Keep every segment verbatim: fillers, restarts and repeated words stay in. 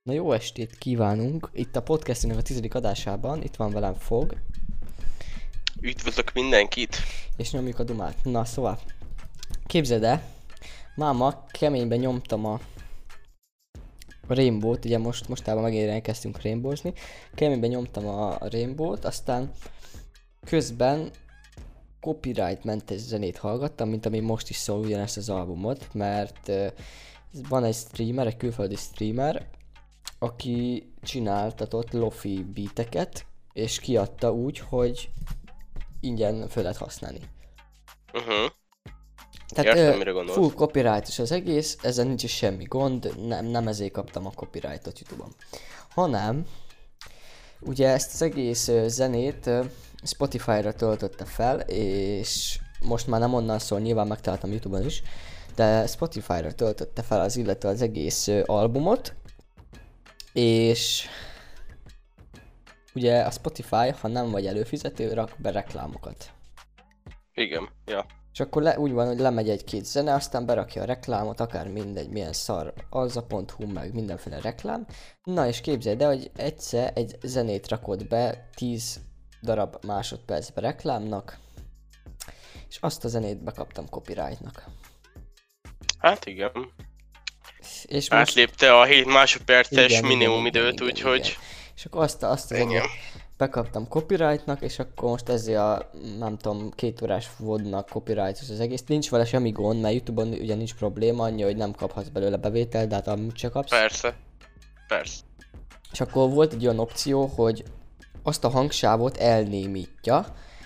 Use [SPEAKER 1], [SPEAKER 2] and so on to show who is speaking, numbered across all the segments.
[SPEAKER 1] Na jó estét kívánunk! Itt a podcastünknek a tizedik adásában, itt van velem Fog.
[SPEAKER 2] Üdvözlök mindenkit!
[SPEAKER 1] És nyomjuk a dumát. Na szóval, képzeld el, máma keményben nyomtam a Rainbow-t, ugye most mostában megint elkezdtünk Rainbow-zni. Keményben nyomtam a Rainbow-t, aztán közben copyright-mentes zenét hallgattam, mint ami most is szól ugyanezt az albumot, mert uh, van egy streamer, egy külföldi streamer, aki csináltatott lofi beateket, és kiadta úgy, hogy ingyen föl lehet használni.
[SPEAKER 2] Uh-huh.
[SPEAKER 1] Tehát
[SPEAKER 2] Értem,
[SPEAKER 1] ö,
[SPEAKER 2] mire gondolsz.
[SPEAKER 1] full copyrightos az egész, ezzel nincs is semmi gond, nem, nem ezért kaptam a copyrightot YouTube-on. Hanem, ugye ezt az egész ö, zenét ö, Spotify-ra töltötte fel, és most már nem onnan szól, nyilván megtaláltam YouTube-on is, de Spotify-ra töltötte fel az illetve az egész ö, albumot, és ugye a Spotify, ha nem vagy előfizető, rak be reklámokat.
[SPEAKER 2] Igen, ja.
[SPEAKER 1] És akkor le, úgy van, hogy lemegy egy-két zene, aztán berakja a reklámot, akár mindegy, milyen szar, alza pont hu, meg mindenféle reklám. Na és képzeld el, hogy egyszer egy zenét rakott be tíz darab másodpercbe reklámnak, és azt a zenét bekaptam copyrightnak.
[SPEAKER 2] Hát igen.
[SPEAKER 1] És most...
[SPEAKER 2] Átlépte a hét másodperces
[SPEAKER 1] Igen,
[SPEAKER 2] minimum
[SPEAKER 1] igen,
[SPEAKER 2] időt,
[SPEAKER 1] igen,
[SPEAKER 2] úgyhogy...
[SPEAKER 1] igen. És akkor azt, a- azt a
[SPEAKER 2] Igen.
[SPEAKER 1] zenét bekaptam copyrightnak, és akkor most ezért a, nem tudom, két órás vodnak copyrightos az egész. Nincs vele semmi gond, mert YouTube-on ugye nincs probléma, annyi, hogy nem kaphatsz belőle bevételt, de hát amúgy se kapsz.
[SPEAKER 2] Persze. Persze.
[SPEAKER 1] És akkor volt egy olyan opció, hogy azt a hangsávot elnémítja,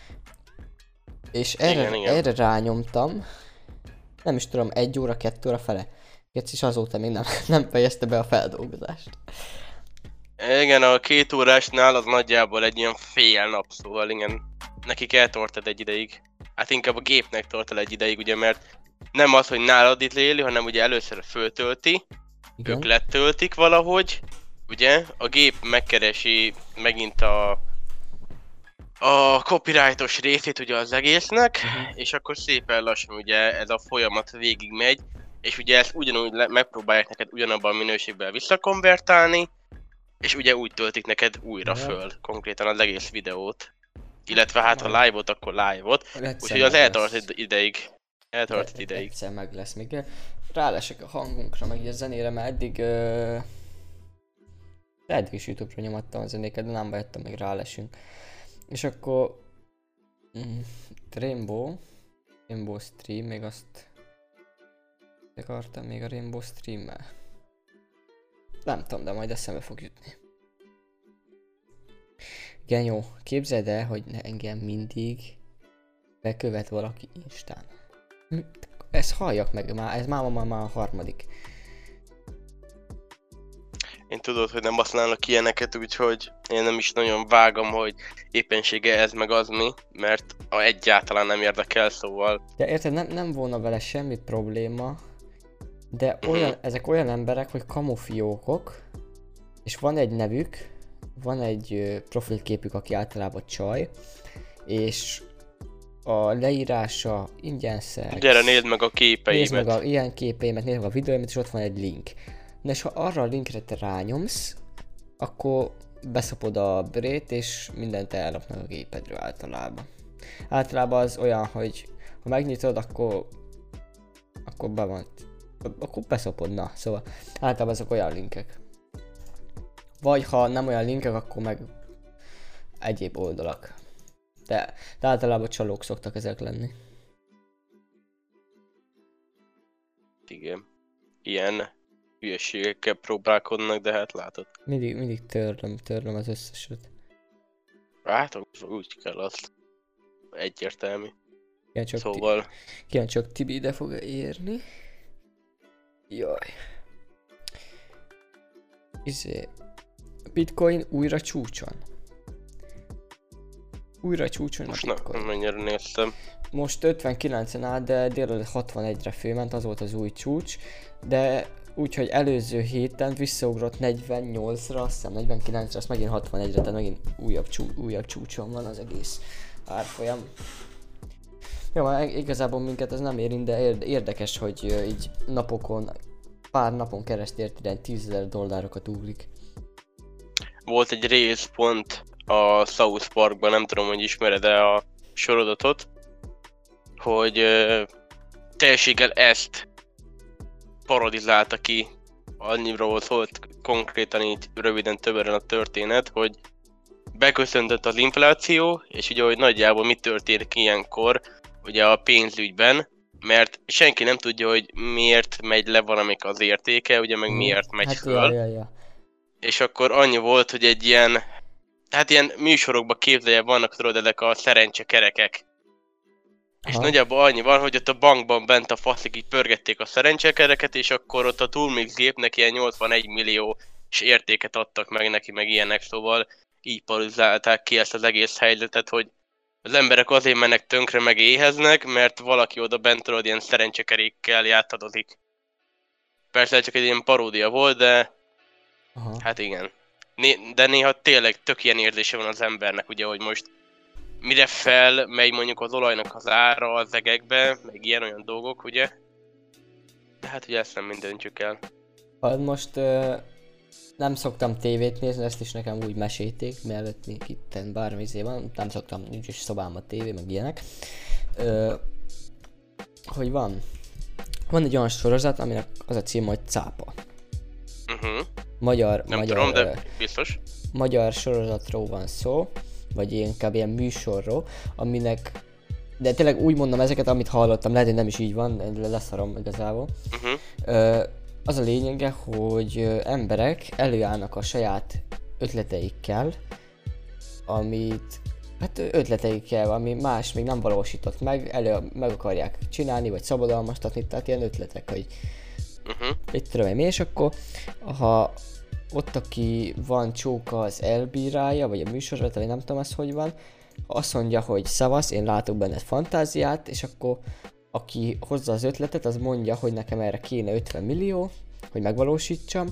[SPEAKER 1] és erre,
[SPEAKER 2] Igen, igen.
[SPEAKER 1] erre rányomtam, nem is tudom, egy óra, kettő óra fele. És azóta még nem, nem fejezte be a feldolgozást.
[SPEAKER 2] Igen, a két órásnál az nagyjából egy ilyen fél nap, szóval igen. Nekik eltortad egy ideig. Hát inkább a gépnek tart el egy ideig, ugye, mert nem az, hogy nálad itt léli, hanem ugye először föltölti,
[SPEAKER 1] Igen.
[SPEAKER 2] ők letöltik valahogy, ugye, a gép megkeresi megint a a copyrightos részét ugye az egésznek,
[SPEAKER 1] Uh-huh.
[SPEAKER 2] és akkor szépen lassan ugye ez a folyamat végig megy, és ugye ezt ugyanúgy le- megpróbálják neked ugyanabban a minőségben visszakonvertálni, és ugye úgy töltik neked újra
[SPEAKER 1] Ja.
[SPEAKER 2] föl, konkrétan az egész videót. Illetve hát ha
[SPEAKER 1] Majd.
[SPEAKER 2] live-ot, akkor live-ot,
[SPEAKER 1] Egyszer
[SPEAKER 2] úgyhogy az
[SPEAKER 1] meg
[SPEAKER 2] eltart
[SPEAKER 1] lesz.
[SPEAKER 2] ide- ideig. Eltart
[SPEAKER 1] E-
[SPEAKER 2] ideig.
[SPEAKER 1] Egyszer meg lesz még. Rálesek a hangunkra, meg így a zenére, mert eddig... Ö... de eddig is YouTube-ra nyomattam a zenéket, de nem bejöttem, még rálesünk. És akkor... Mm, Rainbow... Rainbow Stream, még azt... akartam még a Rainbow Stream-mel. Nem tudom, de majd eszembe fog jutni. Igen, jó. Képzeld el, hogy ne- engem mindig bekövet valaki Instán. Mi- Ezt halljak meg, már, ez máma már, már a harmadik.
[SPEAKER 2] Én tudod, hogy nem használok ilyeneket, úgyhogy én nem is nagyon vágom, hogy éppensége ez meg az mi, mert a egyáltalán nem érdekel, szóval...
[SPEAKER 1] De érted, nem, nem volna vele semmi probléma, de olyan, ezek olyan emberek, hogy kamufiókok, és van egy nevük, van egy ö, profilképük, aki általában csaj, és a leírása ingyen szex.
[SPEAKER 2] Gyere, nézd meg a
[SPEAKER 1] Nézd
[SPEAKER 2] képeimet.
[SPEAKER 1] meg a ilyen képeimet, nézd meg a videóimat, és ott van egy link. Na és ha arra a linkre te rányomsz, akkor beszopod a brét, és mindent ellopnak a gépedről általában. Általában az olyan, hogy ha megnyitod, akkor akkor be van, akkor beszopod, na, szóval általában ezek olyan linkek. Vagy ha nem olyan linkek, akkor meg egyéb oldalak. De, de általában csalók szoktak ezek lenni.
[SPEAKER 2] Igen. Ilyen hülyeségekkel próbálkoznak, de hát látod.
[SPEAKER 1] Mindig, mindig törlöm, törlöm az összeset.
[SPEAKER 2] Látom, úgy kell azt. Egyértelmű.
[SPEAKER 1] Igen, csak, ti,
[SPEAKER 2] Szóval...
[SPEAKER 1] igen, csak Tibi ide fog érni. Jaj. Izé... Bitcoin újra csúcson. Újra csúcson a
[SPEAKER 2] Most na,
[SPEAKER 1] Bitcoin.
[SPEAKER 2] mennyire néztem.
[SPEAKER 1] Most ötvenkilencen áll, de délelőtt hatvanegyre fölment, az volt az új csúcs. De úgyhogy előző héten visszaugrott negyvennyolcra, azt hiszem negyvenkilencre, azt megint hatvanegyre, tehát megint újabb, csú, újabb csúcson van az egész árfolyam. Jó, már igazából minket ez nem érint, de érde- érdekes, hogy ö, így napokon pár napon keresztül ilyen tízezer dollárokat ugrik.
[SPEAKER 2] Volt egy rész pont a South Parkban, nem tudom, hogy ismered-e a sorozatot, hogy ö, teljességgel ezt parodizálta ki, annyiról szólt konkrétan így röviden többen a történet, hogy beköszöntött az infláció, és ugye, hogy nagyjából mi történik ilyenkor ugye a pénzügyben, mert senki nem tudja, hogy miért megy le valamik az értéke, ugye meg miért megy
[SPEAKER 1] hát
[SPEAKER 2] föl.
[SPEAKER 1] Ja, ja, ja.
[SPEAKER 2] És akkor annyi volt, hogy egy ilyen, hát ilyen műsorokban képzelje vannak tudod ezek a szerencsekerekek. És
[SPEAKER 1] Aha.
[SPEAKER 2] nagyjából annyi van, hogy ott a bankban bent a faszik így pörgették a szerencsekereket, és akkor ott a Turmix gépnek ilyen nyolcvanegy millió és értéket adtak meg neki, meg ilyenek, szóval így parodizálták ki ezt az egész helyzetet, hogy az emberek azért mennek tönkre, meg éheznek, mert valaki oda bent tudod ilyen szerencsekerékkel játszadozik. Persze csak egy ilyen paródia volt, de
[SPEAKER 1] Aha.
[SPEAKER 2] hát igen. Né- de néha tényleg tök ilyen érzése van az embernek, ugye, hogy most mire fel megy mondjuk az olajnak az ára az egekbe, meg ilyen-olyan dolgok, ugye? De hát ugye ezt nem mind döntjük el.
[SPEAKER 1] Hát most ö, nem szoktam tévét nézni, ezt is nekem úgy mesélték, mielőtt még itten bármi izé van, nem szoktam, nincs is szobámban tévé, meg ilyenek. Ö, hogy van? Van egy olyan sorozat, aminek az a cím, hogy Cápa.
[SPEAKER 2] Uh-huh.
[SPEAKER 1] Magyar,
[SPEAKER 2] Nem
[SPEAKER 1] magyar,
[SPEAKER 2] tudom,
[SPEAKER 1] ö,
[SPEAKER 2] de biztos.
[SPEAKER 1] magyar sorozatról van szó, vagy inkább ilyen műsorról, aminek, de tényleg úgy mondom ezeket, amit hallottam, lehet, hogy nem is így van, leszarom igazából.
[SPEAKER 2] Uh-huh.
[SPEAKER 1] Ö, az a lényege, hogy ö, emberek előállnak a saját ötleteikkel, amit, hát ö, ötleteikkel, ami más még nem valósított meg, elő meg akarják csinálni, vagy szabadalmaztatni, tehát ilyen ötletek, hogy
[SPEAKER 2] Uh-huh.
[SPEAKER 1] mit tudom én, és akkor, ha ott, aki van csóka, az elbírálja, vagy a műsorot, vagy nem tudom ez hogy van, azt mondja, hogy szavasz, én látok benned fantáziát, és akkor aki hozza az ötletet, az mondja, hogy nekem erre kéne ötven millió, hogy megvalósítsam,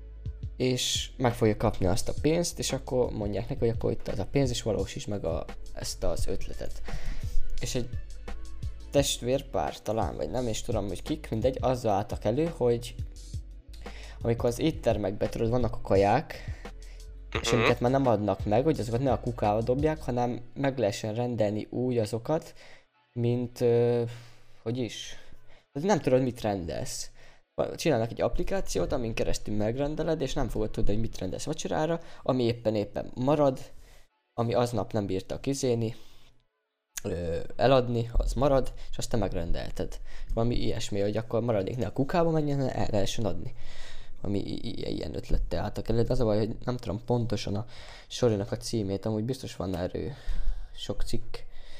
[SPEAKER 1] és meg fogja kapni azt a pénzt, és akkor mondják neki, hogy akkor itt az a pénz, és valósíts meg a, ezt az ötletet. És egy testvérpár talán, vagy nem is tudom, hogy kik, mindegy, azzal álltak elő, hogy amikor az éttermekben tudod, vannak a kaják, és
[SPEAKER 2] Uh-huh.
[SPEAKER 1] amiket már nem adnak meg, hogy azokat ne a kukába dobják, hanem meg lehessen rendelni úgy azokat, mint, ö, hogy is, tehát nem tudod, mit rendelsz. Csinálnak egy applikációt, amin keresztül megrendeled, és nem fogod tudni, hogy mit rendelsz vacsorára, ami éppen éppen marad, ami aznap nem bírta kizéni, ö, eladni, az marad, és azt te megrendelted. Valami ilyesmi, hogy akkor maradék ne a kukába menjen, hanem el lehessen adni. Ami i- i- ilyen ötlettel álltak elő, de az a baj, hogy nem tudom pontosan a sorjának a címét, amúgy biztos van erről sok cikk.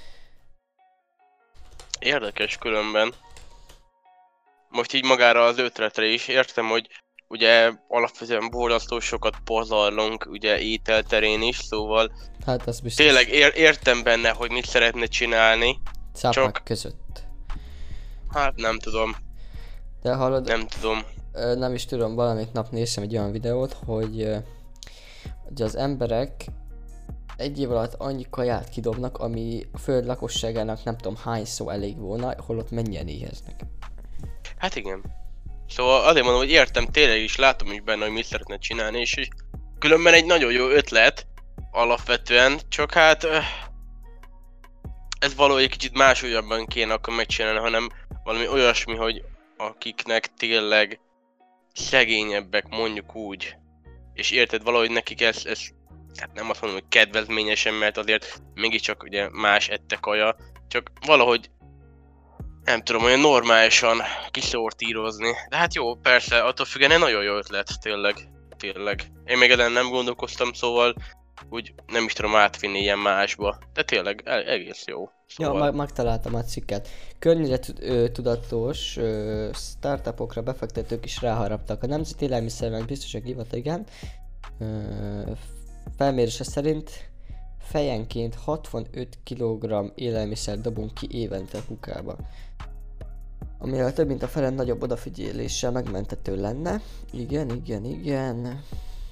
[SPEAKER 2] Érdekes különben. Most így magára az ötletre is értem, hogy ugye alapvetően borzasztó sokat pazarlunk ugye ételterén is, szóval
[SPEAKER 1] Hát az biztos
[SPEAKER 2] tényleg ér- értem benne, hogy mit szeretne csinálni.
[SPEAKER 1] cápák
[SPEAKER 2] csak-
[SPEAKER 1] között.
[SPEAKER 2] Hát nem tudom,
[SPEAKER 1] De hallod,
[SPEAKER 2] nem tudom.
[SPEAKER 1] Ö, nem is tudom, valamelyik nap néztem egy olyan videót, hogy, ö, hogy az emberek egy év alatt annyi kaját kidobnak, ami a föld lakosságának nem tudom hány szó elég volna, holott mennyien éheznek.
[SPEAKER 2] Hát igen. Szóval azért mondom, hogy értem, tényleg is látom is benne, hogy mit szeretne csinálni, és, és különben egy nagyon jó ötlet, alapvetően, csak hát öh, ez valahogy egy kicsit máshogyabban kéne akkor megcsinálni, hanem valami olyasmi, hogy akiknek tényleg szegényebbek, mondjuk úgy, és érted, valahogy nekik ez, ez hát nem azt mondom, hogy kedvezményesen, mert azért mégiscsak ugye más ette kaja, csak valahogy nem tudom, olyan normálisan kiszortírozni. De hát jó, persze, attól függően egy nagyon jó ötlet, tényleg, tényleg. Én még ellen nem gondolkoztam, szóval úgy nem is tudom átvinni ilyen másba. De tényleg e- egész jó. Szóval...
[SPEAKER 1] Ja, meg- megtaláltam a cikket. Környezettudatos ö, startupokra befektetők is ráharaptak. A Nemzeti Élelmiszernek biztosak hivatal, igen. Ö, felmérése szerint fejenként hatvanöt kilogramm élelmiszer dobunk ki évente a kukába. Amivel több mint a fele nagyobb odafigyeléssel megmentető lenne. Igen, igen, igen.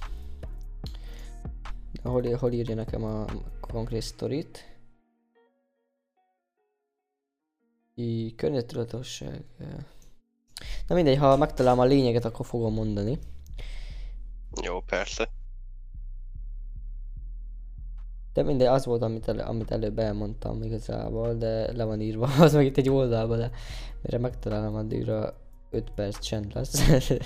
[SPEAKER 1] Hol, hol írja nekem a konkrét sztorit? I környezettudatosság. Na mindegy, ha megtalálom a lényeget, akkor fogom mondani.
[SPEAKER 2] Jó, persze.
[SPEAKER 1] De mindegy, az volt, amit, elő, amit előbb elmondtam igazából, de le van írva, az meg itt egy oldalba, de mire megtalálom, addigra öt perc csend lesz.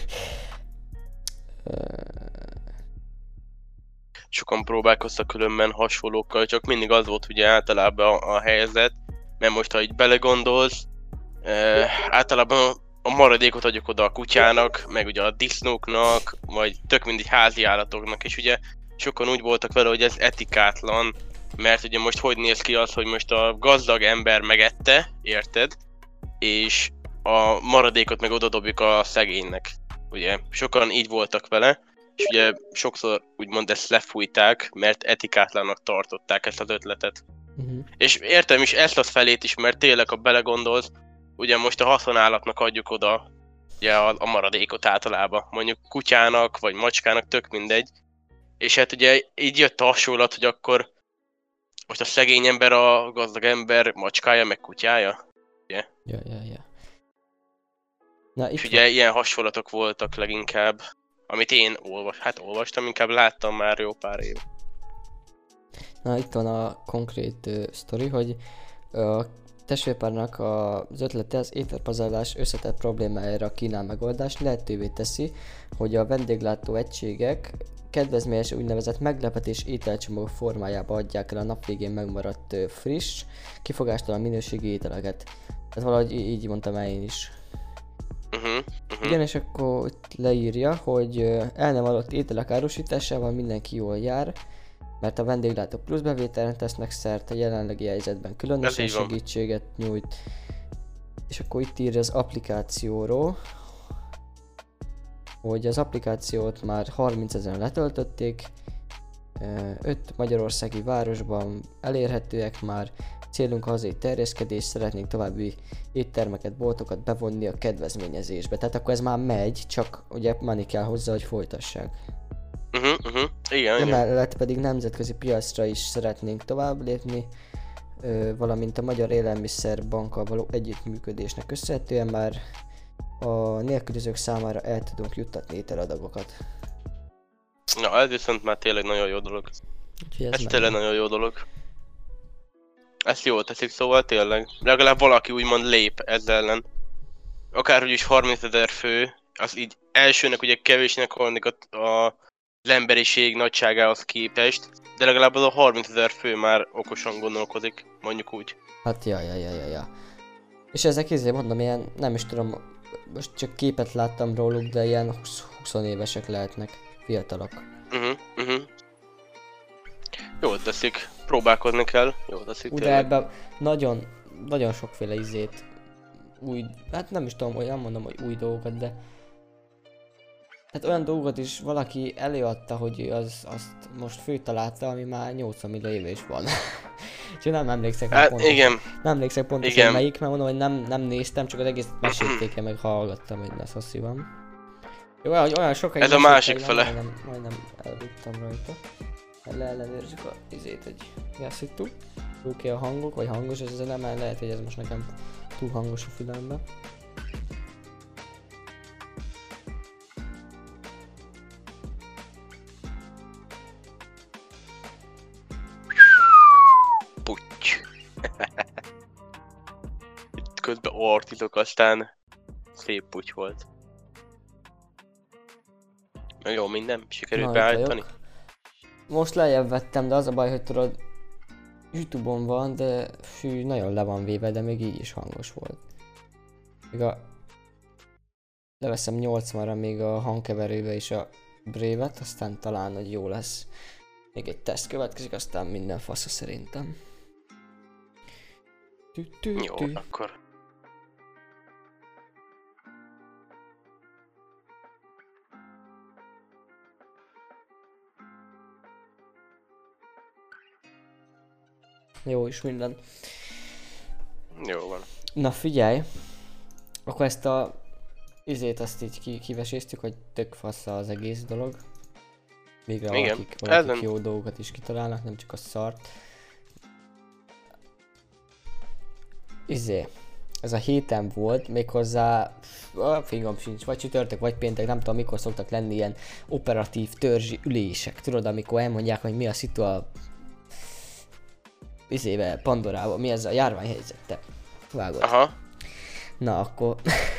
[SPEAKER 2] Sokan próbálkoztak különben hasonlókkal, csak mindig az volt ugye általában a, a helyzet, mert most ha így belegondolsz, e, általában a maradékot adjuk oda a kutyának, meg ugye a disznóknak, vagy tök mindig házi állatoknak, és ugye sokan úgy voltak vele, hogy ez etikátlan, mert ugye most hogy néz ki az, hogy most a gazdag ember megette, érted? És a maradékot meg odadobjuk a szegénynek, ugye? Sokan így voltak vele, és ugye sokszor úgymond ezt lefújták, mert etikátlannak tartották ezt az ötletet.
[SPEAKER 1] Uh-huh.
[SPEAKER 2] És értem is ezt az felét is, mert tényleg, ha belegondolsz, ugye most a haszonállatnak adjuk oda ugye a, a maradékot általában, mondjuk kutyának vagy macskának, tök mindegy. És hát ugye így jött a hasonlat, hogy akkor most a szegény ember a gazdag ember macskája meg kutyája. Ugye?
[SPEAKER 1] Ja, ja, ja. Na, itt
[SPEAKER 2] és ugye van. Ilyen hasonlatok voltak leginkább, amit én olvas, hát olvastam, inkább láttam már jó pár év.
[SPEAKER 1] Na itt van a konkrét uh, sztori, hogy a testvérpárnak az ötlete az ételpazarlás összetett problémájára kínál megoldást, lehetővé teszi, hogy a vendéglátó egységek kedvezményes úgynevezett meglepetés ételcsomag formájába adják el a nap végén megmaradt uh, friss, kifogástalan minőségi ételeket. Ez valahogy í- így mondtam el én is.
[SPEAKER 2] Uh-huh, uh-huh.
[SPEAKER 1] Igen, és akkor itt leírja, hogy uh, el nem adott ételek árusításával mindenki jól jár, mert a vendéglátók plusz bevételre tesznek szert, a jelenlegi helyzetben különösen segítséget nyújt. És akkor itt írja az applikációról, hogy az applikációt már harmincezren letöltötték, öt magyarországi városban elérhetőek már, célunk a hazai terjeszkedés, szeretnénk további éttermeket, boltokat bevonni a kedvezményezésbe. Tehát akkor ez már megy, csak ugye menni kell hozzá, hogy folytassák.
[SPEAKER 2] Uh-huh, uh-huh. Igen, igen.
[SPEAKER 1] Emellett pedig nemzetközi piacra is szeretnénk tovább lépni, valamint a Magyar Élelmiszerbankkal való együttműködésnek köszönhetően már a nélkülözők számára el tudunk juttatni ételadagokat.
[SPEAKER 2] Na, ez viszont már tényleg nagyon jó dolog.
[SPEAKER 1] Ez,
[SPEAKER 2] ez tényleg nagyon jó dolog. Ezt jól teszik, szóval tényleg. Legalább valaki úgymond lép ezzel ellen. Akárhogy is harmincezer fő, az így elsőnek ugye kevésnek hallnik a, a, az emberiség nagyságához képest, de legalább az a harmincezer fő már okosan gondolkozik, mondjuk úgy.
[SPEAKER 1] Hát ja, ja, ja, ja, ja. És ezek ezért mondom, ilyen, nem is tudom, most csak képet láttam róluk, de ilyen húsz évesek lehetnek, fiatalok.
[SPEAKER 2] Uh-huh, uh-huh. Jól teszik, próbálkozni kell, jól teszik.
[SPEAKER 1] Ugye ebben nagyon, nagyon sokféle izét, új, hát nem is tudom, olyan mondom, hogy új dolgokat, de hát olyan dolgokat is valaki előadta, hogy az, azt most főtalálta, ami már nyolcvan millió éve is van. Úgyhogy nem emlékszek
[SPEAKER 2] hát,
[SPEAKER 1] pontosan.
[SPEAKER 2] igen.
[SPEAKER 1] Nem emlékszek pontosan melyik, mert mondom, hogy nem, nem néztem, csak az egész mesélték meg hallgattam, hogy lesz hossziban. Jó, olyan, olyan sokáig
[SPEAKER 2] ez a másik fele.
[SPEAKER 1] Majdnem, majdnem elbuktam rajta. Leellenőrzzük a izét, hogy jászítuk. Oké a hangok, vagy hangos ez az nem, lehet, hogy ez most nekem túl hangos a fülemben.
[SPEAKER 2] Puty. Itt közben ortizok, aztán szép puty volt. Jó, minden, sikerült beállítani.
[SPEAKER 1] Most lejjebb vettem, de az a baj, hogy tudod, YouTube-on van, de fű, nagyon le van véve, de még így is hangos volt. Még a... Leveszem nyolcvanra még a hangkeverőbe is a Brave-et, aztán talán, hogy jó lesz. Még egy teszt következik, aztán minden fasza szerintem. Tü -tü -tü.
[SPEAKER 2] Jó, akkor.
[SPEAKER 1] Jó is minden.
[SPEAKER 2] Jó van.
[SPEAKER 1] Na figyelj, akkor ezt a izét azt így ki kiveséztük, hogy tök fassza az egész dolog. Végre valakik, valakik Ezen... jó dolgokat is kitalálnak, nem csak a szart. Izé, ez a héten volt, méghozzá, a fingom sincs, vagy csütörtök, vagy péntek, nem tudom mikor szoktak lenni ilyen operatív törzsi ülések, tudod, amikor elmondják, hogy mi a szitu a izébe, Pandorában, mi ez a járványhelyzet, te vágod.
[SPEAKER 2] Aha.
[SPEAKER 1] Na akkor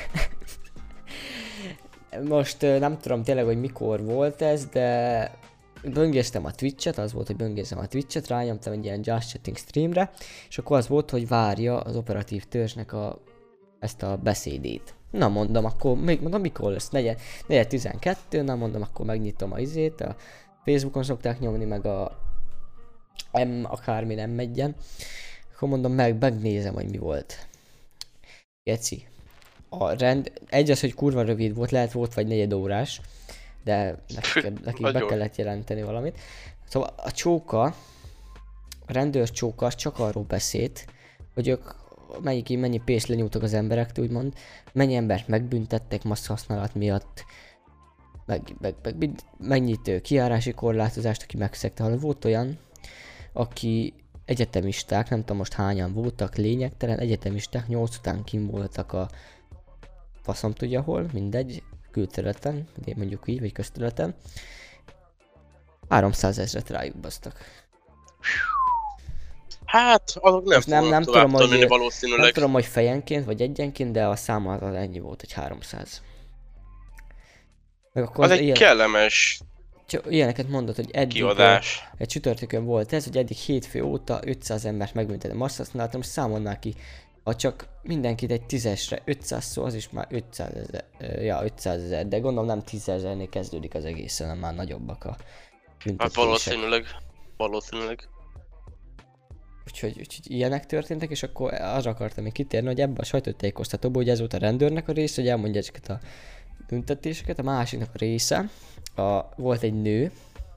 [SPEAKER 1] most nem tudom tényleg, hogy mikor volt ez, de böngésztem a Twitch-et, az volt, hogy böngészem a Twitch-et, rányomtam egy ilyen Just Chatting streamre, és akkor az volt, hogy várja az operatív törzsnek a, ezt a beszédét. Na mondom, akkor még mondom, mikor lesz, negyed tizenkettő, na mondom, akkor megnyitom a izét, a Facebookon szokták nyomni, meg a M akármi nem megyen. Akkor mondom, meg, megnézem, hogy mi volt. Geci. A rend, egy az, hogy kurva rövid volt, lehet volt vagy negyed órás, de nekik, nekik be kellett jelenteni valamit. Szóval a csóka, a rendőr csóka az csak arról beszélt, hogy ők mennyi, mennyi pénzt lenyúltak az emberektől, úgymond, mennyi embert megbüntettek masszhasználat miatt, meg, meg, meg mennyit kijárási korlátozást, aki megszegte. Ha volt olyan, aki egyetemisták, nem tudom most hányan voltak, lényegtelen, egyetemisták, nyolc után kim voltak a faszom tudja hol, mindegy, külterületen, mondjuk így, vagy közterületen. háromszázezret rájuk basztak.
[SPEAKER 2] Hát, azok nem
[SPEAKER 1] nem, nem tudom, hogy,
[SPEAKER 2] valószínűleg.
[SPEAKER 1] Nem tudom, hogy fejenként, vagy egyenként, de a szám az ennyi volt, hogy háromszáz.
[SPEAKER 2] Meg akkor az, az egy ilyen... kellemes
[SPEAKER 1] Csak ilyeneket mondott, hogy eddig
[SPEAKER 2] kiadás.
[SPEAKER 1] Egy csütörtökön volt ez, hogy eddig hétfő óta ötszáz embert megbüntetett. Azt használtam, most számolnál ki, ha csak mindenkit egy tízesre ötszáz szó, az is már ötszázezer, ja ötszázezer, de gondolom nem tízezernél kezdődik az egész, hanem már nagyobbak a büntetések.
[SPEAKER 2] Hát valószínűleg, valószínűleg.
[SPEAKER 1] Úgyhogy, úgyhogy ilyenek történtek, és akkor arra akartam még kitérni, hogy ebben a sajtótájékoztatóban, hogy ez volt a rendőrnek a része, hogy elmondja ezeket a büntetéseket, a másiknak a része, a, volt egy nő,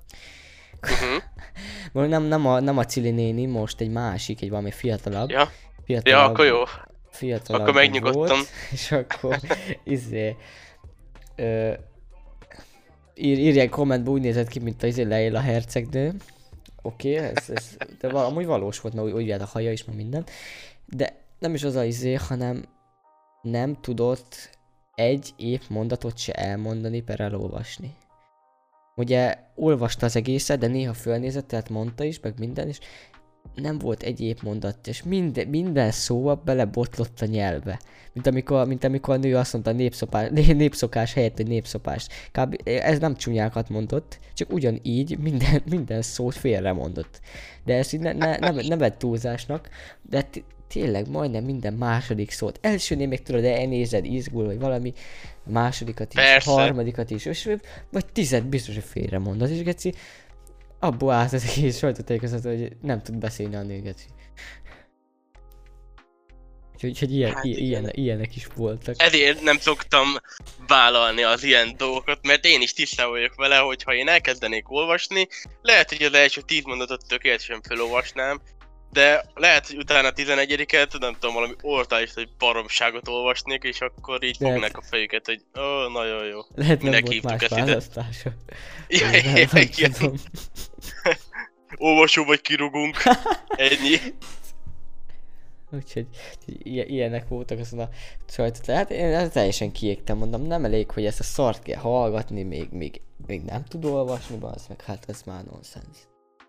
[SPEAKER 1] uh-huh. nem, nem, a, nem a Cili néni, most egy másik, egy valami fiatalabb.
[SPEAKER 2] Ja,
[SPEAKER 1] fiatalabb,
[SPEAKER 2] ja akkor jó.
[SPEAKER 1] Fiatalabb
[SPEAKER 2] akkor megnyugodtam.
[SPEAKER 1] Volt, és akkor izé, ö, ír, írják kommentben, úgy nézett ki, mint a izé Leila a hercegnő. Oké, okay, ez, ez, de val, amúgy valós volt, mert úgy, úgy a haja is, meg minden. De nem is az a izé, hanem nem tudott egy épp mondatot se elmondani, per elolvasni. Ugye olvasta az egészet, de néha fölnézett, tehát mondta is, meg minden is. Nem volt egy épp mondat, és minden, minden szóval belebotlott a nyelve. Mint amikor, mint amikor a nő azt mondta népszopás, népszokás helyett, hogy népszopás. Kb. Ez nem csúnyákat mondott, csak ugyanígy minden, minden szót félre mondott. De ezt így ne, ne, nem, nem vett túlzásnak, de t- tényleg majdnem minden második szót. Elsőnél még tudod, de elnézed, izgul, vagy valami, másodikat is,
[SPEAKER 2] persze.
[SPEAKER 1] Harmadikat is, és vagy tized biztos, hogy félre mondott, és geci, abból állt az egész sajtótájékoztató, hogy nem tud beszélni a nő, geci. Úgyhogy ilyen, hát ilyen, ilyenek is voltak.
[SPEAKER 2] Ezért nem szoktam vállalni az ilyen dolgokat, mert én is tisztában vagyok vele, hogy ha én elkezdenék olvasni, lehet, hogy az első tíz mondatot tökéletesen felolvasnám, de lehet, hogy utána a tizenegyediket, nem tudom, valami ortális vagy baromságot olvasnék, és akkor így lehet, fognak a fejüket, hogy ó, oh, nagyon jó.
[SPEAKER 1] Lehet nem volt más választása.
[SPEAKER 2] Ja, igen. Olvasó vagy kirugunk. Ennyi.
[SPEAKER 1] Úgyhogy ilyenek voltak azon a sajtot. Hát én teljesen kiégtem, mondom, nem elég, hogy ezt a szart kell hallgatni, még, még, még nem tud olvasni, az meg hát ez már nonsens.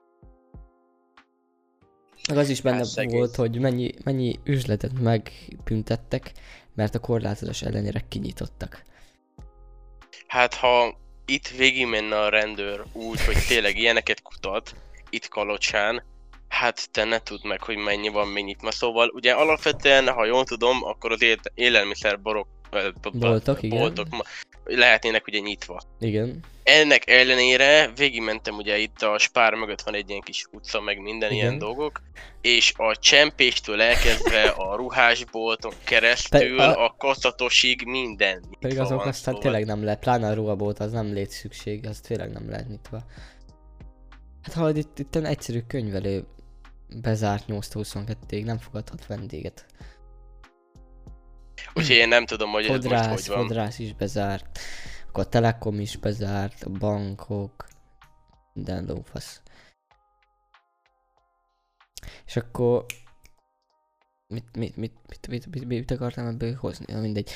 [SPEAKER 1] Meg az is benne hát, volt, hogy mennyi, mennyi üzletet megbüntettek, mert a korlátozás ellenére kinyitottak.
[SPEAKER 2] Hát ha itt végig menne a rendőr úgy, hogy tényleg ilyeneket kutat, itt Kalocsán, hát te ne tudd meg, hogy mennyi van még nyitva. Szóval ugye alapvetően, ha jól tudom, akkor az élelmiszer borok,
[SPEAKER 1] boltok,
[SPEAKER 2] boltok lehetnének ugye nyitva.
[SPEAKER 1] Igen.
[SPEAKER 2] Ennek ellenére végigmentem ugye itt a Spár mögött van egy ilyen kis utca, meg minden igen. Ilyen dolgok, és a csempéstől elkezdve a ruhásbolton keresztül, Pe- a, a kaszatosig minden nyitva
[SPEAKER 1] pedig azok
[SPEAKER 2] van,
[SPEAKER 1] aztán
[SPEAKER 2] szóval. Tényleg
[SPEAKER 1] nem lehet, pláne a ruhabolt az nem lét szükség, az tényleg nem lehet nyitva. Hát hallod, itt, itt egyszerű könyvelő bezárt nyolctól huszonkettőig, nem fogadhat vendéget.
[SPEAKER 2] Úgyhogy én nem tudom, hogy
[SPEAKER 1] fodrász,
[SPEAKER 2] ez most hogy van.
[SPEAKER 1] Fodrász is bezárt, akkor a Telekom is bezárt, a bankok, minden lófasz. És akkor Mit, mit, mit, mit, mit, mit, mit akartam ebből hozni? Na mindegy.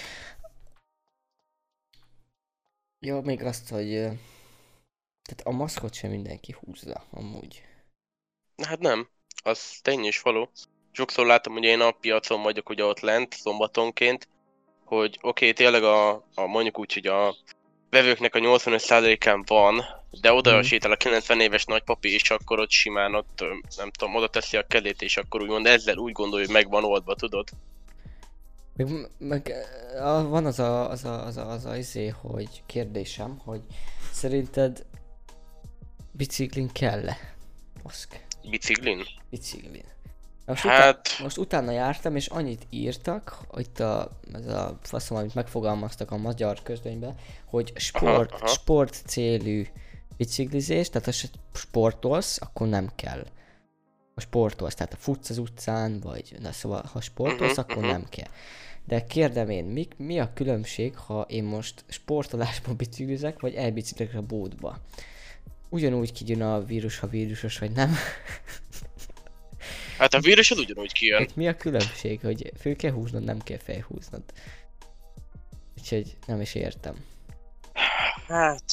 [SPEAKER 1] Jó, még azt, hogy... ö, Tehát a maszkot sem mindenki húzza, amúgy.
[SPEAKER 2] Hát nem, az tény is való. Sokszor látom, hogy én a piacon vagyok ugye ott lent, szombatonként, hogy oké, okay, tényleg a, a mondjuk úgy, hogy a vevőknek a nyolcvanöt százalékán van, de oda
[SPEAKER 1] Mhm.
[SPEAKER 2] sétál a kilencven éves nagypapi, és akkor ott simán ott, ö, nem tudom, oda teszi a kezét, és akkor úgymond ezzel úgy gondolja, hogy meg van oldva, tudod?
[SPEAKER 1] Meg, meg a, van az a, az a, az a, az a izé, hogy kérdésem, hogy szerinted biciklin kell-e maszk?
[SPEAKER 2] Biciklin?
[SPEAKER 1] Biciklin. Most,
[SPEAKER 2] Hát,
[SPEAKER 1] utá- most utána jártam, és annyit írtak, itt a, ez a faszom, amit megfogalmaztak a magyar közlönyben, hogy sport,
[SPEAKER 2] Aha, aha.
[SPEAKER 1] sport célű biciklizés, tehát ha se sportolsz, akkor nem kell. Ha sportolsz, tehát ha futsz az utcán, vagy na szóval, ha sportolsz,
[SPEAKER 2] Mhm,
[SPEAKER 1] akkor
[SPEAKER 2] mhm.
[SPEAKER 1] nem kell. De kérdem én, mi, mi a különbség, ha én most sportolásban biciklizek, vagy elbiciklek a bódba? Ugyanúgy kijön a vírus, ha vírusos, vagy nem.
[SPEAKER 2] Hát a vírusod ugyanúgy kijön.
[SPEAKER 1] Hát mi a különbség, hogy föl kell húznod, nem kell felhúznod? Úgyhogy nem is értem.
[SPEAKER 2] Hát...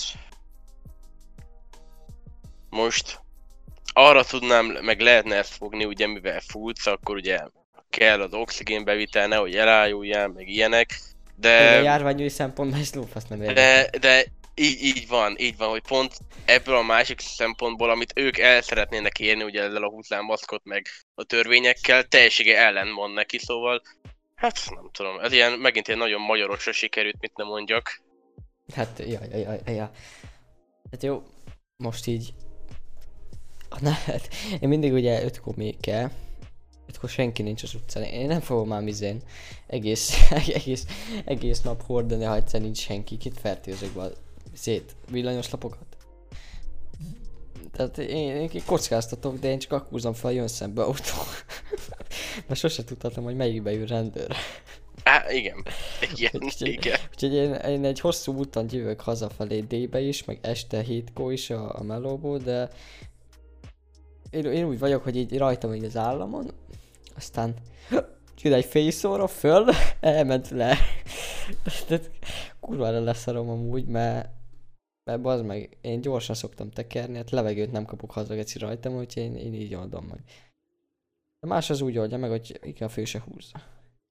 [SPEAKER 2] Most arra tudnám, meg lehetne ezt fogni, ugye mivel futsz, akkor ugye kell az oxigénbevitel, nehogy elájuljál, meg ilyenek,
[SPEAKER 1] De
[SPEAKER 2] de,
[SPEAKER 1] járványügyi szempontból ezt lófasz nem érdekel.
[SPEAKER 2] de, de így, így van, így van, hogy pont ebből a másik szempontból, amit ők el szeretnének érni, ugye ezzel a húzzámaszkot, meg a törvényekkel, teljessége ellen mond neki, szóval, hát nem tudom, ez ilyen, megint ilyen nagyon magyarosra sikerült, mit nem mondjak.
[SPEAKER 1] Hát, ja, ja, ja, ja. Hát jó, most így... Na, hát, én mindig ugye ötkor még kell. Ötkor senki nincs az utcán. Én nem fogom már mizén egész, egész, egész nap hordani, ha egyszer nincs senki. Kit fertőzök be szét villanyos lapokat. Tehát én, én kockáztatok, de én csak akkor húzom fel, jön szembe autó. Mert sose tudhatom, hogy melyikbe jön rendőr.
[SPEAKER 2] Á, igen, igen,
[SPEAKER 1] Úgyhogy-
[SPEAKER 2] igen.
[SPEAKER 1] Úgyhogy én, én egy hosszú úton jövök hazafelé D-be is, meg este hétkor is a, a melóból, de én, én úgy vagyok, hogy így rajtam így az államon, aztán jön egy fél óra föl, elment le. Tehát kurvára leszarom amúgy, mert mert bazd meg, én gyorsan szoktam tekerni, hát levegőt nem kapok haza geci rajtam, úgyhogy én, én így oldom meg. De más az úgy oldja meg, hogy igen, fő se húzza.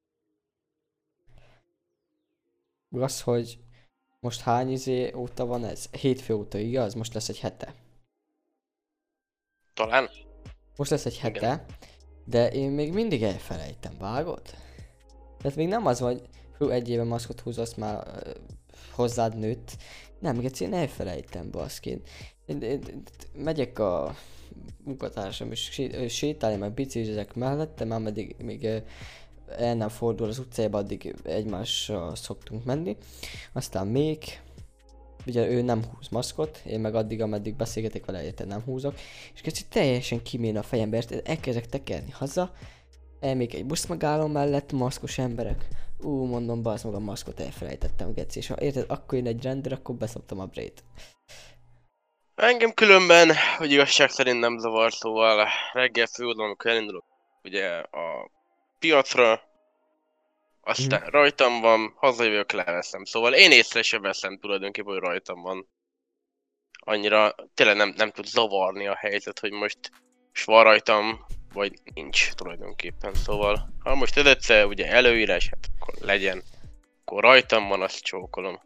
[SPEAKER 1] Az, hogy most hány izé óta van ez? Hétfő óta, igaz? Most lesz egy hete.
[SPEAKER 2] Talán?
[SPEAKER 1] Most lesz egy
[SPEAKER 2] Igen.
[SPEAKER 1] hete, de én még mindig elfelejtem, vágod? Tehát még nem az, hogy hú, egy éve maszkot húz, azt már uh, hozzád nőtt. Nem, geci, én elfelejtem, baszként. Én, én, én, megyek a munkatársam, és sé, sétálni, meg biciklizek mellette, már meddig még uh, el nem fordul az utcába, addig egymással szoktunk menni. Aztán még, ugye ő nem húz maszkot, én meg addig, ameddig beszélgetek vele, érted, nem húzok. És kicsit teljesen kimén a fejembe, érted, elkezdek tekerni haza, elmék egy buszmegálló mellett, maszkos emberek. Ú, mondom, bazd meg a maszkot elfelejtettem, geci, és ha érted, akkor jön egy rendőr, akkor beszoptam a brét.
[SPEAKER 2] Engem különben, hogy igazság szerint nem zavar, szóval reggel főoldalom, amikor elindulok ugye a piacra, aztán
[SPEAKER 1] Mhm.
[SPEAKER 2] rajtam van, hazajövök, leveszem. Szóval én észre sem veszem tulajdonképpen, hogy rajtam van. Annyira tényleg nem, nem tud zavarni a helyzet, hogy most, most van rajtam, vagy nincs tulajdonképpen. Szóval, ha most ez egyszer ugye előírás, hát akkor legyen. Akkor rajtam van, azt csókolom.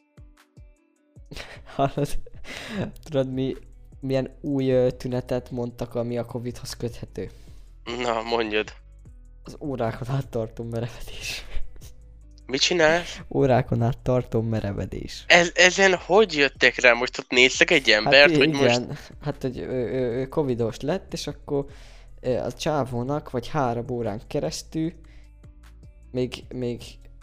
[SPEAKER 1] Hallod? Tudod mi, milyen új ö, tünetet mondtak, ami a Covidhoz köthető?
[SPEAKER 2] Na, mondjad.
[SPEAKER 1] Az órákon át tartó merevedés.
[SPEAKER 2] Mit csinálsz?
[SPEAKER 1] Órákon át tartó merevedés.
[SPEAKER 2] Ez, ezen hogy jöttek rá? Most ott néztek egy embert,
[SPEAKER 1] hát
[SPEAKER 2] hogy
[SPEAKER 1] igen,
[SPEAKER 2] most...
[SPEAKER 1] hát hogy ő, ő, ő covidos lett, és akkor ö, a csávónak, vagy három órán keresztül, még, még,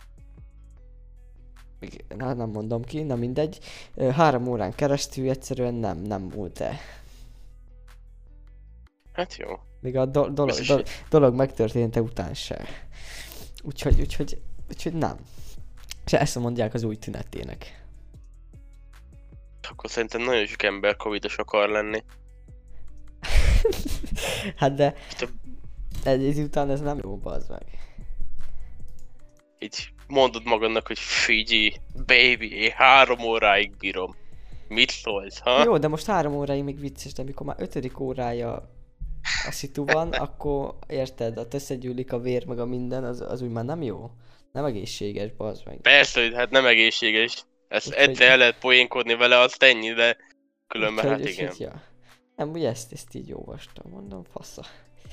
[SPEAKER 1] még, na nem mondom ki, na mindegy, ö, három órán keresztül egyszerűen nem, nem volt el.
[SPEAKER 2] Hát jó.
[SPEAKER 1] Még a do- dolog,
[SPEAKER 2] Biztos,
[SPEAKER 1] do- dolog megtörténte után se. Úgyhogy, úgyhogy, úgyhogy nem. És ezt mondják az új tünetének.
[SPEAKER 2] Akkor szerintem nagyon sok ember covidos akar lenni.
[SPEAKER 1] Hát de,
[SPEAKER 2] Itt a
[SPEAKER 1] egy idő után ez nem jó, bazd meg.
[SPEAKER 2] Így mondod magadnak, hogy figyelj, baby, én három óráig bírom. Mit szólsz, ha?
[SPEAKER 1] Jó, de most három óráig még vicces, de amikor már ötödik órája a szitu van, akkor érted, ott összegyűlik a vér meg a minden, az, az úgy már nem jó. Nem egészséges, bazd meg.
[SPEAKER 2] Persze, hogy hát nem egészséges. Ezt
[SPEAKER 1] Úgyhogy-
[SPEAKER 2] egyszer el lehet poénkodni vele, azt ennyi, de különben hát
[SPEAKER 1] Úgyhogy-
[SPEAKER 2] igen.
[SPEAKER 1] úgyhogy, ja. Nem, ugye ezt, ezt így olvastam, mondom, fasza.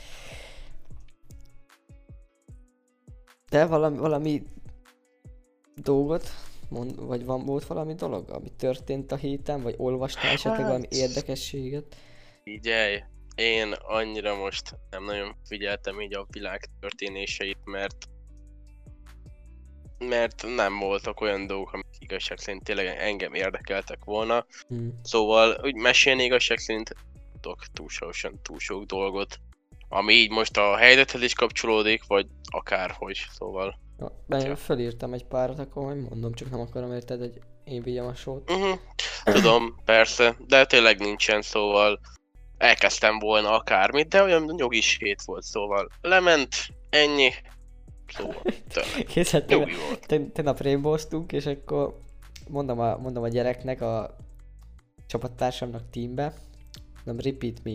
[SPEAKER 1] De valami, valami dolgot, mond, vagy van, volt valami dolog, ami történt a héten, vagy olvastál esetleg
[SPEAKER 2] Hát-
[SPEAKER 1] valami érdekességet?
[SPEAKER 2] Figyelj, én annyira most nem nagyon figyeltem így a világ történéseit, mert mert nem voltak olyan dolgok, amik igazság szerint tényleg engem érdekeltek volna.
[SPEAKER 1] Hmm.
[SPEAKER 2] Szóval, úgy mesélni igazság szerint tudok túlságosan túl sok dolgot, ami így most a helyzethez is kapcsolódik, vagy akárhogy, szóval.
[SPEAKER 1] Ja, én fölírtam egy párat, akkor majd mondom, csak nem akarom érted, hogy én vigyem a sót.
[SPEAKER 2] Uh-huh. Tudom, persze, de tényleg nincsen, szóval elkezdtem volna akármit, de olyan nyugis hét volt, szóval lement, ennyi, szóval tényleg
[SPEAKER 1] Kész, hát
[SPEAKER 2] nyugi volt.
[SPEAKER 1] te- tegnap rainbowztunk, és akkor mondom a, mondom a gyereknek, a csapattársamnak teambe, nem repeat me.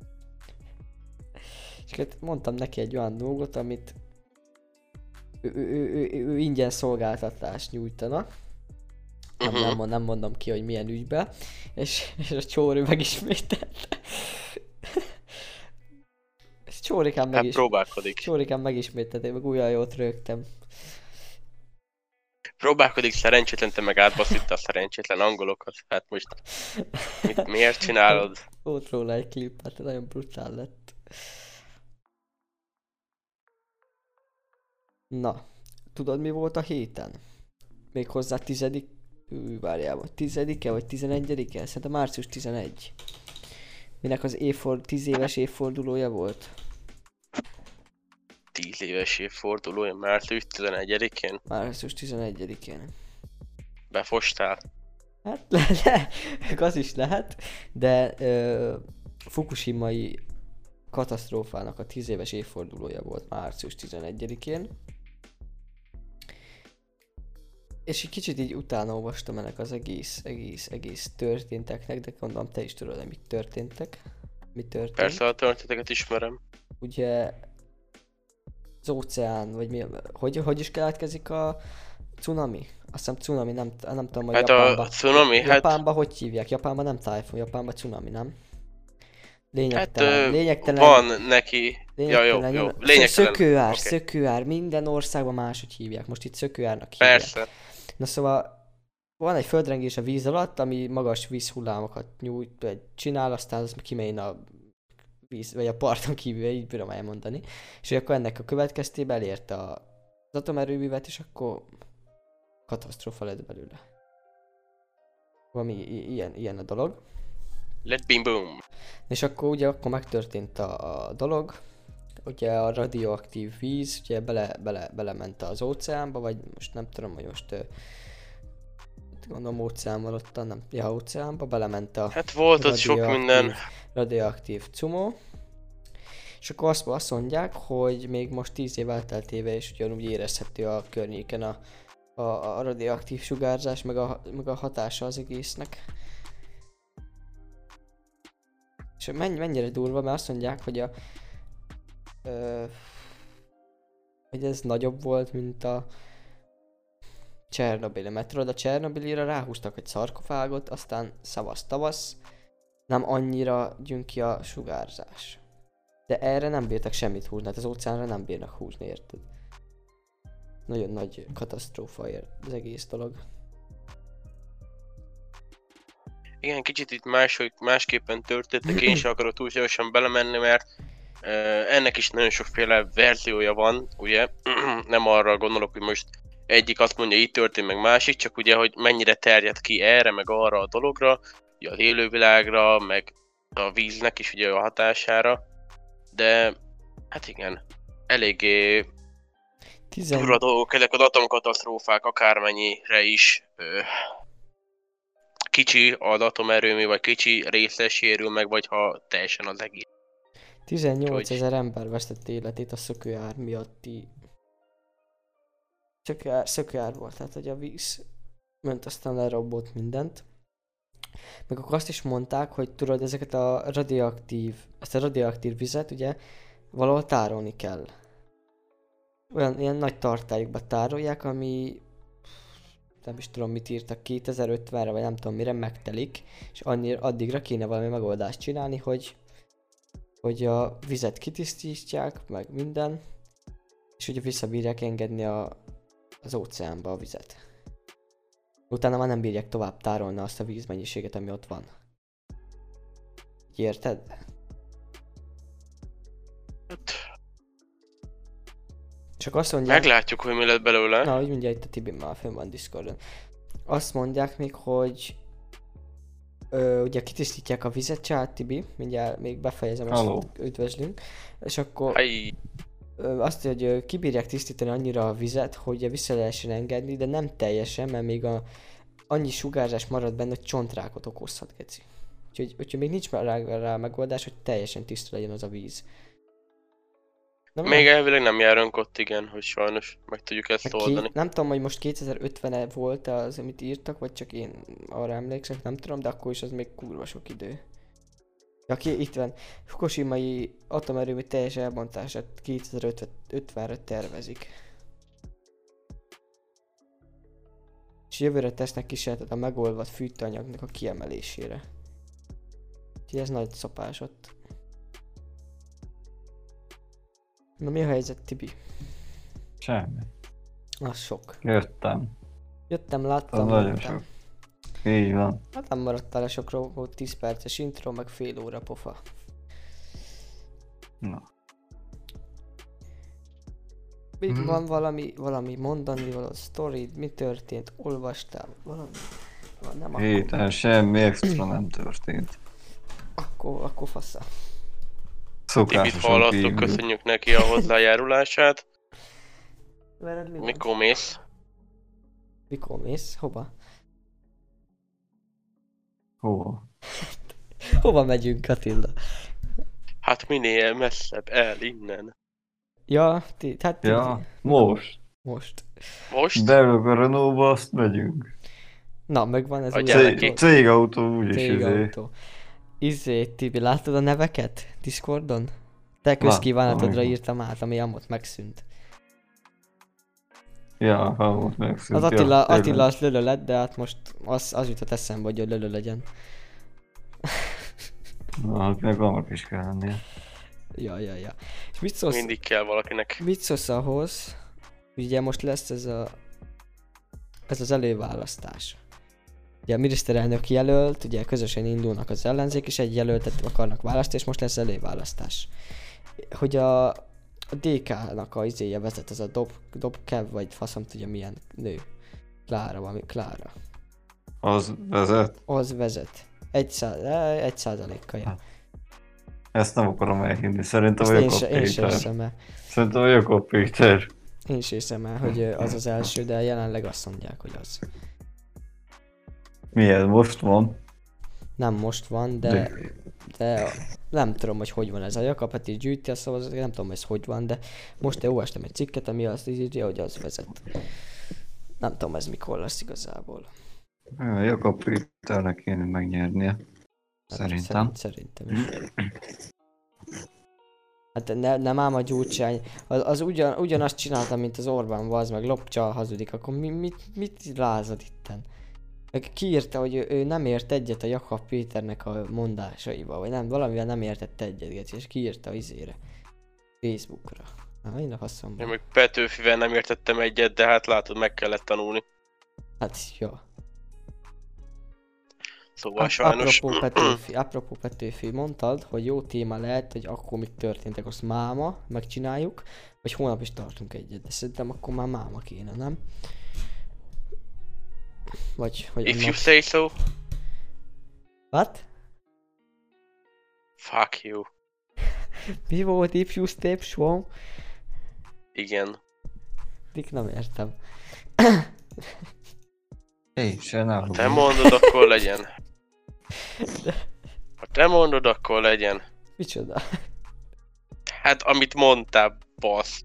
[SPEAKER 1] És akkor mondtam neki egy olyan dolgot, amit ő, ő, ő, ő, ő ingyen szolgáltatást nyújtana. Nem,
[SPEAKER 2] Mhm.
[SPEAKER 1] nem, mond- nem mondom ki, hogy milyen ügybe. És, és a csóri megismételte. Ez csórikám
[SPEAKER 2] Hát
[SPEAKER 1] megismételte.
[SPEAKER 2] próbálkodik.
[SPEAKER 1] Csórikám megismételte, meg olyan jót rögtem.
[SPEAKER 2] Próbálkodik szerencsétlen, te meg átbaszítta a szerencsétlen angolokat. Hát most mit, miért csinálod?
[SPEAKER 1] Volt róla egy klip, hát nagyon brutál lett. Na, tudod mi volt a héten? Méghozzá tizedik... Ű, várjál, vagy tizedike vagy tizenegyedike? Szerintem március tizenegy. Minek az évford... tíz éves évfordulója volt?
[SPEAKER 2] Tíz éves évfordulója március tizenegyedikén?
[SPEAKER 1] Március tizenegyedikén.
[SPEAKER 2] Befostál?
[SPEAKER 1] Hát le, le, az is lehet, de ö, Fukushimai katasztrófának a tíz éves évfordulója volt március tizenegyedikén. És egy kicsit így utána olvastam ennek az egész, egész, egész történteknek, de gondolom te is tudod, hogy mik történtek. Mi történt.
[SPEAKER 2] Persze a történeteket ismerem.
[SPEAKER 1] Ugye az óceán, vagy mi, hogy, hogy is keletkezik a cunami? Azt hiszem cunami, nem, nem tudom, hogy
[SPEAKER 2] Hát
[SPEAKER 1] Japánba.
[SPEAKER 2] a cunami, hát...
[SPEAKER 1] Japánba hogy hívják? Japánban nem tájfun, Japánban cunami, nem? Lényegtelen,
[SPEAKER 2] Hát ö,
[SPEAKER 1] lényegtelen.
[SPEAKER 2] van neki... Ja, jó,
[SPEAKER 1] lényegtelen,
[SPEAKER 2] jó,
[SPEAKER 1] nyilván-
[SPEAKER 2] lényegtelen.
[SPEAKER 1] Szökőár,
[SPEAKER 2] Oké.
[SPEAKER 1] szökőár, minden országban máshogy hívják, most itt szökőárnak hívják.
[SPEAKER 2] Persze.
[SPEAKER 1] Na szóval van egy földrengés a víz alatt, ami magas vízhullámokat nyújt, vagy csinál, aztán az kimegy a víz, vagy a parton kívül, így bírom elmondani. És akkor ennek a következtében elérte a, az atomerőművet, és akkor katasztrófa lett belőle. Valami i- ilyen, ilyen a dolog.
[SPEAKER 2] Let bim boom.
[SPEAKER 1] És akkor ugye akkor megtörtént a, a dolog, ugye a radioaktív víz ugye bele, bele, belement az óceánba, vagy most nem tudom, hogy most ö, gondolom óceánban ott, nem, ja óceánba, belement a
[SPEAKER 2] Hát volt ott sok
[SPEAKER 1] radioaktív-
[SPEAKER 2] minden.
[SPEAKER 1] radioaktív cumó. És akkor azt, azt mondják, hogy még most tíz év elteltével is ugyanúgy érezhető a környéken a, a, a radioaktív sugárzás, meg a, meg a hatása az egésznek. És menny, mennyire durva, mert azt mondják, hogy a ö, hogy ez nagyobb volt, mint a Csernobili. Mert tudod, a Csernobilira ráhúztak egy szarkofágot, aztán szavasz-tavasz, nem annyira gyűn ki a sugárzás. De erre nem bírtak semmit húzni, hát az óceánra nem bírnak húzni, érted? Nagyon nagy katasztrófa ér az egész dolog.
[SPEAKER 2] Igen, kicsit itt máshogy, másképpen történtek, én sem akarok túlságosan belemenni, mert uh, ennek is nagyon sokféle verziója van, ugye? Nem arra gondolok, hogy most egyik azt mondja, így történt, meg másik, csak ugye, hogy mennyire terjed ki erre, meg arra a dologra, ugye az élővilágra, meg a víznek is ugye a hatására, de hát igen, eléggé
[SPEAKER 1] Tizen...
[SPEAKER 2] durva dolgok, ezek az atomkatasztrófák akármennyire is ö, kicsi az atomerőmű, vagy kicsi része sérül meg, vagy ha teljesen az egész.
[SPEAKER 1] tizennyolc
[SPEAKER 2] Hogy-
[SPEAKER 1] ezer ember vesztette életét a szökőár miatti. Szökőár, szökőár volt, tehát hogy a víz ment, aztán lerobott mindent. Meg akkor azt is mondták, hogy tudod, ezeket a radioaktív, ezt a radioaktív vizet ugye valahol tárolni kell. Olyan ilyen nagy tartályokba tárolják, ami nem is tudom mit írtak, kétezer-ötvenre vagy nem tudom mire megtelik, és annyira, addigra kéne valami megoldást csinálni, hogy hogy a vizet kitisztítják, meg minden, és ugye visszabírják engedni a, az óceánba a vizet. Utána már nem bírják tovább tárolni azt a vízmennyiséget, ami ott van. Érted? Csak azt mondják...
[SPEAKER 2] Meglátjuk, hogy mi lett belőle.
[SPEAKER 1] Na, úgy mindjárt itt a Tibi már fönn van Discordon. Azt mondják még, hogy... Ö, ugye kitisztítják a vizet, csát Tibi, mindjárt még befejezem,
[SPEAKER 3] Hello.
[SPEAKER 1] azt üdvözlünk. És akkor...
[SPEAKER 2] Hai.
[SPEAKER 1] Ö, azt, hogy ö, kibírják tisztítani annyira a vizet, hogy vissza lehessen engedni, de nem teljesen, mert még a annyi sugárzás marad benne, hogy csontrákot okozhat, geci. Úgyhogy, úgyhogy még nincs rá, rá megoldás, hogy teljesen tiszta legyen az a víz. Na,
[SPEAKER 2] Még elvileg nem járunk ott, igen, hogy sajnos meg tudjuk ezt
[SPEAKER 1] meg
[SPEAKER 2] oldani.
[SPEAKER 1] Ki, nem tudom, hogy most kétezer-ötven volt az, amit írtak, vagy csak én arra emlékszek, nem tudom, de akkor is az még kurva sok idő. Ja, ki, itt van. Fukushimai atomerőmű teljes elbontását kétezer-ötvenre tervezik. És jövőre tesznek kísérletet a megolvat fűtőanyagnak a kiemelésére. Úgyhogy ez nagy szopás ott. Na mi a helyzet, Tibi?
[SPEAKER 3] Semmi.
[SPEAKER 1] Az sok.
[SPEAKER 3] Jöttem.
[SPEAKER 1] Jöttem, láttam,
[SPEAKER 3] Az nagyon
[SPEAKER 1] mentem.
[SPEAKER 3] sok. Így van.
[SPEAKER 1] Hát nem maradtál a sokról, volt tíz perces intro, meg fél óra pofa.
[SPEAKER 3] Na.
[SPEAKER 1] Még
[SPEAKER 3] Mhm.
[SPEAKER 1] van valami, valami mondani, valami sztori, mi történt, olvastál, valami? Van, nem akkor,
[SPEAKER 3] Héten semmi extra nem történt.
[SPEAKER 1] akkor, akkor fasza.
[SPEAKER 2] Tibit
[SPEAKER 3] Szokásosan
[SPEAKER 2] hallottuk,
[SPEAKER 3] kívül.
[SPEAKER 2] köszönjük neki a hozzájárulását.
[SPEAKER 1] Veled mi van?
[SPEAKER 2] Mikor mész?
[SPEAKER 1] Mikor mész? Hova?
[SPEAKER 3] Hova?
[SPEAKER 1] Hova megyünk, Attila?
[SPEAKER 2] Hát minél messzebb el innen.
[SPEAKER 1] Ja, ti, hát ti,
[SPEAKER 3] Ja, most.
[SPEAKER 1] most.
[SPEAKER 2] Most?
[SPEAKER 3] Beülök a Renault-ba, azt megyünk.
[SPEAKER 1] Na, megvan ez
[SPEAKER 2] Adjál
[SPEAKER 1] új
[SPEAKER 2] neki.
[SPEAKER 1] autó.
[SPEAKER 3] Cégautó úgyis izé.
[SPEAKER 1] Cégautó. Izé, Tibi, látod a neveket Discordon? Te közkívánatodra
[SPEAKER 3] Láttam.
[SPEAKER 1] írtam át, ami amott megszűnt.
[SPEAKER 3] Ja, ha volt megszűnt.
[SPEAKER 1] Az Attila,
[SPEAKER 3] ja,
[SPEAKER 1] Attila az lölö lett, de hát most az, az jutott eszembe, hogy ő lölö legyen.
[SPEAKER 3] Na, hát meg annak is kell lennie.
[SPEAKER 1] Ja, ja, ja. És mit szólsz,
[SPEAKER 2] Mindig kell valakinek.
[SPEAKER 1] mit szólsz ahhoz, ugye most lesz ez a ez az előválasztás. Ugye a miniszterelnök jelölt, ugye közösen indulnak az ellenzék, és egy jelöltet akarnak választani, és most lesz előválasztás. Hogy a, a dé ká-nak a izéje vezet, ez a Dob, Dobkev, vagy faszom tudja milyen nő. Klára, valami Klára.
[SPEAKER 3] Az vezet.
[SPEAKER 1] Az vezet. Egy, száz, eh, egy százalékkal, ja.
[SPEAKER 3] Ezt nem akarom elhinni. Szerintem
[SPEAKER 1] Ezt
[SPEAKER 3] a
[SPEAKER 1] én,
[SPEAKER 3] Jakob
[SPEAKER 1] se, én sem
[SPEAKER 3] Péter.
[SPEAKER 1] hiszem el.
[SPEAKER 3] Szerintem a Jakob Péter.
[SPEAKER 1] Én sem hiszem el, hogy ö, az az első, de jelenleg azt mondják, hogy az.
[SPEAKER 3] Milyen most van?
[SPEAKER 1] Nem most van, de, de nem tudom, hogy hogy van ez a Jakab, hát így gyűjti a szavazatot, nem tudom, ez hogy van, de most én olvastam egy cikket, ami azt írja, hogy az vezet. Nem tudom, ez mikor lesz igazából.
[SPEAKER 3] A Jakob Péternek kéne megnyernie.
[SPEAKER 1] Hát
[SPEAKER 3] Szerintem.
[SPEAKER 1] Szerint, szerintem is. Hát ne, nem ám a Gyurcsány, az, az ugyan, ugyanazt csinálta, mint az Orbán, az meg lopcsa, hazudik, akkor mi, mit, mit lázad itten? Meg kiírta, hogy ő, ő nem ért egyet a Jakab Péternek a mondásaival, vagy nem, valamivel nem értett egyet, geci, és kiírta izére. Facebookra. Na, én a faszom.
[SPEAKER 2] Én még Petőfivel nem értettem egyet, de hát látod, meg kellett tanulni.
[SPEAKER 1] Hát, jó.
[SPEAKER 2] Szóval
[SPEAKER 1] A-
[SPEAKER 2] sajnos...
[SPEAKER 1] Apropó Petőfi, apropó Petőfi, mondtad, hogy jó téma lehet, hogy akkor mik történtek, azt máma, megcsináljuk, vagy holnap is tartunk egyet, de szerintem akkor már máma kéne, nem? Vagy, vagy
[SPEAKER 2] If you say so,
[SPEAKER 1] What?
[SPEAKER 2] fuck you.
[SPEAKER 1] Mi volt if you step show?
[SPEAKER 2] Igen.
[SPEAKER 1] Dik nem értem.
[SPEAKER 3] Hé, se ne
[SPEAKER 2] Ha te mondod, akkor legyen. Ha te mondod, akkor legyen.
[SPEAKER 1] Micsoda?
[SPEAKER 2] Hát amit mondtál, bassz.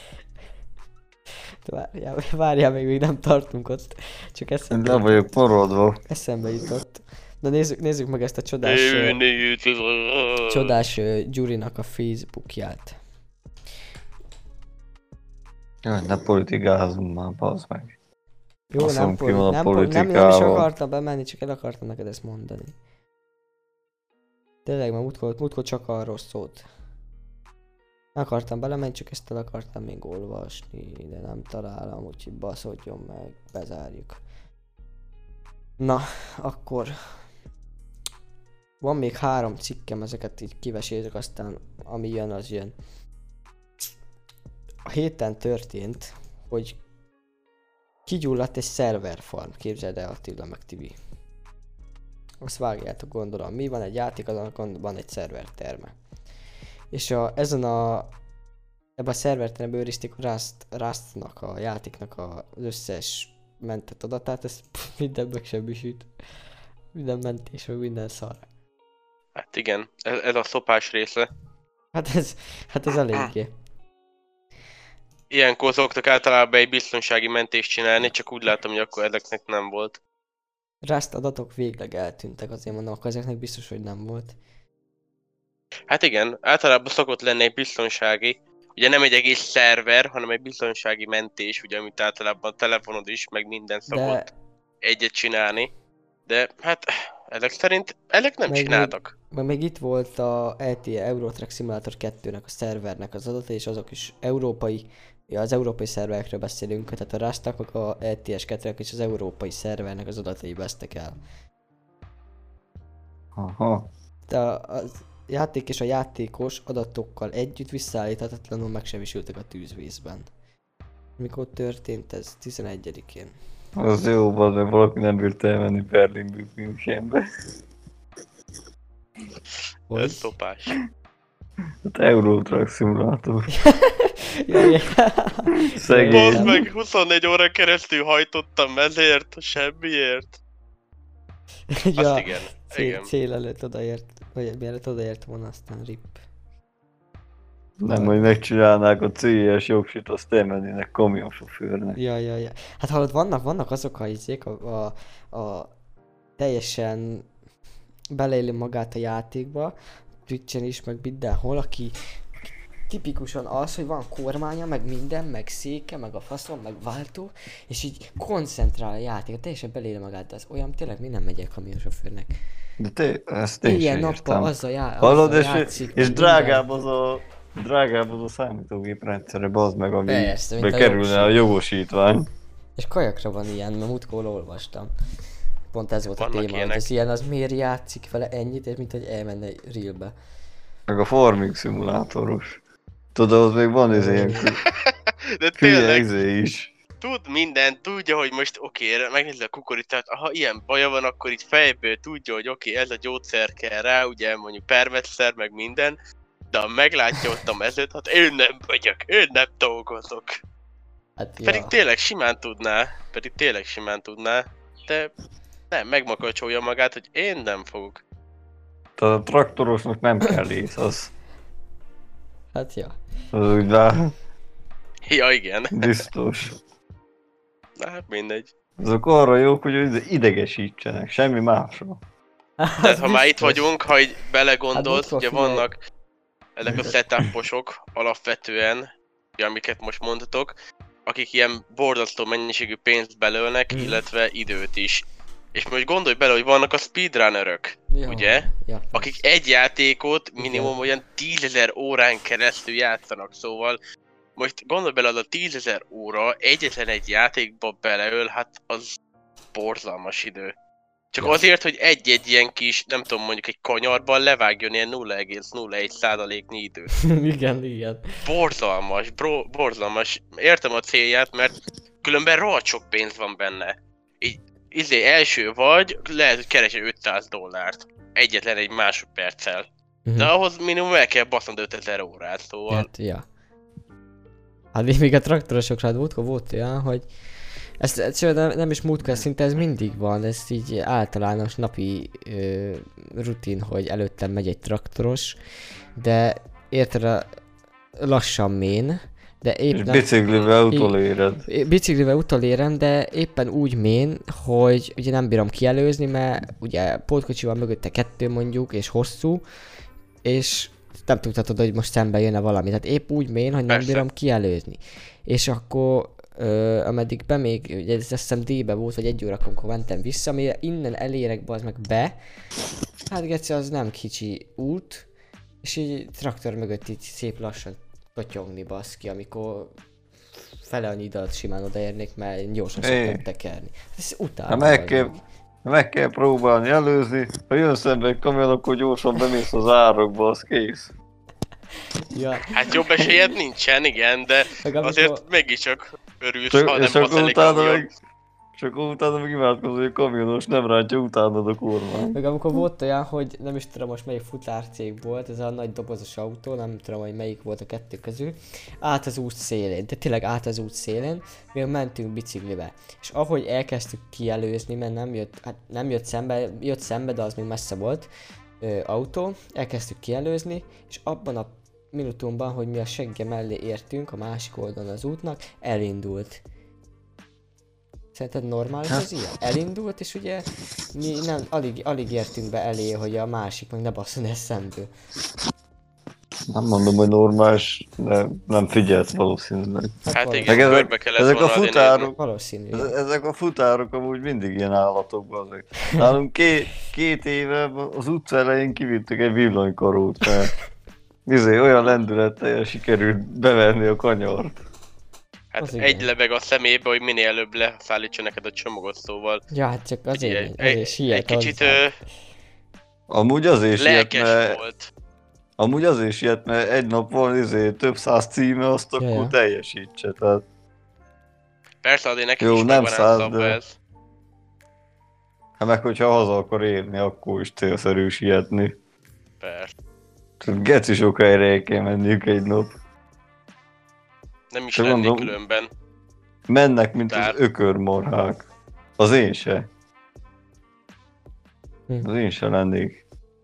[SPEAKER 1] Várjál, várjál, még, még nem tartunk ott. Csak eszembe,
[SPEAKER 3] De vagyok maradva.
[SPEAKER 1] eszembe jutott. Na nézzük, nézzük meg ezt a csodás, ö, csodás ö, Gyurinak a Facebookját.
[SPEAKER 3] Jaj, ne politikázunk már, bazd meg.
[SPEAKER 1] Jó,
[SPEAKER 3] Azt
[SPEAKER 1] nem,
[SPEAKER 3] mondom,
[SPEAKER 1] poli-
[SPEAKER 3] ki van a
[SPEAKER 1] nem, poli- nem, nem is
[SPEAKER 3] politikával.
[SPEAKER 1] akartam bemenni, csak el akartam neked ezt mondani. Tényleg, mert múltkor, múltkor csak arról szólt. Nem akartam belemenni, csak ezt el akartam még olvasni, de nem találom, úgyhogy baszodjon meg, bezárjuk. Na, akkor... Van még három cikkem, ezeket így kivesézek, aztán ami jön, az jön. A héten történt, hogy kigyulladt egy szerverfarm, képzeld el, Attila meg Tibi. Azt vágjátok, gondolom, mi van egy játék, azon van egy szerverterme. És a, ezen a... ebben a szerverteremben őrizték a Rust, Rustnak, a játéknak a, az összes mentett adatát, ez pff, minden megsebisült. Minden mentés, vagy minden szar.
[SPEAKER 2] Hát igen, ez, ez a szopás része.
[SPEAKER 1] Hát ez, hát ez eléggé.
[SPEAKER 2] Ilyenkor szoktak általában egy biztonsági mentést csinálni, csak úgy látom, hogy akkor ezeknek nem volt.
[SPEAKER 1] Rust adatok végleg eltűntek, azért mondom, akkor ezeknek biztos, hogy nem volt.
[SPEAKER 2] Hát igen, általában szokott lenni egy biztonsági, ugye nem egy egész szerver, hanem egy biztonsági mentés, ugye amit általában a telefonod is, meg minden szokott
[SPEAKER 1] De
[SPEAKER 2] egyet csinálni. De hát ezek szerint ezek nem
[SPEAKER 1] Meg
[SPEAKER 2] csináltak.
[SPEAKER 1] meg még itt volt a E T A Euro Truck Simulator kettőnek a szervernek az adata, és azok is európai, ja, az európai szerverekről beszélünk, tehát a Rustnak, a E T S kettőnek és az európai szervernek az adatai vesztek el.
[SPEAKER 3] Aha.
[SPEAKER 1] De a, a játék és a játékos adatokkal együtt visszaállíthatatlanul megsebesültek a tűzvészben. Mikor történt ez? tizenegyedikén.
[SPEAKER 3] Az jó, bazd meg, valaki nem bírt elmenni Berlinből Münchenbe.
[SPEAKER 2] Ez
[SPEAKER 1] Hogy?
[SPEAKER 2] szopás.
[SPEAKER 3] Hát Euro Truck Simulator.
[SPEAKER 1] Jaj,
[SPEAKER 3] Szegény.
[SPEAKER 2] Bazd meg, huszonnégy óra keresztül hajtottam ezért, semmiért.
[SPEAKER 1] ja,
[SPEAKER 2] Azt igen,
[SPEAKER 1] cél,
[SPEAKER 2] igen.
[SPEAKER 1] cél előtt odaért, vagy mielőtt odaért volna, aztán rip.
[SPEAKER 3] Nem, hogy megcsinálnák a cé es jogsit, azt elmennének kamionsofőrnek.
[SPEAKER 1] Ja, ja, ja. Hát hallod, vannak, vannak azok a izék, a, a, a teljesen beleélő magát a játékba, Twitchen is, meg mindenhol, aki tipikusan az, hogy van kormánya, meg minden, meg széke, meg a faszon, meg váltó, és így koncentrál a játék, teljesen beleélő magát, de az olyan tényleg mi nem megyek kamionsofőrnek.
[SPEAKER 3] De te, ezt én
[SPEAKER 1] Ilyen
[SPEAKER 3] sem
[SPEAKER 1] nappal
[SPEAKER 3] értem.
[SPEAKER 1] azzal, já,
[SPEAKER 3] Hallod,
[SPEAKER 1] azzal
[SPEAKER 3] és,
[SPEAKER 1] játszik.
[SPEAKER 3] és
[SPEAKER 1] meg
[SPEAKER 3] drágább az a... Drágább az a számítógép rendszerre, bazd meg,
[SPEAKER 1] Persze, mint
[SPEAKER 3] amibe
[SPEAKER 1] a
[SPEAKER 3] kerülne a jogosítvány.
[SPEAKER 1] És kajakra van ilyen, mert múltkor olvastam. Pont ez volt a
[SPEAKER 2] Vannak
[SPEAKER 1] téma,
[SPEAKER 2] ilyenek.
[SPEAKER 1] hogy az ilyen, az miért játszik vele ennyit, és mint hogy elmenne egy realbe.
[SPEAKER 3] Meg a farming szimulátoros. Tudod, az még van ez ilyen
[SPEAKER 2] De
[SPEAKER 3] hülye
[SPEAKER 2] tényleg,
[SPEAKER 3] izé is.
[SPEAKER 2] tud minden, tudja, hogy most oké, okay, megnézze a kukoricát, ha ilyen baja van, akkor így fejből tudja, hogy oké, okay, ez a gyógyszer kell rá, ugye mondjuk permetszer, meg minden, de ha meglátja ott a mezőt, hát én nem vagyok, én nem dolgozok.
[SPEAKER 1] Hát ja.
[SPEAKER 2] Pedig tényleg simán tudná, pedig tényleg simán tudná, de nem, megmakacsolja magát, hogy én nem fogok.
[SPEAKER 3] Tehát a traktorosnak nem kell ész, az,
[SPEAKER 1] Hát ja.
[SPEAKER 3] az úgy rá,
[SPEAKER 2] Ja igen,
[SPEAKER 3] biztos.
[SPEAKER 2] na hát mindegy.
[SPEAKER 3] Azok arra jók, hogy idegesítsenek, semmi másra.
[SPEAKER 2] Tehát ha már itt vagyunk, ha így belegondolsz,
[SPEAKER 1] Hát,
[SPEAKER 2] ugye
[SPEAKER 1] figyelj.
[SPEAKER 2] vannak ezek a setuposok alapvetően, ugye, amiket most mondhatok, akik ilyen borzasztó mennyiségű pénzt belőlnek,
[SPEAKER 1] Mhm.
[SPEAKER 2] illetve időt is. És most gondolj bele, hogy vannak a speedrunnerök,
[SPEAKER 1] Ja,
[SPEAKER 2] ugye?
[SPEAKER 1] Ja,
[SPEAKER 2] Akik egy játékot minimum
[SPEAKER 1] Igen.
[SPEAKER 2] olyan tízezer órán keresztül játszanak, szóval most gondolj bele, az a tízezer óra egyetlen egy játékba beleöl, hát az borzalmas idő. Csak
[SPEAKER 1] Ja.
[SPEAKER 2] azért, hogy egy-egy ilyen kis, nem tudom, mondjuk egy kanyarban levágjon ilyen nulla egész nulla egy százaléknyi időt.
[SPEAKER 1] igen, igen.
[SPEAKER 2] Borzalmas, bro, borzalmas. Értem a célját, mert különben rohadt sok pénz van benne. Így, izé, első vagy, lehet, hogy keresel ötszáz dollárt. Egyetlen egy másodperccel. De
[SPEAKER 1] Mhm.
[SPEAKER 2] ahhoz minimum el kell basznod ötezer órát, szóval...
[SPEAKER 1] Hát, ja. Hát még- még a traktorosokra, hát múltkor volt olyan, hogy ezt, ezt sőt, nem, nem is múltkor, szinte ez mindig van, ez így általános napi ö, rutin, hogy előttem megy egy traktoros, de érted, a, lassan mén, de
[SPEAKER 3] És
[SPEAKER 1] éppen...
[SPEAKER 3] biciklivel utoléred.
[SPEAKER 1] Biciklivel utolérem, de éppen úgy mén, hogy ugye nem bírom kielőzni, mert ugye pótkocsival mögötte kettő mondjuk, és hosszú, és nem tudhatod, hogy most szembe jönne valami. Tehát épp úgy mén, hogy nem
[SPEAKER 2] Persze.
[SPEAKER 1] bírom kielőzni. És akkor, ö, ameddig be még, ugye ez azt hiszem D-be volt, vagy egy óra, amikor mentem vissza, amire innen elérek az meg be, hát geci, az nem kicsi út, és így traktor mögött így szép lassan totyogni baszki, amikor fele annyi időt simán odaérnék, mert gyorsan
[SPEAKER 3] Hey.
[SPEAKER 1] szoktam tekerni. Ezt
[SPEAKER 3] Ha
[SPEAKER 1] utálom.
[SPEAKER 3] meg kell, meg kell próbálni előzni, ha jön szembe egy kamion, akkor gyorsan bemész az árokba, az kész.
[SPEAKER 1] Ja,
[SPEAKER 2] Hát jobb esélyed nincsen, igen, de
[SPEAKER 1] meg amikor...
[SPEAKER 2] azért mégiscsak örülsz,
[SPEAKER 3] Csak,
[SPEAKER 2] ha
[SPEAKER 3] és
[SPEAKER 2] nem
[SPEAKER 3] akkor
[SPEAKER 2] basz elég
[SPEAKER 3] utána
[SPEAKER 2] kamion.
[SPEAKER 3] meg, és akkor utána meg imádkozol, hogy a kamionos nem rántja utánad a kormány.
[SPEAKER 1] Meg amikor volt olyan, hogy nem is tudom most melyik futárcég volt, ez a nagy dobozos autó, nem tudom, hogy melyik volt a kettő közül, át az út szélén, de tényleg át az út szélén, még mentünk biciklivel. És ahogy elkezdtük kielőzni, mert nem jött, hát nem jött szembe, jött szembe, de az még messze volt, ö, autó, elkezdtük kielőzni, és abban a minutumban, hogy mi a segge mellé értünk, a másik oldalon az útnak, elindult. Szerinted normális az ilyen? Elindult, és ugye mi nem, alig, alig értünk be elé, hogy a másik meg ne basszon el szemből.
[SPEAKER 3] Nem mondom, hogy normális, de nem figyelsz valószínűleg.
[SPEAKER 2] Hát
[SPEAKER 1] valami-
[SPEAKER 2] igen,
[SPEAKER 3] Meg ezek-
[SPEAKER 2] körbe kellett
[SPEAKER 3] ezek a
[SPEAKER 2] volna adni
[SPEAKER 3] futárok-
[SPEAKER 1] Valószínű.
[SPEAKER 3] Ez- Ezek a futárok amúgy mindig ilyen állatokban azok. Nálunk két, két éve az utca elején kivittük egy villanykarót, mert izé, olyan lendülettel sikerült beverni a kanyart.
[SPEAKER 2] Hát
[SPEAKER 1] Az
[SPEAKER 2] egy
[SPEAKER 1] igen.
[SPEAKER 2] lebeg a szemébe, hogy minél előbb leszállítsa neked a csomagot, szóval
[SPEAKER 1] Ja, hát csak azért,
[SPEAKER 2] egy,
[SPEAKER 1] azért
[SPEAKER 2] egy,
[SPEAKER 1] siet
[SPEAKER 2] egy kicsit
[SPEAKER 1] hozzá.
[SPEAKER 2] ö,
[SPEAKER 3] Amúgy azért siet,
[SPEAKER 2] lelkes
[SPEAKER 3] mert,
[SPEAKER 2] volt.
[SPEAKER 3] amúgy azért siet, mert egy nap van izé, több száz címe, azt
[SPEAKER 1] Ja,
[SPEAKER 3] akkor
[SPEAKER 1] ja.
[SPEAKER 3] teljesítse. Tehát
[SPEAKER 2] Persze azért nekik
[SPEAKER 3] Jó,
[SPEAKER 2] is
[SPEAKER 3] nem
[SPEAKER 2] megvan
[SPEAKER 3] száz,
[SPEAKER 2] átszabva
[SPEAKER 3] de-
[SPEAKER 2] ez.
[SPEAKER 3] hát meg hogyha haza akar érni, akkor is célszerű sietni.
[SPEAKER 2] Persze.
[SPEAKER 3] Tehát geci sok helyre el kell menniük egy nap.
[SPEAKER 2] Nem is
[SPEAKER 3] Csak
[SPEAKER 2] lennék
[SPEAKER 3] mondom-
[SPEAKER 2] különben.
[SPEAKER 3] Mennek, mint
[SPEAKER 2] Tehát-
[SPEAKER 3] az ökörmarhák. Az én se.
[SPEAKER 1] Hm.
[SPEAKER 3] Az én se lennék.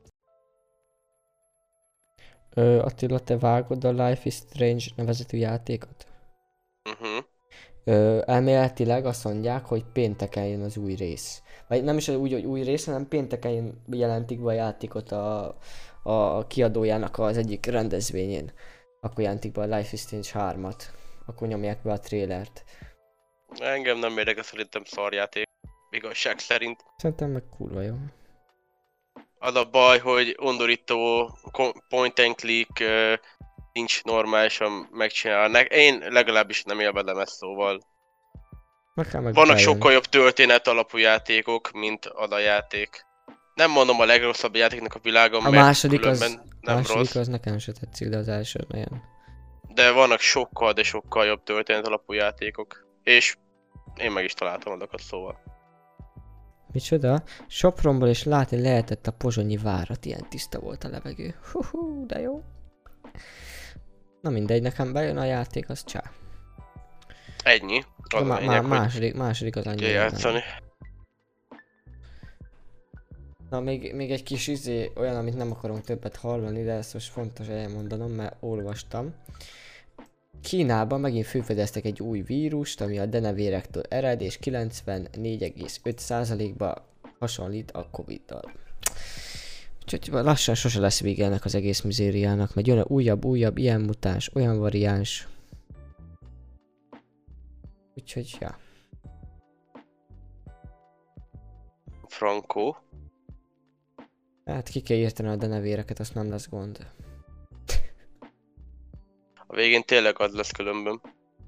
[SPEAKER 1] Ö, Attila, te vágod a Life is Strange nevezetű játékot?
[SPEAKER 2] Uh-huh.
[SPEAKER 1] Ö, elméletileg azt mondják, hogy pénteken jön az új rész. Vagy nem is úgy, hogy új rész, hanem pénteken jön- jelentik be a játékot a, a kiadójának az egyik rendezvényén. Akkor jelentik be a Life is Strange hármat. Akkor nyomják be a trélert.
[SPEAKER 2] Engem nem érdekel, szerintem szarjáték. Igazság szerint.
[SPEAKER 1] Szerintem meg kurva jó.
[SPEAKER 2] Az a baj, hogy undorító ko- point and click ö, nincs normálisan megcsinálni. Én legalábbis nem élvedem ezt, szóval.
[SPEAKER 1] Meg kell meg
[SPEAKER 2] Vannak
[SPEAKER 1] bejön.
[SPEAKER 2] sokkal jobb történet alapú játékok, mint az a játék. Nem mondom a legrosszabb játéknak a világon,
[SPEAKER 1] A
[SPEAKER 2] mert
[SPEAKER 1] második
[SPEAKER 2] különben
[SPEAKER 1] az,
[SPEAKER 2] nem
[SPEAKER 1] második
[SPEAKER 2] rossz.
[SPEAKER 1] az nekem se tetszik, de az első nagyon.
[SPEAKER 2] De vannak sokkal, de sokkal jobb történet alapú játékok. És én meg is találtam azokat, szóval.
[SPEAKER 1] Micsoda? Sopronból is látni lehetett a pozsonyi várat, ilyen tiszta volt a levegő. Hú, de jó. Na mindegy, nekem bejön a játék, az csá.
[SPEAKER 2] Ennyi. Az
[SPEAKER 1] A
[SPEAKER 2] a
[SPEAKER 1] má-
[SPEAKER 2] lényeg,
[SPEAKER 1] má-
[SPEAKER 2] hogy
[SPEAKER 1] második, második az
[SPEAKER 2] kell
[SPEAKER 1] annyira nem.
[SPEAKER 2] játszani.
[SPEAKER 1] Na még, még egy kis izé, olyan, amit nem akarunk többet hallani, de ezt most fontos elmondanom, mert olvastam. Kínában megint felfedeztek egy új vírust, ami a denevérektől ered, és kilencvennégy egész öt százalékba hasonlít a Covid-dal. Úgyhogy lassan sose lesz vége ennek az egész mizériának, mert jön újabb, újabb ilyen mutáns, olyan variáns. Úgyhogy, ja.
[SPEAKER 2] Franco.
[SPEAKER 1] Hát ki kell írtani a denevéreket, azt nem lesz gond.
[SPEAKER 2] A végén tényleg az lesz különben.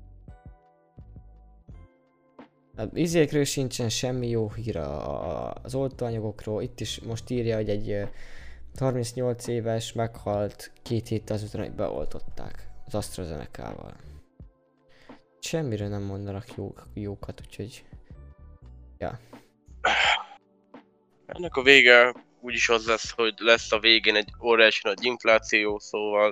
[SPEAKER 1] Az izékről sincsen semmi jó hír a- a- az oltóanyagokról. Itt is most írja, hogy egy ö, harmincnyolc éves meghalt két hét azután, hogy beoltották az AstraZeneca-val. Semmiről nem mondanak jó, jókat, úgyhogy... Ja.
[SPEAKER 2] Ennek a vége úgyis az lesz, hogy lesz a végén egy óriási nagy infláció, szóval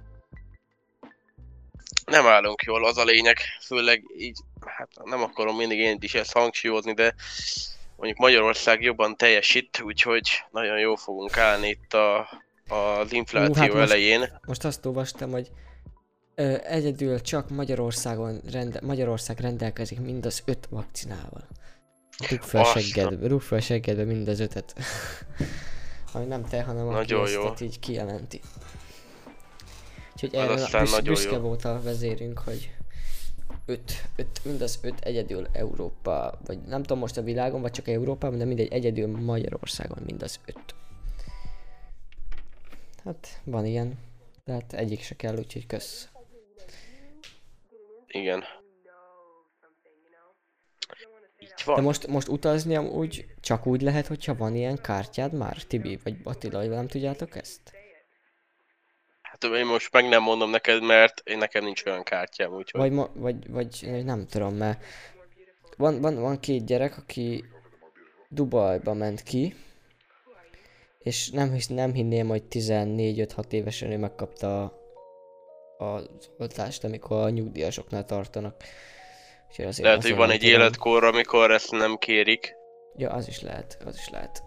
[SPEAKER 2] nem állunk jól, az a lényeg, főleg így, hát nem akarom mindig én is ezt hangsúlyozni, de mondjuk Magyarország jobban teljesít, úgyhogy nagyon jól fogunk állni itt a, az infláció
[SPEAKER 1] Hú, hát most-
[SPEAKER 2] elején.
[SPEAKER 1] Most azt olvastam, hogy Ö, egyedül csak Magyarországon rende, Magyarország rendelkezik mind az öt vakcinával. Rúg fel
[SPEAKER 2] Azt a-
[SPEAKER 1] seggedbe, rúg fel seggedbe mind az ötet. Ami nem te, hanem aki
[SPEAKER 2] Nagyon
[SPEAKER 1] ezt
[SPEAKER 2] jó.
[SPEAKER 1] tehát így kijelenti. Úgyhogy
[SPEAKER 2] Az
[SPEAKER 1] erre
[SPEAKER 2] aztán
[SPEAKER 1] büsz,
[SPEAKER 2] nagyon
[SPEAKER 1] büszke
[SPEAKER 2] jó.
[SPEAKER 1] volt a vezérünk, hogy öt, öt, mind az öt egyedül Európa, vagy nem tudom most a világon, vagy csak Európában, de mindegy, egyedül Magyarországon mind az öt. Hát van ilyen, tehát egyik se kell, úgyhogy kösz.
[SPEAKER 2] Igen. Így
[SPEAKER 1] De
[SPEAKER 2] van.
[SPEAKER 1] most, most utazni úgy csak úgy lehet, hogyha van ilyen kártyád már, Tibi, vagy Attila, vagy nem tudjátok ezt?
[SPEAKER 2] Hát én most meg nem mondom neked, mert én nekem nincs olyan kártyám, úgyhogy...
[SPEAKER 1] Vagy, ma, vagy, vagy nem tudom, mert van, van, van két gyerek, aki Dubajba ment ki, és nem, hisz, nem hinném, hogy tizennégy öt hat évesen ő megkapta a, az oltást, amikor a nyugdíjasoknál tartanak. Úgyhogy azért,
[SPEAKER 2] Lehet, hogy
[SPEAKER 1] azért
[SPEAKER 2] van
[SPEAKER 1] nem
[SPEAKER 2] egy
[SPEAKER 1] tudom.
[SPEAKER 2] életkor, amikor ezt nem kérik.
[SPEAKER 1] Ja, az is lehet, az is lehet.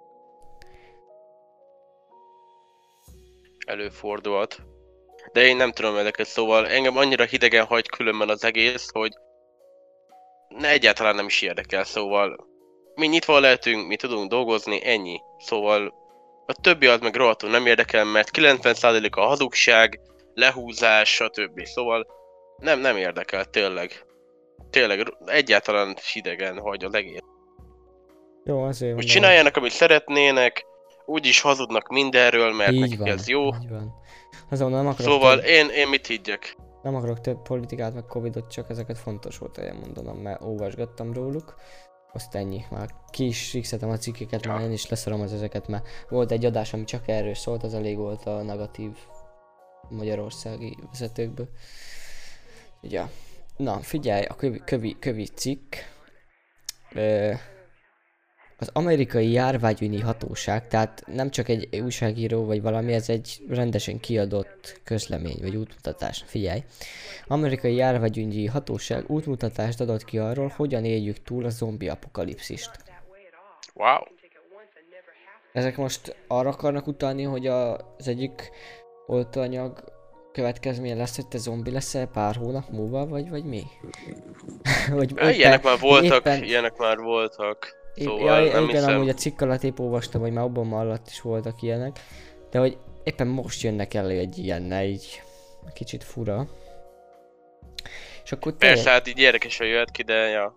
[SPEAKER 2] Előfordulhat. De én nem tudom ezeket, szóval engem annyira hidegen hagy különben az egész, hogy ne, egyáltalán nem is érdekel, szóval mi nyitva lehetünk, mi tudunk dolgozni, ennyi. Szóval a többi az meg rohadtul nem érdekel, mert kilencven százalék a hazugság, lehúzás, stb. Szóval nem, nem érdekel, tényleg. Tényleg, egyáltalán hidegen hagy az egész.
[SPEAKER 1] Jó, azért
[SPEAKER 2] Hogy
[SPEAKER 1] mondom,
[SPEAKER 2] csináljanak, amit szeretnének, úgyis hazudnak mindenről, mert
[SPEAKER 1] így
[SPEAKER 2] nekik
[SPEAKER 1] van,
[SPEAKER 2] ez jó.
[SPEAKER 1] így van. Azon nem akarok,
[SPEAKER 2] Szóval
[SPEAKER 1] több,
[SPEAKER 2] én, én mit higgyek?
[SPEAKER 1] nem akarok több politikát, meg Covidot, csak ezeket fontos volt elmondanom, mert olvasgattam róluk. Azt ennyi, már ki is fixeltem a cikkeket, már én is leszarom az ezeket, mert volt egy adás, ami csak erről szólt, az elég volt a negatív magyarországi vezetőkből. Ja. Na, figyelj, a kövi, kövi, kövi cikk. Ö, az amerikai járványügyi hatóság, tehát nem csak egy újságíró vagy valami, ez egy rendesen kiadott közlemény vagy útmutatás. Figyelj! Amerikai járványügyi hatóság útmutatást adott ki arról, hogyan éljük túl a zombi apokalipszist.
[SPEAKER 2] Wow.
[SPEAKER 1] Ezek most arra akarnak utalni, hogy a, az egyik oltóanyag következménye lesz, hogy te zombi leszel pár hónap múlva, vagy, vagy mi? vagy
[SPEAKER 2] Ja, ilyenek már voltak,
[SPEAKER 1] éppen,
[SPEAKER 2] ilyenek már voltak.
[SPEAKER 1] épp,
[SPEAKER 2] Szóval
[SPEAKER 1] ja,
[SPEAKER 2] nem
[SPEAKER 1] igen,
[SPEAKER 2] hiszem.
[SPEAKER 1] amúgy a cikk alatt épp olvastam, hogy már Obama alatt is voltak ilyenek, de hogy éppen most jönnek elő egy ilyenne, így kicsit fura. És akkor
[SPEAKER 2] Persze,
[SPEAKER 1] teljes,
[SPEAKER 2] hát így érdekesen jöhet ki, de ja.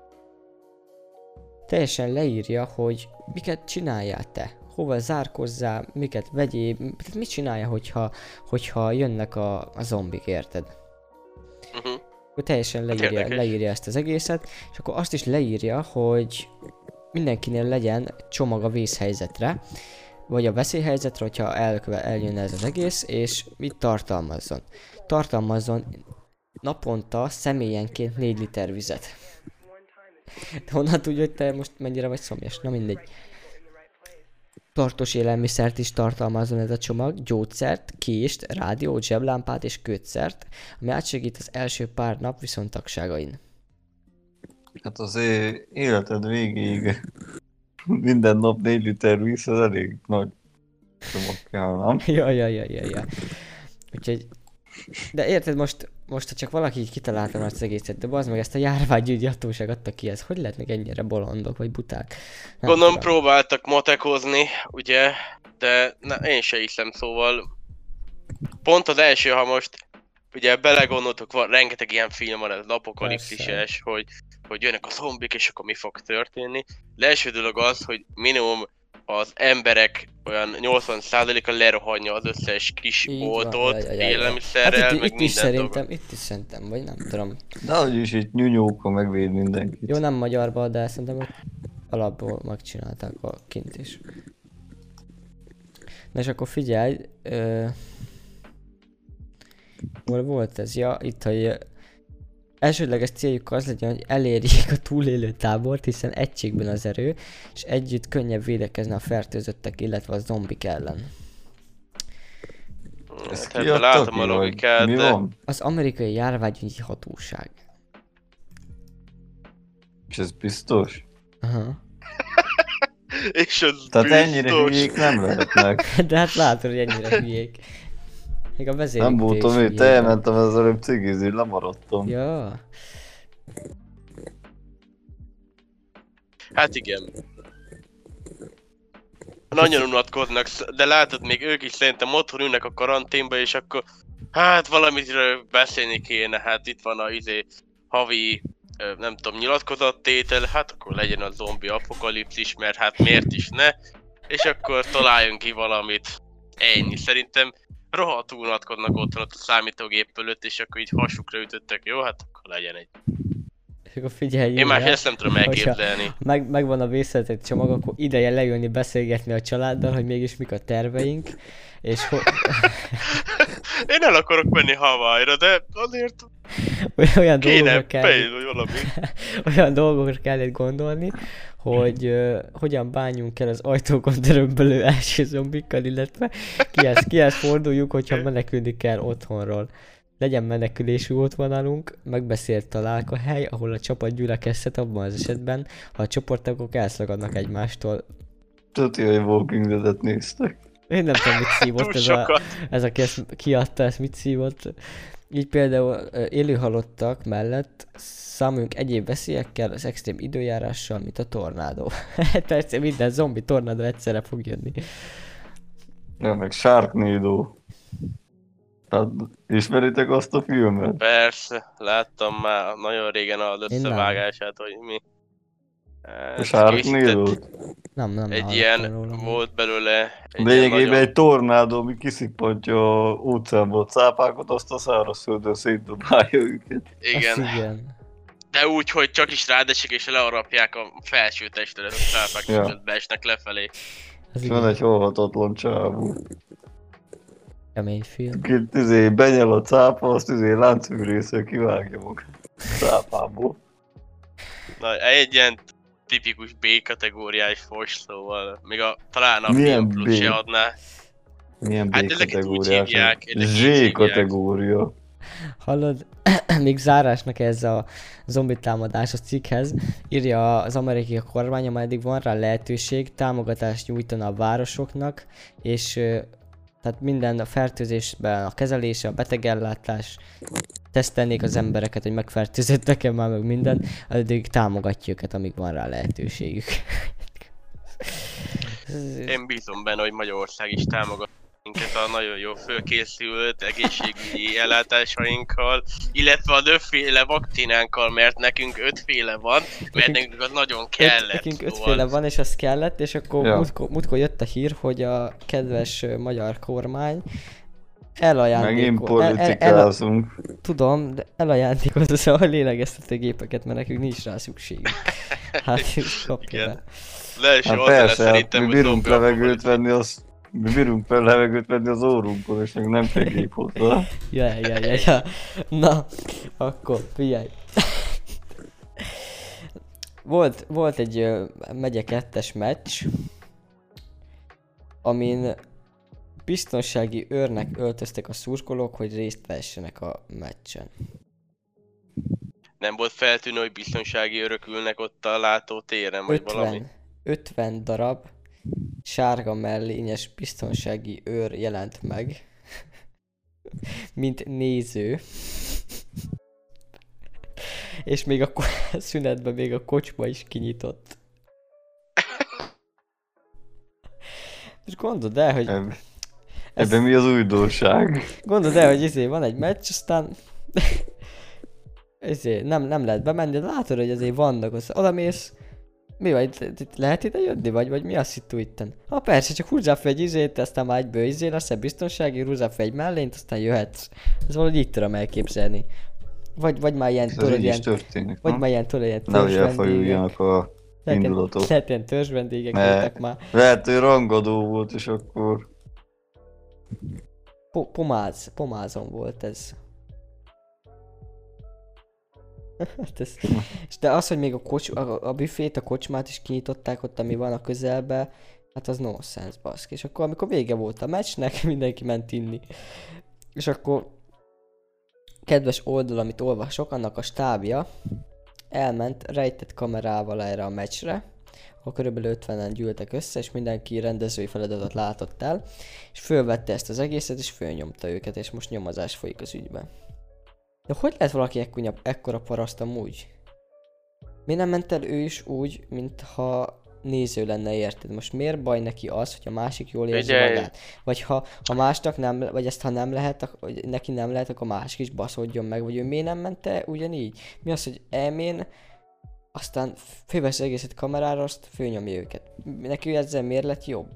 [SPEAKER 1] teljesen leírja, hogy miket csináljál te, hova zárkozzál, miket vegyél, tehát mit csinálja, hogyha, hogyha jönnek a, a zombik, érted?
[SPEAKER 2] Uh-huh.
[SPEAKER 1] Akkor teljesen leírja,
[SPEAKER 2] érdekes.
[SPEAKER 1] leírja ezt az egészet, és akkor azt is leírja, hogy mindenkinél legyen csomag a vészhelyzetre, vagy a veszélyhelyzetre, hogyha elköve, eljön ez az egész, és mit tartalmazzon. Tartalmazzon naponta személyenként négy liter vizet. De honnan tudja, hogy te most mennyire vagy szomjas? Na mindegy. Tartós élelmiszert is tartalmazzon ez a csomag, gyógyszert, kést, rádiót, zseblámpát és kötszert, ami átsegít az első pár nap viszontagságain.
[SPEAKER 3] Hát azért életed végéig minden nap négy liter víz, az elég nagy csomag kell, nem?
[SPEAKER 1] Ja, ja, ja, ja, ja. Úgyhogy... De érted, most, most ha csak valaki így kitalálta már az egészet, de bazd meg ezt a járványügyi hatóság adta ki, ez hogy lehetnek ennyire bolondok vagy buták? Nem
[SPEAKER 2] Gondolom
[SPEAKER 1] tudom.
[SPEAKER 2] próbáltak matekozni, ugye, de na, én se hiszem, szóval pont az első, ha most ugye belegondoltok, van rengeteg ilyen film van, ez az apokalipszises, hogy, hogy jönnek a zombik és akkor mi fog történni. Az első dolog az, hogy minimum az emberek olyan nyolcvan százaléka lerohanja az összes kis
[SPEAKER 1] Így van,
[SPEAKER 2] boltot,
[SPEAKER 1] ja, ja, ja, ja.
[SPEAKER 2] élelmiszerrel,
[SPEAKER 1] Hát itt,
[SPEAKER 2] meg
[SPEAKER 1] itt is
[SPEAKER 2] minden
[SPEAKER 1] szerintem,
[SPEAKER 2] dolgot.
[SPEAKER 1] itt is szerintem, vagy nem tudom.
[SPEAKER 3] De hogy is itt nyúnyóka megvéd mindenkit.
[SPEAKER 1] Jó, nem magyarban, de szerintem ott alapból megcsinálták a kint is. Na és akkor figyelj, ö... hol volt ez? Ja, itt, hogy ö, elsődleges céljuk az legyen, hogy elérjék a túlélő tábort, hiszen egységben az erő, és együtt könnyebb védekezni a fertőzöttek, illetve a zombik ellen.
[SPEAKER 3] Ezt
[SPEAKER 2] Hát ebben látom a logikát,
[SPEAKER 3] mi
[SPEAKER 2] de
[SPEAKER 3] van?
[SPEAKER 1] Az amerikai járványügyi hatóság.
[SPEAKER 3] És ez biztos?
[SPEAKER 1] Aha.
[SPEAKER 2] és az
[SPEAKER 3] Tehát ennyire
[SPEAKER 2] biztos.
[SPEAKER 3] hülyék nem lehetnek.
[SPEAKER 1] De hát látod, hogy ennyire hülyék. Még a vezérünk
[SPEAKER 3] Nem voltam itt, elmentem az előbb cigizni, lemaradtam.
[SPEAKER 1] Ja.
[SPEAKER 2] Hát igen. Nagyon unatkoznak, de látod, még ők is szerintem otthon ülnek a karanténba, és akkor hát valamiről beszélni kéne, hát itt van a izé havi, ö, nem tudom, nyilatkozattétel, hát akkor legyen a zombi apokalipszis, mert hát miért is ne, és akkor találjunk ki valamit. Ennyi, szerintem rohadtul unatkoznak otthon ott a számítógép fölött, és akkor így hasukra ütöttek, jó, hát akkor legyen egy.
[SPEAKER 1] És akkor figyeljünk
[SPEAKER 2] Én már
[SPEAKER 1] rá,
[SPEAKER 2] ezt nem tudom
[SPEAKER 1] hogyha
[SPEAKER 2] elképzelni.
[SPEAKER 1] Meg, megvan a vészhelyzet csomag, akkor ideje leülni, beszélgetni a családdal, hogy mégis mik a terveink, és ho-
[SPEAKER 2] Én el akarok menni Hawaii-ra, de azért
[SPEAKER 1] olyan
[SPEAKER 2] kéne
[SPEAKER 1] dolgokra kell,
[SPEAKER 2] beindulni valami.
[SPEAKER 1] olyan dolgokra kell itt gondolni, hogy uh, hogyan bánjunk el az ajtókon dörömbölő első zombikkal, illetve kihez, kihez forduljuk, hogyha menekülni kell otthonról. Legyen menekülési útvonalunk, megbeszélt találkahely, ahol a csapat gyülekezhet abban az esetben, ha a csoporttagok elszakadnak egymástól.
[SPEAKER 3] Tudja, hogy Walking Dead-et néztek.
[SPEAKER 1] Én nem tudom, mit szívott
[SPEAKER 2] Túl
[SPEAKER 1] ez a,
[SPEAKER 2] sokat.
[SPEAKER 1] ez, aki ezt kiadta, ezt mit szívott. Így például ö, élő halottak mellett számoljunk egyéb veszélyekkel, az extrém időjárással, mint a tornádó. Persze minden zombi tornádó egyszerre fog jönni.
[SPEAKER 3] Ja, meg Sharknado. Tehát ismeritek azt a filmet?
[SPEAKER 2] Persze, láttam már nagyon régen az
[SPEAKER 1] Én nem.
[SPEAKER 2] összevágását, hogy mi.
[SPEAKER 3] A
[SPEAKER 2] Hát,
[SPEAKER 3] Sharknado?
[SPEAKER 2] készített
[SPEAKER 1] Nem, nem
[SPEAKER 2] egy
[SPEAKER 1] hallottam
[SPEAKER 2] ilyen,
[SPEAKER 1] róla.
[SPEAKER 2] volt belőle egy ilyen
[SPEAKER 3] Lényegében
[SPEAKER 2] nagyon...
[SPEAKER 3] egy tornádó, ami kiszippantja a óceánból a cápákat, azt a szárazföldön szétdobálja őket.
[SPEAKER 1] Azt
[SPEAKER 2] Igen,
[SPEAKER 1] igen.
[SPEAKER 2] de úgy, hogy csak is rádesik és learapják a felső testet, a cápák
[SPEAKER 3] Ja.
[SPEAKER 2] ja. beesnek lefelé.
[SPEAKER 1] Az
[SPEAKER 3] És van
[SPEAKER 1] igen.
[SPEAKER 3] egy halhatatlan csávó.
[SPEAKER 1] Kemény film.
[SPEAKER 3] Akit izé benyel a cápa, azt izé láncfűrészre kivágja magát a cápából.
[SPEAKER 2] Na, egy ilyen tipikus B-kategóriás fos, szóval még a, talán a
[SPEAKER 3] Milyen
[SPEAKER 2] film plus
[SPEAKER 3] B?
[SPEAKER 2] se adná.
[SPEAKER 3] Milyen
[SPEAKER 2] Hát ezeket úgy
[SPEAKER 3] B-kategóriás?
[SPEAKER 2] hívják, ezeket így
[SPEAKER 3] Z
[SPEAKER 2] hívják.
[SPEAKER 3] kategória.
[SPEAKER 1] Hallod, még zárásnak ez a zombi támadás a cikkhez, írja az amerikai kormány, ameddig van rá lehetőség, támogatást nyújtana a városoknak, és ö, tehát minden a fertőzésben, a kezelése, a betegellátás, tesztelnék az embereket, hogy megfertőzöttek-e már meg minden, addig támogatja őket, amíg van rá lehetőségük.
[SPEAKER 2] Én bízom benne, hogy Magyarország is támogat minket a nagyon jó fölkészült egészségügyi ellátásainkkal, illetve a többféle vakcinánkkal, mert nekünk ötféle van, mert
[SPEAKER 1] Nekünk-
[SPEAKER 2] nekünk az nagyon
[SPEAKER 1] Öt,
[SPEAKER 2] kellett.
[SPEAKER 1] nekünk
[SPEAKER 2] szóval-
[SPEAKER 1] ötféle van, és az kellett, és akkor
[SPEAKER 3] Ja.
[SPEAKER 1] múltkor, múltkor jött a hír, hogy a kedves ö, magyar kormány elajándékol...
[SPEAKER 3] Megint
[SPEAKER 1] el- el- el-
[SPEAKER 3] politikázunk.
[SPEAKER 1] Tudom, de elajándékozza a lélegeztető gépeket, mert nekünk nincs rá szükségünk. Hát, kapja
[SPEAKER 2] Igen.
[SPEAKER 1] be.
[SPEAKER 2] Le is
[SPEAKER 3] Hát
[SPEAKER 2] oldani
[SPEAKER 3] persze, hát
[SPEAKER 2] szerintem,
[SPEAKER 3] mi
[SPEAKER 2] hogy
[SPEAKER 3] bírunk
[SPEAKER 2] zombi
[SPEAKER 3] levegőt
[SPEAKER 2] apokalipszis.
[SPEAKER 3] venni, az... Mi bírunk fel levegőt venni az órunkon, és még nem kell gép hozzá.
[SPEAKER 1] Ja, ja, ja, ja. Na, akkor figyelj. Volt, volt egy ö, megye kettes meccs, amin biztonsági őrnek öltöztek a szurkolók, hogy részt vessenek a meccsen.
[SPEAKER 2] Nem volt feltűnő, hogy biztonsági örök ülnek ott a látótéren, vagy valami?
[SPEAKER 1] ötven, ötven darab sárga mellényes biztonsági őr jelent meg, mint néző. És még a ko- szünetben még a kocsma is kinyitott. És gondold el, hogy
[SPEAKER 3] Eb-
[SPEAKER 1] ez,
[SPEAKER 3] Ebben mi az újdonság?
[SPEAKER 1] gondold el, hogy izé van egy meccs, aztán izé, nem, nem lehet bemenni, de látod, hogy azért vannak, az oda mész, mi vagy, itt- itt lehet ide jönni, vagy, vagy mi a szitu itten? Ha persze, csak húzzál fel egy izét, aztán már egyből izé lesz, biztonsági, húzzál fel egy mellényt, aztán jöhetsz. Ez valahogy így tudom elképzelni. Vagy, vagy már ilyen,
[SPEAKER 3] Ez
[SPEAKER 1] tudod,
[SPEAKER 3] így is
[SPEAKER 1] ilyen,
[SPEAKER 3] történik,
[SPEAKER 1] vagy
[SPEAKER 3] nem?
[SPEAKER 1] már ilyen, tudod, ilyen
[SPEAKER 3] Nehogy
[SPEAKER 1] törzsvendégek.
[SPEAKER 3] elfajuljanak a
[SPEAKER 1] Lehet,
[SPEAKER 3] indulatok.
[SPEAKER 1] lehet ilyen törzsvendégek
[SPEAKER 3] Ne.
[SPEAKER 1] voltak már.
[SPEAKER 3] Lehet, hogy rangadó volt, és akkor...
[SPEAKER 1] Po- pomáz, pomázon volt ez. Hát ez. És de az, hogy még a, kocs, a, a büfét, a kocsmát is kinyitották ott, ami van a közelbe, hát az nonsense, baszki. És akkor, amikor vége volt a meccsnek, mindenki ment inni. És akkor kedves oldal, amit olvasok, annak a stábja elment rejtett kamerával erre a meccsre, ahol körülbelül ötvenen gyűltek össze, és mindenki rendezői feladatot látott el, és fölvette ezt az egészet, és fölnyomta őket, és most nyomozás folyik az ügyben. De hogy lehet valaki ekkora, ekkora paraszt amúgy? Miért nem ment el ő is úgy, mintha néző lenne, érted? Most miért baj neki az, hogy a másik jól érzi
[SPEAKER 2] Figyelj.
[SPEAKER 1] magát? Vagy ha a másnak nem, vagy ezt ha nem lehet, ak- neki nem lehet, akkor a másik is baszódjon meg, vagy ő miért nem ment el ugyanígy? Mi az, hogy elmén, aztán fölvesz az egészet kamerára, azt fölnyomja őket. Neki ezzel miért lett jobb?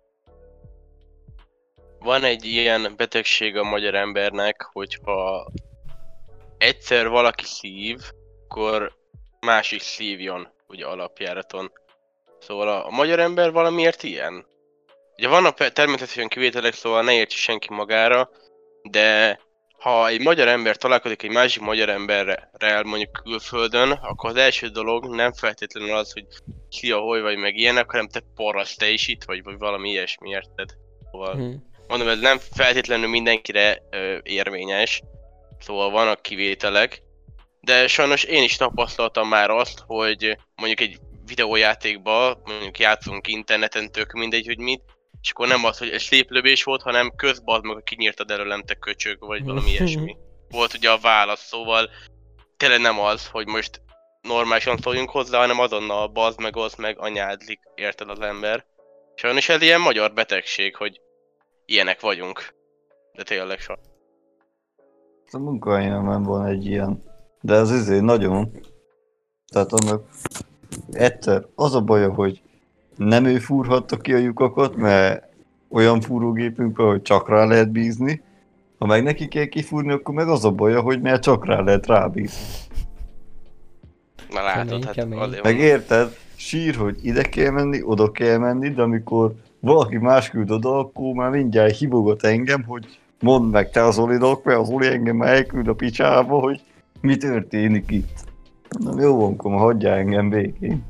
[SPEAKER 2] Van egy ilyen betegség a magyar embernek, hogyha egyszer valaki szív, akkor más is szívjon, ugye alapjáraton. Szóval a, a magyar ember valamiért ilyen. Ugye vannak pe- természetesen kivételek, szóval ne értsi senki magára, de ha egy magyar ember találkozik egy másik magyar emberrel mondjuk külföldön, akkor az első dolog nem feltétlenül az, hogy szia, hol vagy meg ilyenek, hanem te paraszt, te is itt vagy, vagy valami ilyesmi, érted? Szóval
[SPEAKER 1] Hm.
[SPEAKER 2] mondom, ez nem feltétlenül mindenkire ö, érvényes, szóval vannak kivételek, de sajnos én is tapasztaltam már azt, hogy mondjuk egy videójátékban, mondjuk játszunk interneten, tök mindegy, hogy mit, és akkor nem az, hogy egy szép lövés volt, hanem közbad meg, hogy kinyírtad előlem, te köcsög, vagy valami ilyesmi. Volt ugye a válasz, szóval tényleg nem az, hogy most normálisan szóljunk hozzá, hanem azonnal bazd meg, oszd meg, anyádlik, érted az ember. Sajnos ez ilyen magyar betegség, hogy ilyenek vagyunk. De tényleg so.
[SPEAKER 3] A munkahelyemen van egy ilyen, de az izé nagyon, tehát annak egyszer az a baja, hogy nem ő fúrhatta ki a lyukakat, mert olyan fúrógépünk van, hogy csak rá lehet bízni, ha meg neki kell kifúrni, akkor meg az a baja, hogy mert csak rá lehet rábízni.
[SPEAKER 2] Na látod,
[SPEAKER 1] Kemény,
[SPEAKER 2] hát
[SPEAKER 1] kemény.
[SPEAKER 2] azért
[SPEAKER 3] Meg
[SPEAKER 2] van.
[SPEAKER 3] érted, sír, hogy ide kell menni, oda kell menni, de amikor valaki más küld oda, akkor már mindjárt hívogat engem, hogy mondd meg te az Olinak, mert az Oli engem már elküld a picsába, hogy mi történik itt. Na jó van, akkor hagyjál engem békén.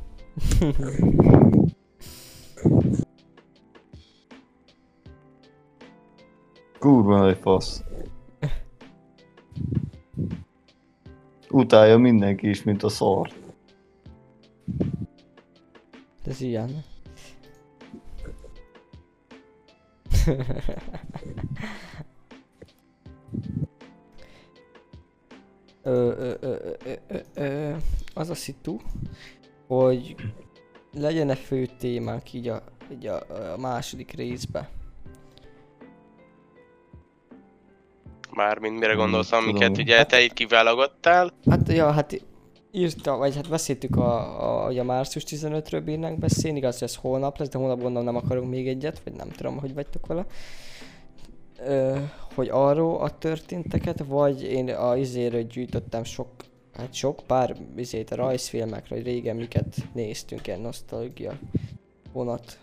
[SPEAKER 3] Kurva nagy fasz. Utálja mindenki is, mint a szar.
[SPEAKER 1] Ez ilyen. ö, ö, ö, ö, ö, ö, az a szitu, hogy legyen-e fő témánk így a, így a, a második részbe.
[SPEAKER 2] Mármint mire
[SPEAKER 3] Hmm,
[SPEAKER 2] gondolsz,
[SPEAKER 3] tudom.
[SPEAKER 2] amiket ugye te itt kiválogattál?
[SPEAKER 1] Hát ja, hát írta, vagy hát beszéltük, a, a, hogy a március tizenötödikéről bírnánk beszélni, igaz, hogy ez holnap lesz, de holnap gondolom nem akarunk még egyet, vagy nem tudom, hogy vagytok vele. Ö, hogy arról a történteket, vagy én a izéről gyűjtöttem sok, hát sok pár izét a rajzfilmekről, hogy régen miket néztünk, ilyen nosztalgia vonat.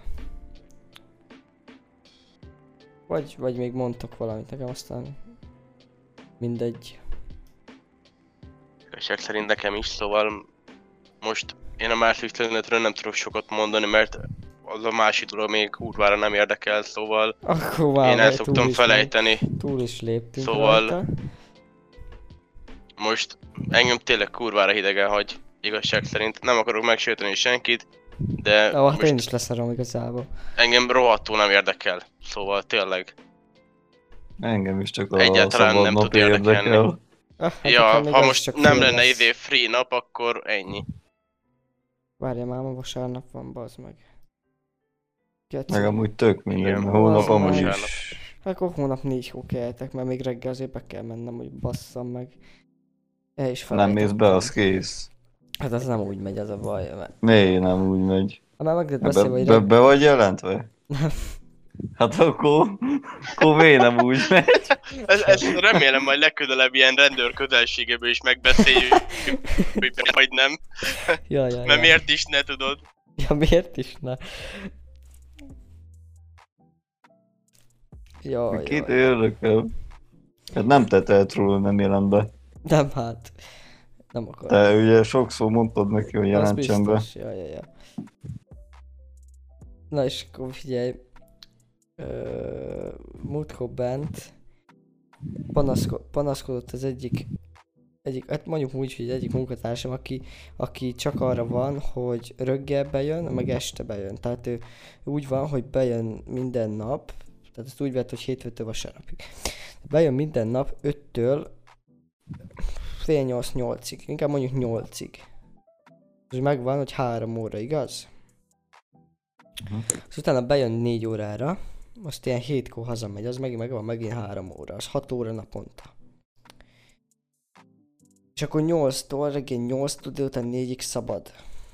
[SPEAKER 1] Vagy, vagy még mondtok valamit nekem, aztán mindegy.
[SPEAKER 2] Igazság szerint nekem is, szóval most én a másik tizenötről nem tudok sokat mondani, mert az a másik dolog még kurvára nem érdekel, szóval
[SPEAKER 1] Akkor már
[SPEAKER 2] én el
[SPEAKER 1] vagy,
[SPEAKER 2] szoktam
[SPEAKER 1] túl is
[SPEAKER 2] felejteni.
[SPEAKER 1] lép- Túl is léptünk
[SPEAKER 2] Szóval-
[SPEAKER 1] rajta.
[SPEAKER 2] Most engem tényleg kurvára hidegen hagy, igazság szerint. Nem akarok megsérteni senkit, de
[SPEAKER 1] Ó, hát
[SPEAKER 2] most
[SPEAKER 1] én is leszarom igazából.
[SPEAKER 2] engem rohadtul nem érdekel. Szóval tényleg.
[SPEAKER 3] Engem is csak a
[SPEAKER 2] Egyáltalán
[SPEAKER 3] szabad
[SPEAKER 2] nem
[SPEAKER 3] nap
[SPEAKER 2] tud érdekelni.
[SPEAKER 3] érdekel.
[SPEAKER 1] Ah, hát
[SPEAKER 2] Ja,
[SPEAKER 1] nekem még
[SPEAKER 2] ha
[SPEAKER 1] az
[SPEAKER 2] most
[SPEAKER 1] csak
[SPEAKER 2] nem
[SPEAKER 1] fél
[SPEAKER 2] lenne
[SPEAKER 1] lesz.
[SPEAKER 2] izé free nap, akkor ennyi.
[SPEAKER 1] Várja már, ma vasárnap van, bazd meg. Keci.
[SPEAKER 3] Meg amúgy tök minden,
[SPEAKER 2] Igen,
[SPEAKER 3] mert hónap
[SPEAKER 1] az
[SPEAKER 3] amúgy
[SPEAKER 1] már-
[SPEAKER 3] is.
[SPEAKER 1] Akkor hónap négy keltek, mert még reggel azért be kell mennem, hogy basszam meg. El is
[SPEAKER 3] Nem mész
[SPEAKER 1] felejtettem.
[SPEAKER 3] be, az kész.
[SPEAKER 1] Hát az nem úgy megy, az a baj. Mert...
[SPEAKER 3] Miért nem úgy megy?
[SPEAKER 1] Ha már meg lehet
[SPEAKER 3] Be,
[SPEAKER 1] beszélni, hogy
[SPEAKER 3] be,
[SPEAKER 1] reggel...
[SPEAKER 3] be vagy jelentve? Hát akkor, akkor miért nem úgy megy?
[SPEAKER 2] Ez, ez remélem majd legközelebb ilyen rendőr közelségéből is megbeszéljük, hogy be vagy nem.
[SPEAKER 1] Ja, ja,
[SPEAKER 2] Mert
[SPEAKER 1] ja.
[SPEAKER 2] miért is ne tudod?
[SPEAKER 1] Ja, miért is ne? Ja,
[SPEAKER 3] Két
[SPEAKER 1] ja.
[SPEAKER 3] érdekel. Hát nem te tehet róla, nem jelent be.
[SPEAKER 1] Nem hát. Nem akar.
[SPEAKER 3] Te ugye sokszor mondtad neki, hogy
[SPEAKER 1] Az
[SPEAKER 3] jelentsen be.
[SPEAKER 1] biztos. Ja, ja, ja. Na és akkor figyelj. Ö, múltkor bent panaszko- panaszkodott az egyik egyik, hát mondjuk úgy, hogy egyik munkatársam, aki, aki csak arra van, hogy reggel bejön, meg este bejön. Tehát ő úgy van, hogy bejön minden nap, tehát ezt úgy vett, hogy hétfőtől vasárnapig. Bejön minden nap öttől fél nyolc nyolcig, inkább mondjuk nyolcig. És megvan, hogy három óra, igaz?
[SPEAKER 3] Uh-huh.
[SPEAKER 1] És utána bejön négy órára, azt ilyen hétkor hazamegy, az megint megvan megint három óra, az hat óra naponta. És akkor nyolctól, reggel nyolctól délután négyig szabad.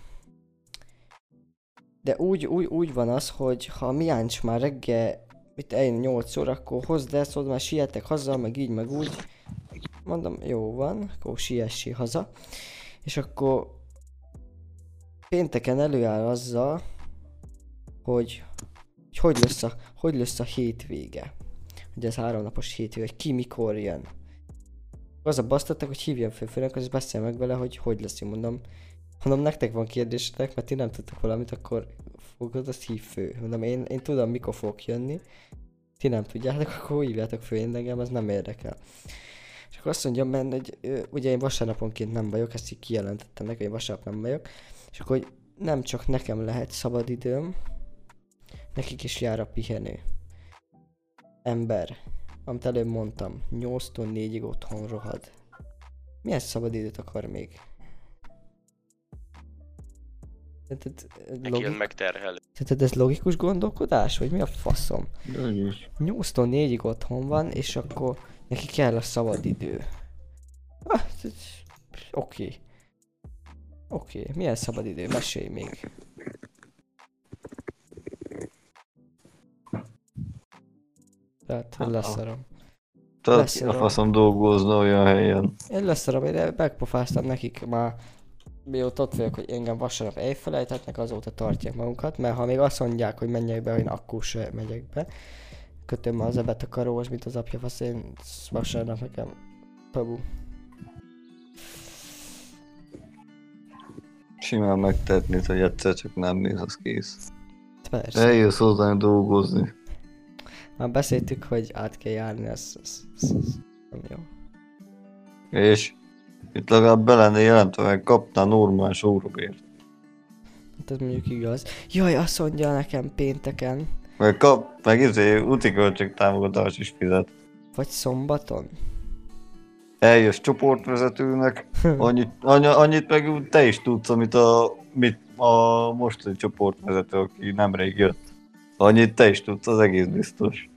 [SPEAKER 1] De úgy, úgy, úgy van az, hogy ha Miáncs már reggel itt eljön nyolc óra, akkor hozd el, szóval már sietek haza, meg így, meg úgy. Mondom, jó van, akkor siessi haza. És akkor pénteken előáll azzal, hogy hogy, hogy, lesz, a, hogy lesz a hétvége. Ugye ez háromnapos hétvége, hogy ki mikor jön. Az a basztattak, hogy hívjam fel főnök, és beszélj meg vele, hogy hogy lesz, én mondom. Mondom, nektek van kérdésetek, mert ti nem tudtok valamit, akkor fogod, azt hív fő. Mondom, én, én tudom, mikor fogok jönni. Ti nem tudjátok, akkor hívjátok fő, én engem, ez nem érdekel. És akkor azt mondja, mert hogy, ugye én vasárnaponként nem vagyok, ezt így kijelentettem neki, hogy vasárnap nem vagyok. És akkor hogy nem csak nekem lehet szabadidőm, nekik is jár a pihenő. Ember, amit előbb mondtam, nyolctól négyig otthon rohad. Milyen szabadidőt akar még?
[SPEAKER 2] Neki jön megterhelő.
[SPEAKER 1] Tehát ez logikus gondolkodás? Vagy mi a faszom? nyolctól négyig otthon van, és akkor neki kell a szabadidő. Ah, oké. Okay. Oké, okay. Milyen szabadidő? Mesélj még. Tehát leszarom.
[SPEAKER 3] Tehát a faszom dolgozna olyan helyen.
[SPEAKER 1] Én leszarom, én megpofáztam nekik már, mióta ott vagyok, hogy engem vasárnap elfelejtetnek, azóta tartják magunkat, mert ha még azt mondják, hogy menjek be, én akkor se megyek be. Kötöm az ebet a karóhoz, mint az apja fasz, én vasárnap nekem tabu.
[SPEAKER 3] Simán megtehetnéd, hogy egyszer csak nem mész, az kész.
[SPEAKER 1] Persze.
[SPEAKER 3] Eljössz hozzánk dolgozni.
[SPEAKER 1] Már beszéltük, hogy át kell járni, ez, ez, ez, ez nem jó.
[SPEAKER 3] És itt legalább be lenne jelentve, meg kapnál normális órabért.
[SPEAKER 1] Hát ez mondjuk igaz. Jaj, azt mondja nekem pénteken.
[SPEAKER 3] Meg kap, meg izé, úti költség támogatás is fizet.
[SPEAKER 1] Vagy szombaton.
[SPEAKER 3] Eljössz csoportvezetőnek, annyit, annyi, annyit meg te is tudsz, amit a, mit a mostani csoportvezető, aki nemrég jött. Annyit te is tudsz, az egész biztos.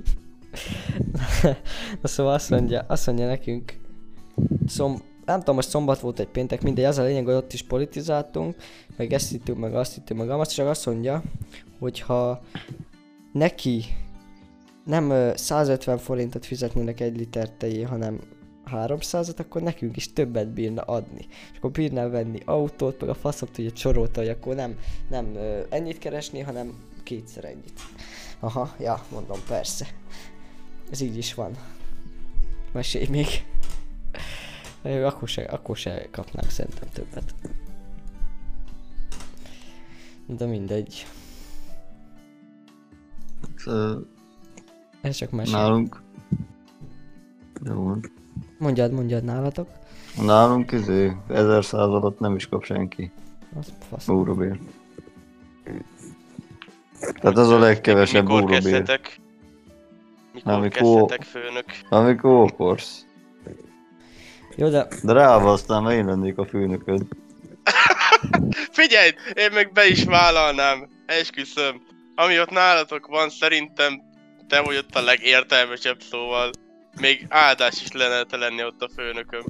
[SPEAKER 1] Na szóval azt mondja, azt mondja nekünk, szom, nem tudom, most szombat volt egy péntek, mindegy, az a lényeg, hogy ott is politizáltunk, meg ezt hittünk, meg azt hittünk, meg azt, csak azt mondja, hogyha neki nem százötven forintot fizetnének egy liter tejé, hanem háromszázat, akkor nekünk is többet bírna adni. És akkor bírná venni autót, meg a faszom tudja csorolta, hogy akkor nem, nem ö, ennyit keresni, hanem kétszer ennyit. Aha, ja, mondom, persze. Ez így is van. Mesélj még. Akkor se, akkor se kapnánk szerintem többet. De mindegy.
[SPEAKER 3] Uh,
[SPEAKER 1] Ez csak mesél.
[SPEAKER 3] Nálunk... Jó.
[SPEAKER 1] Mondjad, mondjad nálatok.
[SPEAKER 3] Nálunk izé, ezer száz alatt nem is kap senki.
[SPEAKER 1] Az fasz.
[SPEAKER 3] Órabér. Tehát az a legkevesebb
[SPEAKER 2] Mikor
[SPEAKER 3] órabér.
[SPEAKER 2] kezdhetek? Mikor
[SPEAKER 3] Amikor-
[SPEAKER 2] kezdhetek, főnök?
[SPEAKER 3] Amikor akarsz.
[SPEAKER 1] Jó, de
[SPEAKER 3] De rával aztán én lennék a főnököd.
[SPEAKER 2] Figyelj, én meg be is vállalnám, esküszöm. Ami ott nálatok van, szerintem te vagy ott a legértelmesebb, szóval még áldás is lenne te lenni ott a főnököm.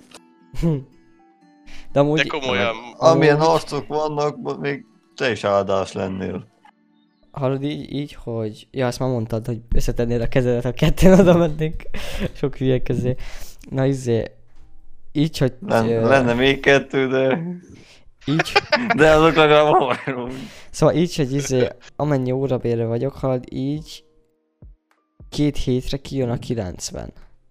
[SPEAKER 1] de amúgy...
[SPEAKER 2] De komolyan.
[SPEAKER 3] Amilyen arcok vannak, még te is áldás lennél.
[SPEAKER 1] Hallod így, így, hogy... Ja, azt már mondtad, hogy összetennéd a kezedet, a kettőn oda mennénk. Sok hülye közé. Na izé... Így, hogy...
[SPEAKER 3] Len,
[SPEAKER 1] ö,
[SPEAKER 3] lenne még kettő, de...
[SPEAKER 1] Így...
[SPEAKER 3] De azok legalább hajról.
[SPEAKER 1] Szóval így, hogy izé... Amennyi órabérre vagyok, hallod, így... Két hétre kijön a kilencven.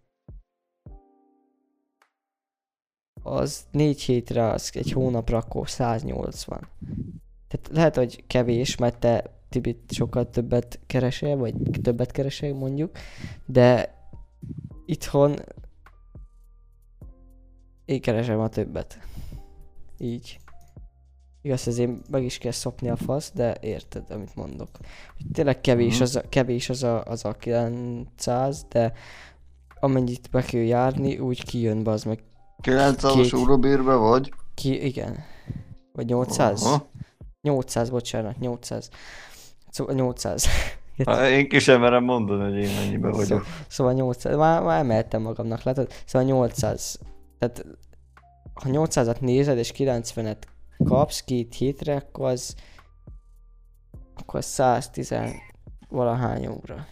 [SPEAKER 1] Az négy hétre, az egy hónapra akkor száznyolcvan. Tehát lehet, hogy kevés, mert te Tibit sokkal többet keresel, vagy többet keresel mondjuk, de itthon én keresem a többet. Így. Igaz, ezért meg is kell szopni a fasz, de érted, amit mondok. Hogy tényleg kevés, az a, kevés az, a, az a kilencszáz, de amennyit be kell járni, úgy kijön be az meg.
[SPEAKER 3] kilencszázas
[SPEAKER 1] Két-
[SPEAKER 3] órabérbe vagy?
[SPEAKER 1] Ki, igen. Vagy nyolcszáz?
[SPEAKER 3] Aha.
[SPEAKER 1] nyolcszáz, bocsánat, nyolcszáz. Szóval nyolcszáz.
[SPEAKER 3] Hát én ki sem merem mondani, hogy én mennyibe vagyok.
[SPEAKER 1] Szóval nyolcszáz, már, már emeltem magamnak, látod? Szóval nyolcszáz. Tehát ha nyolcszázat nézed és kilencvenet kapsz két hétre, akkor az akkor az száztíz valahány óra.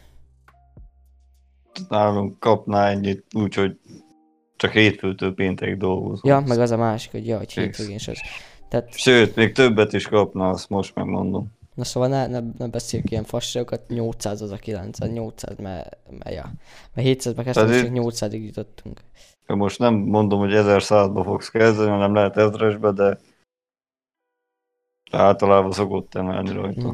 [SPEAKER 3] Nálunk kapná ennyit, úgyhogy csak hétfőtől péntek dolgozom.
[SPEAKER 1] Ja, meg az a másik, hogy ja, hogy
[SPEAKER 3] Fix.
[SPEAKER 1] hétvégén is az. Tehát,
[SPEAKER 3] Sőt, még többet is kapna, azt most megmondom.
[SPEAKER 1] na szóval ne, ne, ne beszéljük ilyen fasságokat, nyolcszáz az a kilencszáz, nyolcszáz, mert, mert ja. Mert hétszázba kezdtem, és
[SPEAKER 3] Tehát
[SPEAKER 1] csak nyolcszázig jutottunk.
[SPEAKER 3] Most nem mondom, hogy ezerszázba fogsz kezdeni, hanem lehet ezresbe, de általában szokott emelni rajta.
[SPEAKER 1] Mm.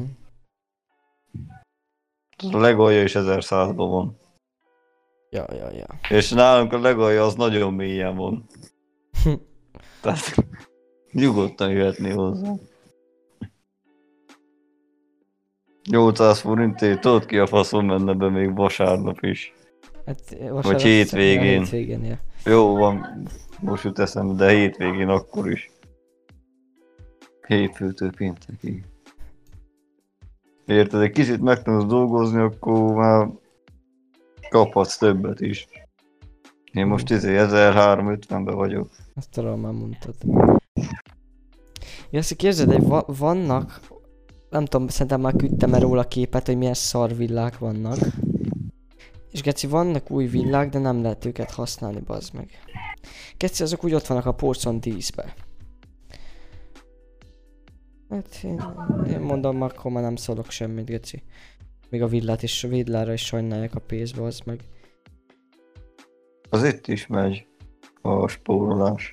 [SPEAKER 3] A legalja is ezerszázban van.
[SPEAKER 1] Ja, ja, ja.
[SPEAKER 3] És nálunk a legalja az nagyon mélyen van. Tehát nyugodtan jöhetni hozzá. nyolcszáz forintért, tudod ki a faszom menne be még vasárnap is.
[SPEAKER 1] Hát,
[SPEAKER 3] Vagy hétvégén.
[SPEAKER 1] hétvégén, ja.
[SPEAKER 3] Jó van, most jut eszembe, de hétvégén akkor is. Hétfőtől péntekig. Érted, egy kicsit megtanulsz dolgozni, akkor már kaphatsz többet is. Én most izé ezerháromszázötvenben vagyok.
[SPEAKER 1] Azt tudom, már mondtad. Ja, azt képzeld, hogy va- vannak, nem tudom, szerintem már küldtem el róla képet, hogy milyen szar villák vannak. És geci, vannak új villák, de nem lehet őket használni, bazd meg. Geci, azok úgy ott vannak a polcon díszbe. Hát én, én mondom, akkor már nem szólok semmit, geci. Még a villát is, a villára is sajnálják a pénzbe, az meg.
[SPEAKER 3] Az itt is megy a spórolás.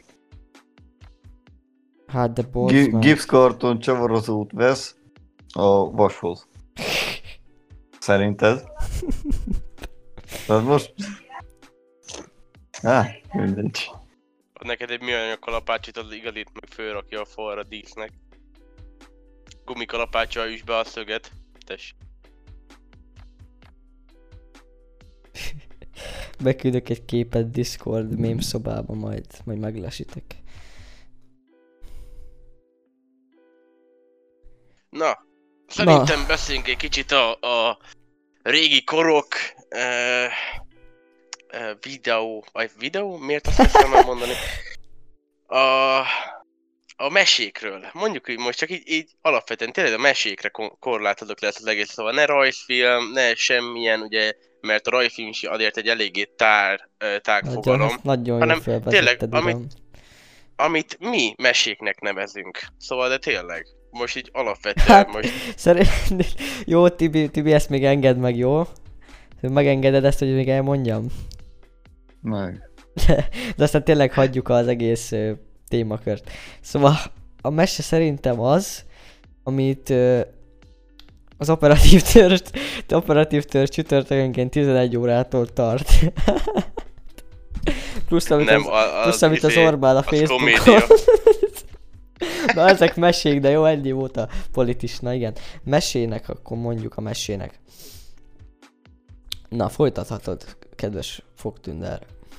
[SPEAKER 1] Hát de bocs,
[SPEAKER 3] Gi-
[SPEAKER 1] meg.
[SPEAKER 3] gipszkarton csavarozót vesz a vashoz. Szerinted? Tehát most... Á, mindegy.
[SPEAKER 2] Ad neked egy műanyag kalapácsit, az igazit meg fölrakja a falra dísznek. Gumikalapáccsal üs be a szöget. Tess.
[SPEAKER 1] Beküldök egy képet Discord mém szobába, majd, majd meglesitek.
[SPEAKER 2] Na, szerintem Na. beszéljünk egy kicsit a, a régi korok uh, uh, videó, vagy videó? Miért azt kezdtem el mondani? A, a mesékről. Mondjuk így most csak így, így alapvetően tényleg a mesékre korlátozok lesz az egész, szóval ne rajzfilm, ne semmilyen, ugye, mert a rajzfilm is azért egy eléggé tár, tág fogalom,
[SPEAKER 1] nagyon
[SPEAKER 2] hanem
[SPEAKER 1] jó
[SPEAKER 2] tényleg, amit, amit mi meséknek nevezünk. Szóval, de tényleg, most így alapvetően
[SPEAKER 1] hát,
[SPEAKER 2] most...
[SPEAKER 1] Szerint... Jó, Tibi, Tibi, ezt még engedd meg, jó? Megengeded ezt, hogy még elmondjam?
[SPEAKER 3] Meg.
[SPEAKER 1] De, de aztán tényleg hagyjuk az egész ö, témakört. Szóval a mese szerintem az, amit ö, az operatív törzs, operatív törzs csütörtökönként tizenegy órától tart. plusz amit
[SPEAKER 2] Nem,
[SPEAKER 1] az,
[SPEAKER 2] az,
[SPEAKER 1] plusz, amit az
[SPEAKER 2] izé,
[SPEAKER 1] Orbán a
[SPEAKER 2] az
[SPEAKER 1] Facebookon. Na ezek mesék, de jó, ennyi volt a politis, na igen. Mesének, akkor mondjuk a mesének. Na, folytathatod, kedves Fogtünder.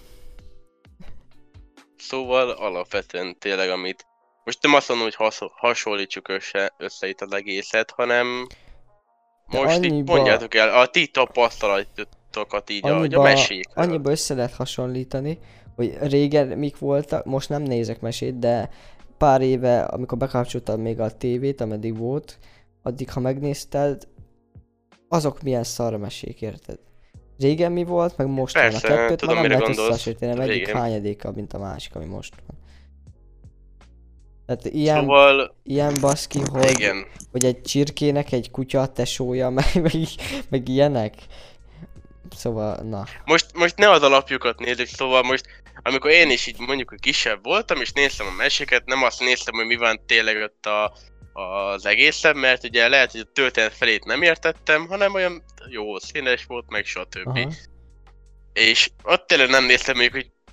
[SPEAKER 2] Szóval alapvetően tényleg amit... Most nem azt mondom, hogy hasz- hasonlítsuk össze, össze itt az egészet, hanem...
[SPEAKER 1] De
[SPEAKER 2] Most
[SPEAKER 1] annyiba...
[SPEAKER 2] így mondjátok el a ti tapasztalatokat így, annyiba, a, a mesékről.
[SPEAKER 1] Annyiba össze lehet hasonlítani, hogy régen mik voltak, most nem nézek mesét, de pár éve, amikor bekapcsoltam még a tévét, ameddig volt, addig ha megnézted, azok milyen szar mesék, érted? Régen mi volt, meg most
[SPEAKER 2] Persze,
[SPEAKER 1] van. A kettőt
[SPEAKER 2] tudom,
[SPEAKER 1] már nem
[SPEAKER 2] mire
[SPEAKER 1] lehet
[SPEAKER 2] gondolsz.
[SPEAKER 1] összehasonlítani, nem egyik
[SPEAKER 2] Régen.
[SPEAKER 1] hányadéka, mint a másik, ami most van. Tehát ilyen,
[SPEAKER 2] Szóval,
[SPEAKER 1] ilyen baszki, hogy,
[SPEAKER 2] igen.
[SPEAKER 1] hogy egy csirkének egy kutya tesója, meg, meg, meg ilyenek. Szóval, na.
[SPEAKER 2] Most, most ne az alapjukat nézzük, szóval most, amikor én is így mondjuk, hogy kisebb voltam, és néztem a meséket, nem azt néztem, hogy mi van tényleg ott a, az egészen, mert ugye lehet, hogy a történet felét nem értettem, hanem olyan jó színes volt, meg stb.
[SPEAKER 1] Aha.
[SPEAKER 2] És ott tényleg nem néztem mondjuk, hogy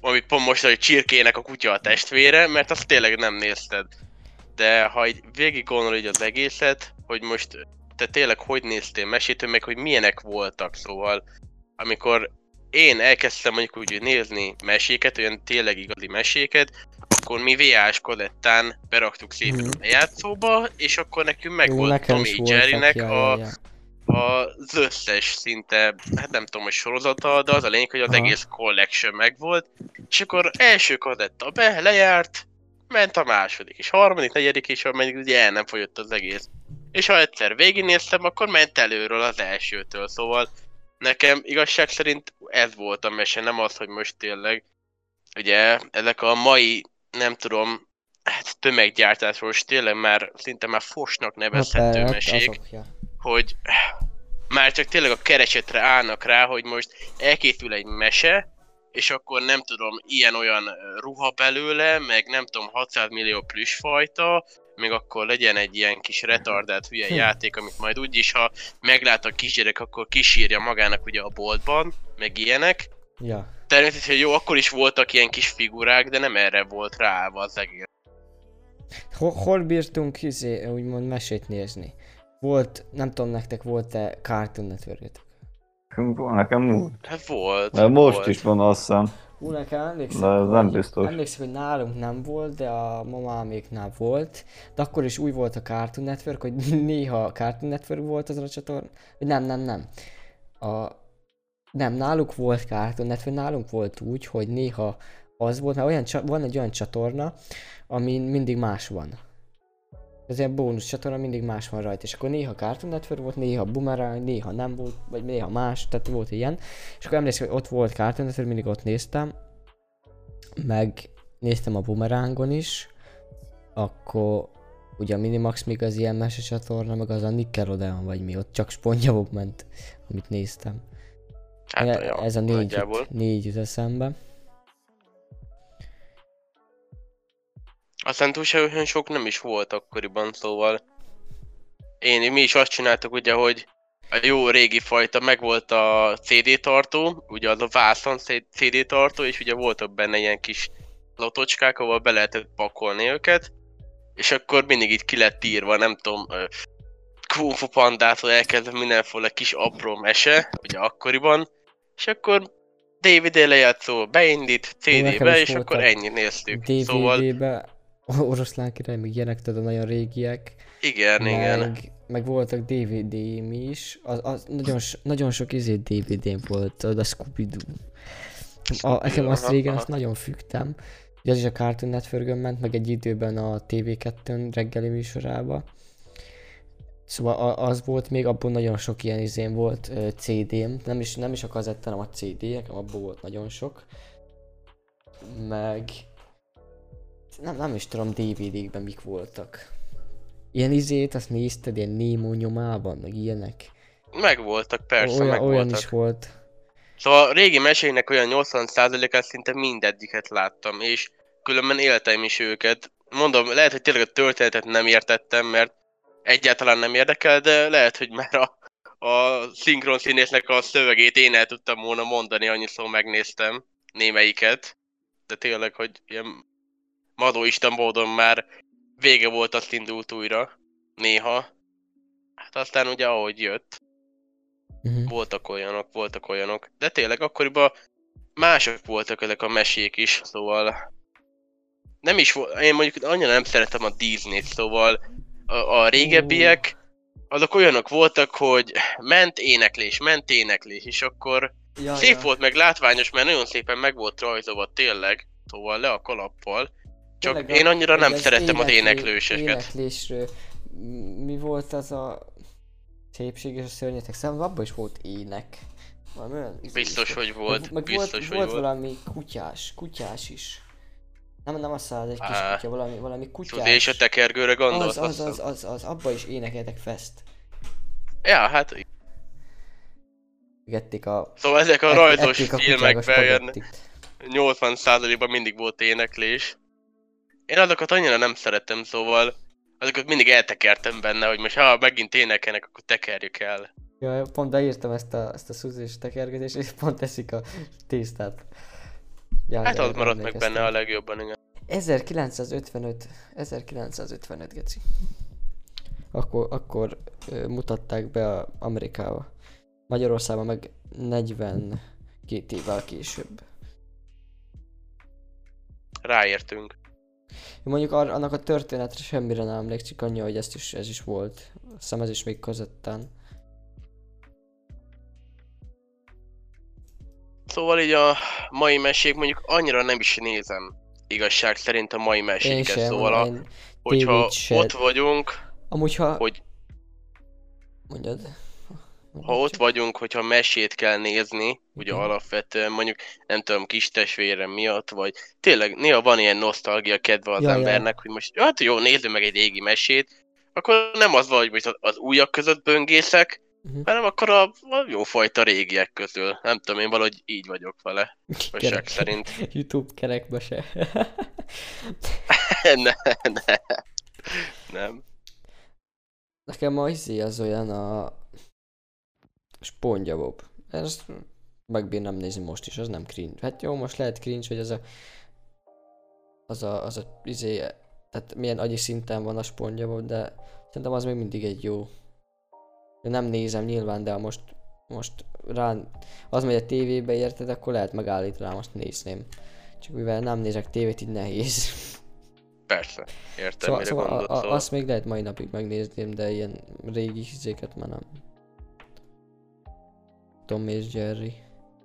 [SPEAKER 2] amit pont most, hogy Csirkének a kutya a testvére, mert azt tényleg nem nézted. De ha így végig gondolod így az egészet, hogy most te tényleg hogy néztél mesét, meg hogy milyenek voltak, szóval amikor én elkezdtem mondjuk úgy nézni meséket, olyan tényleg igazi meséket, akkor mi vé á-s kodettán beraktuk szépen
[SPEAKER 1] Mhm.
[SPEAKER 2] a lejátszóba, és akkor nekünk meg
[SPEAKER 1] Jó,
[SPEAKER 2] volt
[SPEAKER 1] nekem
[SPEAKER 2] Tom
[SPEAKER 1] is
[SPEAKER 2] és
[SPEAKER 1] voltak,
[SPEAKER 2] Jerrynek
[SPEAKER 1] ja,
[SPEAKER 2] a,
[SPEAKER 1] ja, ja.
[SPEAKER 2] az összes szinte, hát nem tudom, hogy sorozata, de az a lényeg, hogy az
[SPEAKER 1] Aha.
[SPEAKER 2] egész collection megvolt, és akkor első kadetta be, lejárt, ment a második, és harmadik, negyedik, és ameddig ugye el nem fogyott az egész. És ha egyszer végignéztem, akkor ment előről az elsőtől, szóval nekem igazság szerint ez volt a mese, nem az, hogy most tényleg, ugye ezek a mai, nem tudom, hát tömeggyártásról is tényleg már szinte már fosnak nevezhető
[SPEAKER 1] Hát,
[SPEAKER 2] mesék,
[SPEAKER 1] azok, ja.
[SPEAKER 2] hogy már csak tényleg a keresetre állnak rá, hogy most elkészül egy mese, és akkor nem tudom, ilyen-olyan ruha belőle, meg nem tudom, hatszáz millió plüssfajta, még akkor legyen egy ilyen kis retardált hülye
[SPEAKER 1] Hm.
[SPEAKER 2] játék, amit majd úgyis, ha meglát a kisgyerek, akkor kisírja magának ugye a boltban, meg ilyenek.
[SPEAKER 1] Ja.
[SPEAKER 2] Természetesen jó, akkor is voltak ilyen kis figurák, de nem erre volt ráállva az egész.
[SPEAKER 1] Hol, hol bírtunk izé, úgymond mesét nézni? Volt, nem tudom nektek volt-e Cartoon Network-ötök?
[SPEAKER 3] Nekem úgy.
[SPEAKER 2] Hát volt.
[SPEAKER 3] Mert most
[SPEAKER 2] volt.
[SPEAKER 3] is van, azt hiszem.
[SPEAKER 1] Hú, nekem emlékszem,
[SPEAKER 3] De ez nem
[SPEAKER 1] hogy-
[SPEAKER 3] biztos.
[SPEAKER 1] emlékszem, hogy nálunk nem volt, de a mamáméknál volt. De akkor is új volt a Cartoon Network, hogy néha a Cartoon Network volt azon a csatorn. Nem, nem, nem. A... Nem, náluk volt Cartoon Network, nálunk volt úgy, hogy néha az volt, mert olyan, csa- van egy olyan csatorna, amin mindig más van. Ez ilyen bónusz csatorna, mindig más van rajta, és akkor néha Cartoon Network volt, néha Boomerang, néha nem volt, vagy néha más, tehát volt ilyen. És akkor emlékszem, hogy ott volt Cartoon Network, mindig ott néztem, meg néztem a Boomerangon is, akkor ugye a Minimax még az ilyen mese csatorna, meg az a Nickelodeon vagy mi, ott csak SpongeBob ment, amit néztem.
[SPEAKER 2] Hát
[SPEAKER 1] E-
[SPEAKER 2] olyan,
[SPEAKER 1] ez a négy,
[SPEAKER 2] nagyjából.
[SPEAKER 1] jut, négy jut eszembe.
[SPEAKER 2] Aztán túlságosan sok nem is volt akkoriban, szóval én, mi is azt csináltuk ugye, hogy a jó régi fajta megvolt a cé dé tartó, ugye az a vászon cé dé tartó, és ugye voltak benne ilyen kis lotocskák, ahol be lehetett pakolni őket, és akkor mindig itt ki lett írva, nem tudom, ö, Kung Fu Pandától elkezdve mindenféle kis apró mese, ugye akkoriban, és akkor dé vé dé lejátszó beindít, cé
[SPEAKER 1] nekem
[SPEAKER 2] dé-be,
[SPEAKER 1] is
[SPEAKER 2] és akkor
[SPEAKER 1] voltak
[SPEAKER 2] ennyit néztük.
[SPEAKER 1] dé vé
[SPEAKER 2] Szóval
[SPEAKER 1] dé-be Oroszlán király, meg ilyenek, tudod, nagyon régiek.
[SPEAKER 2] igen, igen.
[SPEAKER 1] Meg, meg voltak dé vé dém is, az, az nagyon, so- nagyon sok izé dé vé dém volt, tudod, a Scooby-Doo. A, nekem azt
[SPEAKER 2] Aha,
[SPEAKER 1] régen
[SPEAKER 2] aha.
[SPEAKER 1] azt nagyon fügtem. Ugye az is a Cartoon Network-ön ment, meg egy időben a té vé kettőn reggeli műsorába. Szóval a, az volt még, abból nagyon sok ilyen izén volt, ö, cé dém, nem is, nem is a kazetta, hanem a cé dé, nekem abból volt nagyon sok. Meg... Nem, nem is tudom dé vé dé-kben mik voltak. Ilyen izét, azt nézted, ilyen Nemo nyomában, meg ilyenek.
[SPEAKER 2] Megvoltak, persze,
[SPEAKER 1] olyan,
[SPEAKER 2] megvoltak.
[SPEAKER 1] olyan is volt.
[SPEAKER 2] Szóval a régi meséknek olyan nyolcvan százalékát szinte mindegyiket láttam, és különben éltem is őket. Mondom, lehet, hogy tényleg a történetet nem értettem, mert egyáltalán nem érdekel, de lehet, hogy már a, a szinkron színésznek a szövegét én el tudtam volna mondani, annyiszor megnéztem némelyiket. De tényleg, hogy ilyen madóisten módon már vége volt, azt indult újra. Néha. Hát aztán ugye ahogy jött.
[SPEAKER 1] Uh-huh.
[SPEAKER 2] Voltak olyanok, voltak olyanok. De tényleg akkoriban mások voltak ezek a mesék is, szóval... Nem is volt, én mondjuk annyira nem szeretem a Disney-t, szóval a, a régebbiek azok olyanok voltak, hogy ment éneklés, ment éneklés, és akkor
[SPEAKER 1] Ja,
[SPEAKER 2] szép volt meg látványos, mert nagyon szépen meg volt rajzolva tényleg, szóval le a kalappal. Csak
[SPEAKER 1] Tényleg
[SPEAKER 2] én annyira nem
[SPEAKER 1] az
[SPEAKER 2] szerettem az
[SPEAKER 1] éneklé-
[SPEAKER 2] éneklőseket.
[SPEAKER 1] Éneklésről. M- Mi volt az a szépség és a szörnyetek szemben? Abban is volt ének. Valami olyan izé is
[SPEAKER 2] Biztos,
[SPEAKER 1] volt.
[SPEAKER 2] hogy volt,
[SPEAKER 1] Meg, meg
[SPEAKER 2] biztos,
[SPEAKER 1] volt,
[SPEAKER 2] hogy
[SPEAKER 1] volt
[SPEAKER 2] volt.
[SPEAKER 1] valami kutyás, kutyás is. Nem, nem azt száll, egy kis
[SPEAKER 2] Á.
[SPEAKER 1] kutya, valami, valami kutyás.
[SPEAKER 2] Tudod, és a tekergőre gondolsz?
[SPEAKER 1] az, az,
[SPEAKER 2] azt
[SPEAKER 1] az, az, az, abba is énekeltek fest.
[SPEAKER 2] Ja, hát
[SPEAKER 1] Gették a...
[SPEAKER 2] szóval ezek a
[SPEAKER 1] et-
[SPEAKER 2] rajzos
[SPEAKER 1] ették a kutyák a
[SPEAKER 2] filmekben ilyen
[SPEAKER 1] spagettit.
[SPEAKER 2] nyolcvan százalékban mindig volt éneklés. Én azokat annyira nem szerettem, szóval azokat mindig eltekertem benne, hogy most ha megint énekelnek, akkor tekerjük el.
[SPEAKER 1] Ja, pont beírtam ezt a, ezt a szúzós tekergetést, és pont eszik a tésztát. Ja,
[SPEAKER 2] Hát
[SPEAKER 1] de
[SPEAKER 2] az
[SPEAKER 1] erre
[SPEAKER 2] maradt meg
[SPEAKER 1] emlékeztem.
[SPEAKER 2] benne a legjobban, igen.
[SPEAKER 1] ezerkilencszázötvenöt, ezerkilencszázötvenöt geci. Akkor, akkor ö, mutatták be a Amerikába. Magyarországon meg negyvenkét évvel később.
[SPEAKER 2] Ráértünk.
[SPEAKER 1] Mondjuk ar- annak a történetre semmire nem emlékszik, annyi, hogy ezt is, ez is volt. Azt hiszem ez is még kazettán.
[SPEAKER 2] Szóval így a mai mesék mondjuk annyira nem is nézem igazság szerint a mai
[SPEAKER 1] Én
[SPEAKER 2] meséket,
[SPEAKER 1] sem,
[SPEAKER 2] szóval a,
[SPEAKER 1] én
[SPEAKER 2] hogyha
[SPEAKER 1] tévét se.
[SPEAKER 2] ott vagyunk,
[SPEAKER 1] Amúgy ha...
[SPEAKER 2] hogy
[SPEAKER 1] Mondjad.
[SPEAKER 2] ha ott vagyunk, hogyha mesét kell nézni, ugye
[SPEAKER 1] Igen.
[SPEAKER 2] alapvetően mondjuk nem tudom, kis testvérem miatt, vagy tényleg néha van ilyen nosztalgia kedve az
[SPEAKER 1] Ja, ja.
[SPEAKER 2] embernek, hogy most hát jó, nézzük meg egy régi mesét, akkor nem az van, hogy most az újak között böngészek,
[SPEAKER 1] Uh-huh.
[SPEAKER 2] hanem akkor a, a jófajta régiek közül. Nem tudom, én valahogy így vagyok vele, igazság
[SPEAKER 1] Kerek.
[SPEAKER 2] szerint.
[SPEAKER 1] YouTube kerekbe se.
[SPEAKER 2] ne, ne. Nem.
[SPEAKER 1] Nekem a izé az olyan a SpongeBob. Ezt megbírnám nézni most is, az nem cringe. Hát jó, most lehet cringe, hogy az a az a, az a izé, tehát milyen agyi szinten van a SpongeBob, de szerintem az még mindig egy jó. Én nem nézem nyilván, de ha most, most rá, az megy a tévébe, érted, akkor lehet megállít rá, most nézném. Csak mivel nem nézek tévét, így nehéz.
[SPEAKER 2] Persze, értem,
[SPEAKER 1] Szóval,
[SPEAKER 2] mire
[SPEAKER 1] szóval a,
[SPEAKER 2] gondolsz.
[SPEAKER 1] a,
[SPEAKER 2] Szóval.
[SPEAKER 1] azt még lehet mai napig megnézném, de ilyen régi izéket már nem. Tom és Jerry.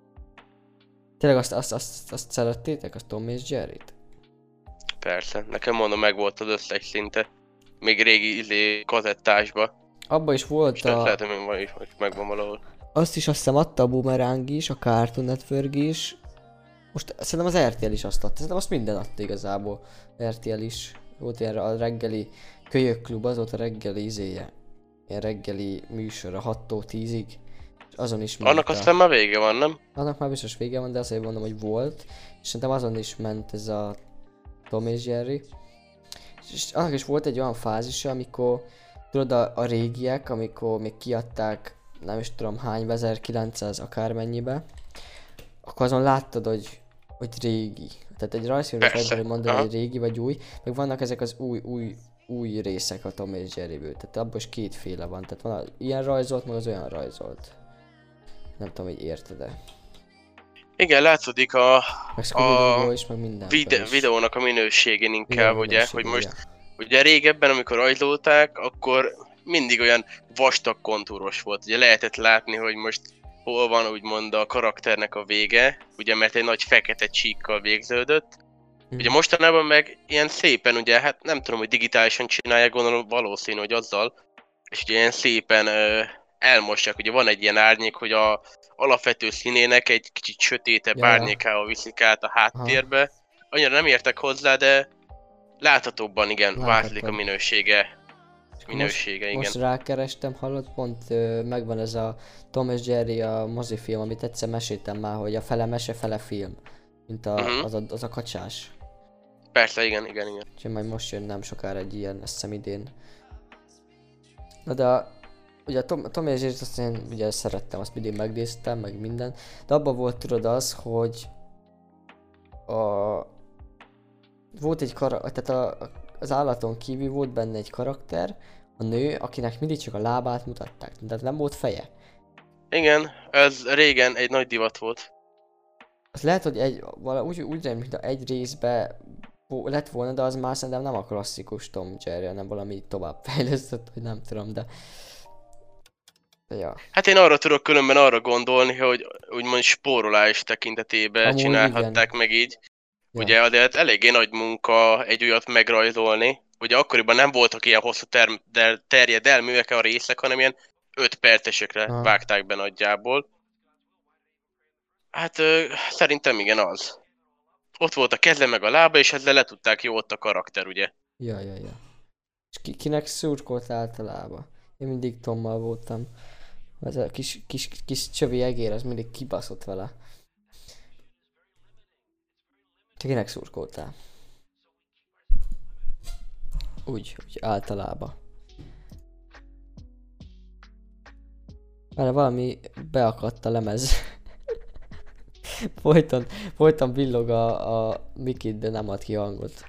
[SPEAKER 1] Tényleg azt, azt, azt, azt szerettétek, azt Tom és Jerryt?
[SPEAKER 2] Persze, nekem mondom, meg volt az összes szinte. Még régi izé kazettásba.
[SPEAKER 1] Abba is volt
[SPEAKER 2] És a...
[SPEAKER 1] a...
[SPEAKER 2] lehet, hogy még van is, hogy megvan valahol.
[SPEAKER 1] Azt is azt hiszem adta a Boomerang is, a Cartoon Network is. Most szerintem az er té el is azt adta, szerintem azt minden adta igazából. er té el is. Volt ilyen a reggeli kölyök klub, az volt a reggeli izéje. Ilyen reggeli műsor a hattól tízig. És azon is ment
[SPEAKER 2] Annak
[SPEAKER 1] a...
[SPEAKER 2] aztán már vége van, nem?
[SPEAKER 1] Annak már biztos vége van, de azért mondom, hogy volt. És szerintem azon is ment ez a Tom és Jerry. És annak is volt egy olyan fázisa, amikor tudod a, a régiek, amikor még kiadták nem is tudom hány, ezerkilencszáz akármennyibe, akkor azon láttad, hogy, hogy régi. Tehát egy rajzfilmre
[SPEAKER 2] Persze,
[SPEAKER 1] vagy mondani,
[SPEAKER 2] aha.
[SPEAKER 1] hogy régi vagy új, meg vannak ezek az új, új, új részek a Tom és Jerryből. Tehát abból is kétféle van. Tehát van az ilyen rajzolt, meg az olyan rajzolt. Nem tudom, hogy érted-e.
[SPEAKER 2] Igen, látszódik a
[SPEAKER 1] Meg Scooby-Doo
[SPEAKER 2] A
[SPEAKER 1] is, meg minden.
[SPEAKER 2] vide- videónak a minőségén inkább,
[SPEAKER 1] Videó
[SPEAKER 2] ugye, hogy
[SPEAKER 1] minősége,
[SPEAKER 2] most ugye régebben, amikor rajzolták, akkor mindig olyan vastag kontúros volt. Ugye lehetett látni, hogy most hol van úgymond a karakternek a vége, ugye mert egy nagy fekete csíkkal végződött.
[SPEAKER 1] Mhm.
[SPEAKER 2] Ugye mostanában meg ilyen szépen, ugye, hát nem tudom, hogy digitálisan csinálják, gondolom valószínű, hogy azzal, és ugye ilyen szépen ö, elmossák, ugye van egy ilyen árnyék, hogy a alapvető színének egy kicsit sötétebb
[SPEAKER 1] Ja, ja.
[SPEAKER 2] árnyékával viszik át a háttérbe. Annyira nem értek hozzá, de láthatóbban igen,
[SPEAKER 1] Látható.
[SPEAKER 2] változik a minősége.
[SPEAKER 1] És akkor
[SPEAKER 2] Minősége,
[SPEAKER 1] most,
[SPEAKER 2] igen.
[SPEAKER 1] most rákerestem, hallott, pont ö, megvan ez a Tom és Jerry a mozifilm, amit egyszer meséltem már, hogy a fele mese, fele film. Mint a,
[SPEAKER 2] Mhm.
[SPEAKER 1] az, a, az a kacsás.
[SPEAKER 2] Persze, igen, igen, igen.
[SPEAKER 1] Úgyhogy majd most jön nem sokára egy ilyen, azt hiszem idén. Na de a, ugye a Tom, Tom és Jerryt azt én ugye szerettem, azt mindig megnéztem, meg minden. De abban volt tudod az, hogy a... Volt egy kara... tehát a, az állaton kívül volt benne egy karakter, a nő, akinek mindig csak a lábát mutatták, tehát nem volt feje.
[SPEAKER 2] Igen, ez régen egy nagy divat volt.
[SPEAKER 1] Az lehet, hogy egy, vala, úgy, úgy remél, mint egy részbe vo- lett volna, de az már szerintem nem a klasszikus Tom Jerry, hanem valami tovább fejlesztett, hogy nem tudom, de... de ja.
[SPEAKER 2] Hát én arra tudok különben arra gondolni, hogy úgymond spórolás tekintetében
[SPEAKER 1] Amúgy
[SPEAKER 2] csinálhatták meg így.
[SPEAKER 1] Ja.
[SPEAKER 2] Ugye, de hát eléggé nagy munka egy olyat megrajzolni. Ugye akkoriban nem voltak ilyen hosszú term- der- terjedelműek a részek, hanem ilyen öt percesekre
[SPEAKER 1] Aha.
[SPEAKER 2] vágták be nagyjából. Hát ö, szerintem igen az. Ott volt a keze meg a lába, és ezzel le tudták jó ott a karakter, ugye?
[SPEAKER 1] Ja, ja, ja. És ki, kinek szurkolt általában? Én mindig Tommal voltam. Ez a kis, kis, kis csövi egér, az mindig kibaszott vele. Te kinek szurkoltál? Úgy, úgy általában. Mert valami beakadt a lemez. Folyton, folyton villog a, a Mikit, de nem ad ki hangot.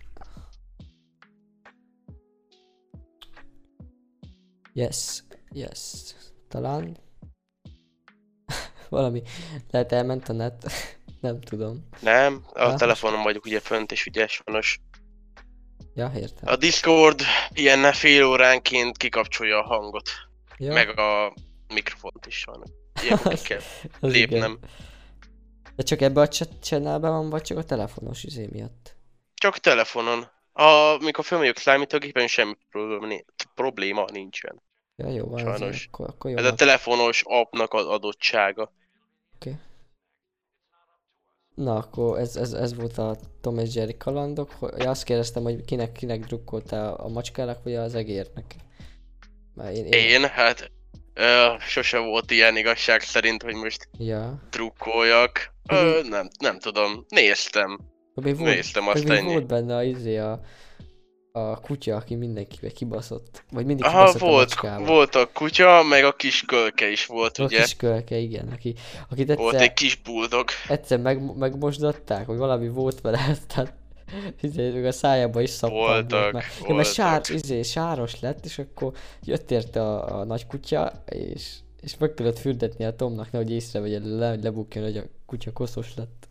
[SPEAKER 1] Yes, yes. Talán... Valami... Lehet elment a net. Nem tudom.
[SPEAKER 2] Nem, a
[SPEAKER 1] Ah.
[SPEAKER 2] telefonon vagyok ugye fönt, és ugye sajnos
[SPEAKER 1] Ja, értem.
[SPEAKER 2] a Discord ilyen fél óránként kikapcsolja a hangot,
[SPEAKER 1] Ja,
[SPEAKER 2] meg a mikrofont is sajnos. Ilyenkor ki kell
[SPEAKER 1] az
[SPEAKER 2] lépnem.
[SPEAKER 1] igen. De csak ebbe a chat channelben van, vagy csak a telefonos izé miatt?
[SPEAKER 2] Csak telefonon. A, mikor felmegyek számítógépen, semmi probléma, probléma nincsen.
[SPEAKER 1] Ja, jó van,
[SPEAKER 2] Sajnos.
[SPEAKER 1] azért, akkor, akkor jó
[SPEAKER 2] Ez a
[SPEAKER 1] van.
[SPEAKER 2] telefonos appnak az adottsága.
[SPEAKER 1] Na, akkor ez, ez, ez volt a Tom és Jerry kalandok. Hogy- Ja, azt kérdeztem, hogy kinek, kinek drukkoltál, a macskának vagy az egérnek? Már én, én...
[SPEAKER 2] Én, hát ö, sose volt ilyen igazság szerint, hogy most
[SPEAKER 1] Ja.
[SPEAKER 2] drukkoljak. Ö, nem, nem tudom, néztem.
[SPEAKER 1] Még volt,
[SPEAKER 2] Néztem azt
[SPEAKER 1] még
[SPEAKER 2] ennyi.
[SPEAKER 1] volt benne a, izé, a, a kutya, aki mindenkibe kibaszott. Vagy mindig
[SPEAKER 2] Aha,
[SPEAKER 1] kibaszott a
[SPEAKER 2] volt,
[SPEAKER 1] macskával.
[SPEAKER 2] volt a kutya, meg a kis kölke is volt,
[SPEAKER 1] A
[SPEAKER 2] ugye?
[SPEAKER 1] kis kölke, igen, aki, akit
[SPEAKER 2] Volt
[SPEAKER 1] egyszer,
[SPEAKER 2] egy kis buldog.
[SPEAKER 1] egyszer meg, megmosdatták, vagy valami volt vele, aztán izé, még a szájába is szappan volt.
[SPEAKER 2] Voltak,
[SPEAKER 1] Mert, ja, mert
[SPEAKER 2] voltak.
[SPEAKER 1] sár, izé, sáros lett, és akkor jött érte a, a nagy kutya, és, és meg kellett fürdetni a Tomnak, nehogy észrevegye le, hogy lebukjon, hogy a kutya koszos lett.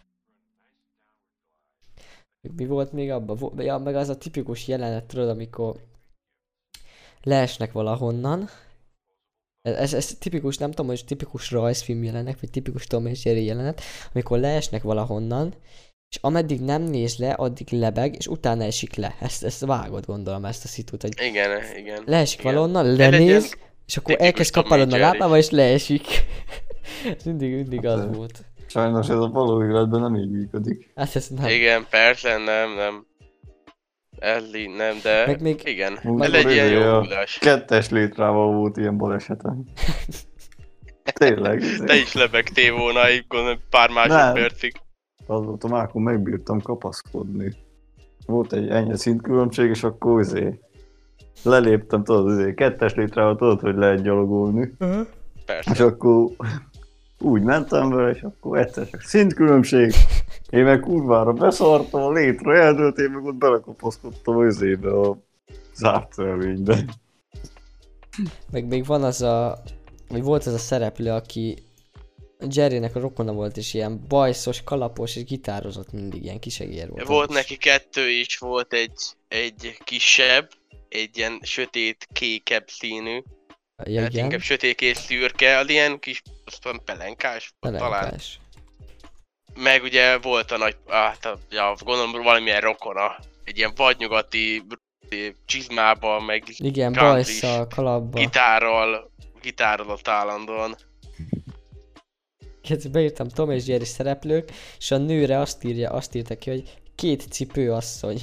[SPEAKER 1] Mi volt még abban? Vo- Ja, meg az a tipikus jelenet, tudod, amikor leesnek valahonnan. Ez, ez, ez tipikus, nem tudom, hogy tipikus rajzfilm jelenet, vagy tipikus Tom és Jerry jelenet, amikor leesnek valahonnan, és ameddig nem néz le, addig lebeg, és utána esik le. Ezt, ezt vágod, gondolom, ezt a szitut, hogy
[SPEAKER 2] Igen, igen.
[SPEAKER 1] leesik
[SPEAKER 2] igen.
[SPEAKER 1] valahonnan,
[SPEAKER 2] De legyen
[SPEAKER 1] lenéz, és akkor
[SPEAKER 2] tipikus
[SPEAKER 1] elkezd
[SPEAKER 2] Tom
[SPEAKER 1] kaparodni a
[SPEAKER 2] és Jerry.
[SPEAKER 1] lábával, és leesik. Ez mindig, mindig az
[SPEAKER 3] Hát,
[SPEAKER 1] volt.
[SPEAKER 3] Sajnos ez a való életben nem így működik.
[SPEAKER 1] Hát ez nem.
[SPEAKER 2] Igen, persze, nem, nem. Elli, nem, de
[SPEAKER 1] Meg még-
[SPEAKER 2] igen.
[SPEAKER 3] Múltkor
[SPEAKER 2] Ez egy ilyen
[SPEAKER 3] izé
[SPEAKER 2] jó
[SPEAKER 3] a
[SPEAKER 2] húzás.
[SPEAKER 3] Kettes létrával volt ilyen balesetem. Tényleg. izé.
[SPEAKER 2] Te is lebegtél volna egy gondolom, pár másodpercig.
[SPEAKER 3] Az volt a mákon, megbírtam kapaszkodni. Volt egy ennyi szintkülönbség, és akkor izé leléptem, tudod, izé, kettes létrával tudod, hogy lehet gyalogolni. És
[SPEAKER 2] Persze.
[SPEAKER 3] akkor úgy mentem vele, és akkor egyszer csak szintkülönbség. Én meg kurvára beszartam a létre, eldőlt, én meg ott belekapaszkodtam az izébe, a zárt szelvénybe.
[SPEAKER 1] Meg még van az a, vagy volt az a szereplő, aki Jerrynek a rokona volt, és ilyen bajszos, kalapos, és gitározott mindig, ilyen kisegér volt.
[SPEAKER 2] Volt
[SPEAKER 1] az is.
[SPEAKER 2] neki kettő is, volt egy, egy kisebb, egy ilyen sötét kékebb színű,
[SPEAKER 1] Ja,
[SPEAKER 2] hát
[SPEAKER 1] igen,
[SPEAKER 2] inkább sötét és szürke, az ilyen kis aztán pelenkás, volt talán.
[SPEAKER 1] pelenkás.
[SPEAKER 2] Meg ugye volt a nagy, hát a, ja, gondolom valamilyen rokona, egy ilyen vadnyugati csizmában, meg
[SPEAKER 1] Igen,
[SPEAKER 2] country
[SPEAKER 1] bajszal, kalapba.
[SPEAKER 2] gitárral, gitárral ott állandóan.
[SPEAKER 1] Kezdve beírtam Tom és Jerry szereplők, és a nőre azt írja, azt írta ki, hogy két cipő asszony.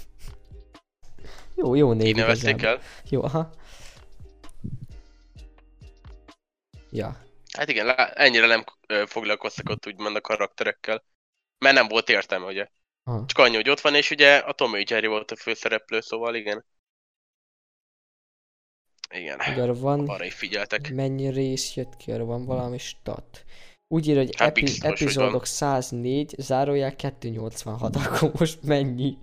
[SPEAKER 1] Jó, jó név
[SPEAKER 2] Így nevezték
[SPEAKER 1] igazából.
[SPEAKER 2] el.
[SPEAKER 1] Jó, aha. Ja.
[SPEAKER 2] Hát igen, lá- ennyire nem ö, foglalkoztak ott úgymond a karakterekkel. Mert nem volt értelme, ugye.
[SPEAKER 1] Aha.
[SPEAKER 2] Csak annyi, hogy ott van, és ugye a Tom és Jerry volt a főszereplő, szóval igen. Igen,
[SPEAKER 1] Ugye arra van,
[SPEAKER 2] arra is figyeltek.
[SPEAKER 1] mennyi rész jött ki, arra van valami stat. Úgy ír, hogy
[SPEAKER 2] Hát
[SPEAKER 1] epi-
[SPEAKER 2] biztos, hogy
[SPEAKER 1] epizódok
[SPEAKER 2] van.
[SPEAKER 1] száznégy, zárójel kétszáznyolcvanhat, akkor most mennyi?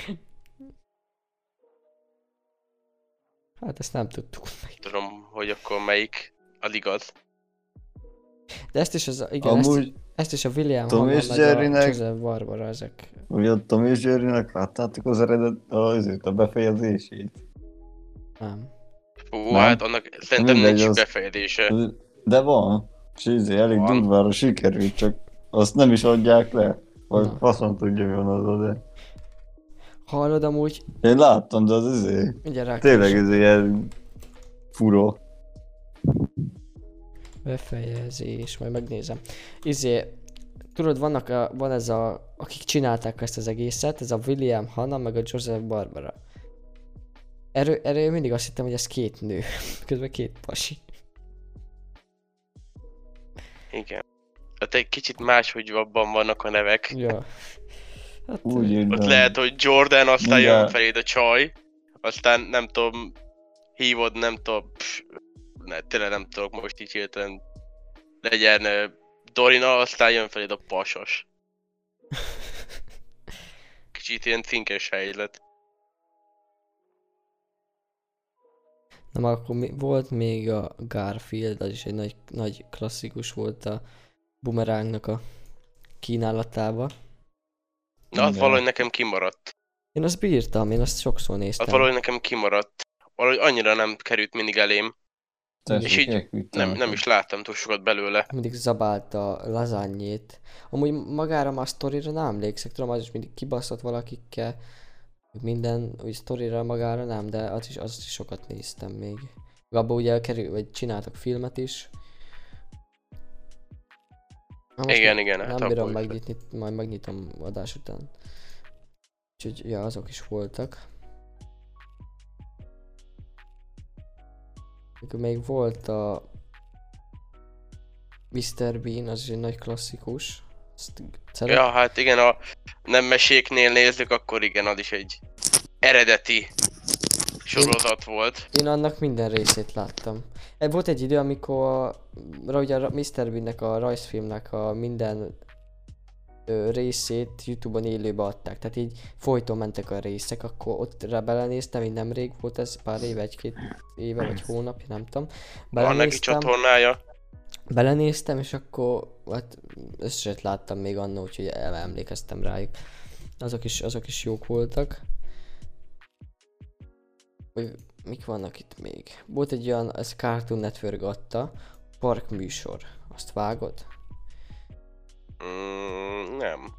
[SPEAKER 1] Hát ezt nem tudtuk meg.
[SPEAKER 2] Tudom, hogy akkor melyik az igaz.
[SPEAKER 1] De ezt is az, igen, ezt,
[SPEAKER 3] Amúgy,
[SPEAKER 1] ezt is a William
[SPEAKER 3] Tom
[SPEAKER 1] Hanna,
[SPEAKER 3] és
[SPEAKER 1] meg a
[SPEAKER 3] Jerrynek-
[SPEAKER 1] Joseph Barbara, ezek.
[SPEAKER 3] ugye a Tom és Jerrynek láttátok az eredet, azért a befejezését?
[SPEAKER 1] Nem.
[SPEAKER 2] Hú,
[SPEAKER 3] Nem.
[SPEAKER 2] hát annak szerintem
[SPEAKER 3] Mindegy,
[SPEAKER 2] nincs
[SPEAKER 3] az-
[SPEAKER 2] befejezése.
[SPEAKER 3] De van, és izé elég
[SPEAKER 2] Van.
[SPEAKER 3] durvára sikerült, csak azt nem is adják le. Vagy
[SPEAKER 1] Na.
[SPEAKER 3] faszom tudja, mi van az, de...
[SPEAKER 1] Hallod amúgy,
[SPEAKER 3] Én láttam, de az izé,
[SPEAKER 1] ugye rá
[SPEAKER 3] tényleg ez ilyen fura.
[SPEAKER 1] befejezés, majd megnézem. Izé, tudod, vannak a, van ez a, akik csinálták ezt az egészet, ez a William Hanna, meg a Joseph Barbara. Erről, erről én mindig azt hittem, hogy ez két nő, közben két pasi.
[SPEAKER 2] Igen. Hát egy kicsit máshogy abban vannak a nevek.
[SPEAKER 1] Ja. Hát,
[SPEAKER 3] Úgy
[SPEAKER 2] Ott
[SPEAKER 3] írtam.
[SPEAKER 2] lehet, hogy Jordan, aztán
[SPEAKER 3] Mindjárt.
[SPEAKER 2] jön feléd a csaj, aztán nem tudom, hívod, nem tudom, pff, ne, tényleg nem tudok most így hirtelen legyen uh, Dorina, aztán jön feléd a pasas. Kicsit ilyen cinkes helyzet.
[SPEAKER 1] Na már akkor mi, volt még a Garfield, az is egy nagy, nagy klasszikus volt a Boomerangnak a kínálatába.
[SPEAKER 2] Na, az
[SPEAKER 3] Igen.
[SPEAKER 2] valahogy nekem kimaradt.
[SPEAKER 1] Én azt bírtam, én azt sokszor
[SPEAKER 2] Az
[SPEAKER 1] néztem.
[SPEAKER 2] valahogy nekem kimaradt. Valahogy annyira nem került mindig elém.
[SPEAKER 3] Tessék,
[SPEAKER 2] És így
[SPEAKER 3] elküldtem
[SPEAKER 2] Nem, nem
[SPEAKER 3] neked.
[SPEAKER 2] is láttam túl sokat belőle.
[SPEAKER 1] Mindig zabálta a lazányét. Amúgy magára már a sztorira nem emlékszek, tudom, az is mindig kibaszott valakikkel. Minden úgy sztorira magára nem, de azt is, azt is sokat néztem még. Abba ugye kerül, vagy csináltak filmet is. Na, most
[SPEAKER 2] Igen,
[SPEAKER 1] nem-
[SPEAKER 2] igen, hát
[SPEAKER 1] Nem
[SPEAKER 2] abból
[SPEAKER 1] bírom
[SPEAKER 2] is
[SPEAKER 1] megnyitni, majd megnyitom adás után. Úgyhogy, ja, azok is voltak. Akkor még volt a miszter Bean, az is egy nagy klasszikus. Ezt szeret-
[SPEAKER 2] Ja, hát igen, a nem meséknél nézzük, akkor igen, az is egy eredeti sorozat volt.
[SPEAKER 1] Én annak minden részét láttam. E, Volt egy idő, amikor ra- ugye a miszter Beannek a rajzfilmnek a minden ö, részét Youtube-on élőbe adták. Tehát így folyton mentek a részek, akkor ott rá belenéztem, így nemrég volt ez, pár éve, egy-két éve vagy hónapja, nem tudom.
[SPEAKER 2] Van neki
[SPEAKER 1] Belenéztem,
[SPEAKER 2] csatornája.
[SPEAKER 1] belenéztem, és akkor hát összeset láttam még annó, úgyhogy el- emlékeztem rájuk. Azok is, azok is jók voltak. Vagy mik vannak itt még? Volt egy olyan, ez Cartoon Network adta, park műsor. Azt vágod?
[SPEAKER 2] Mm, nem.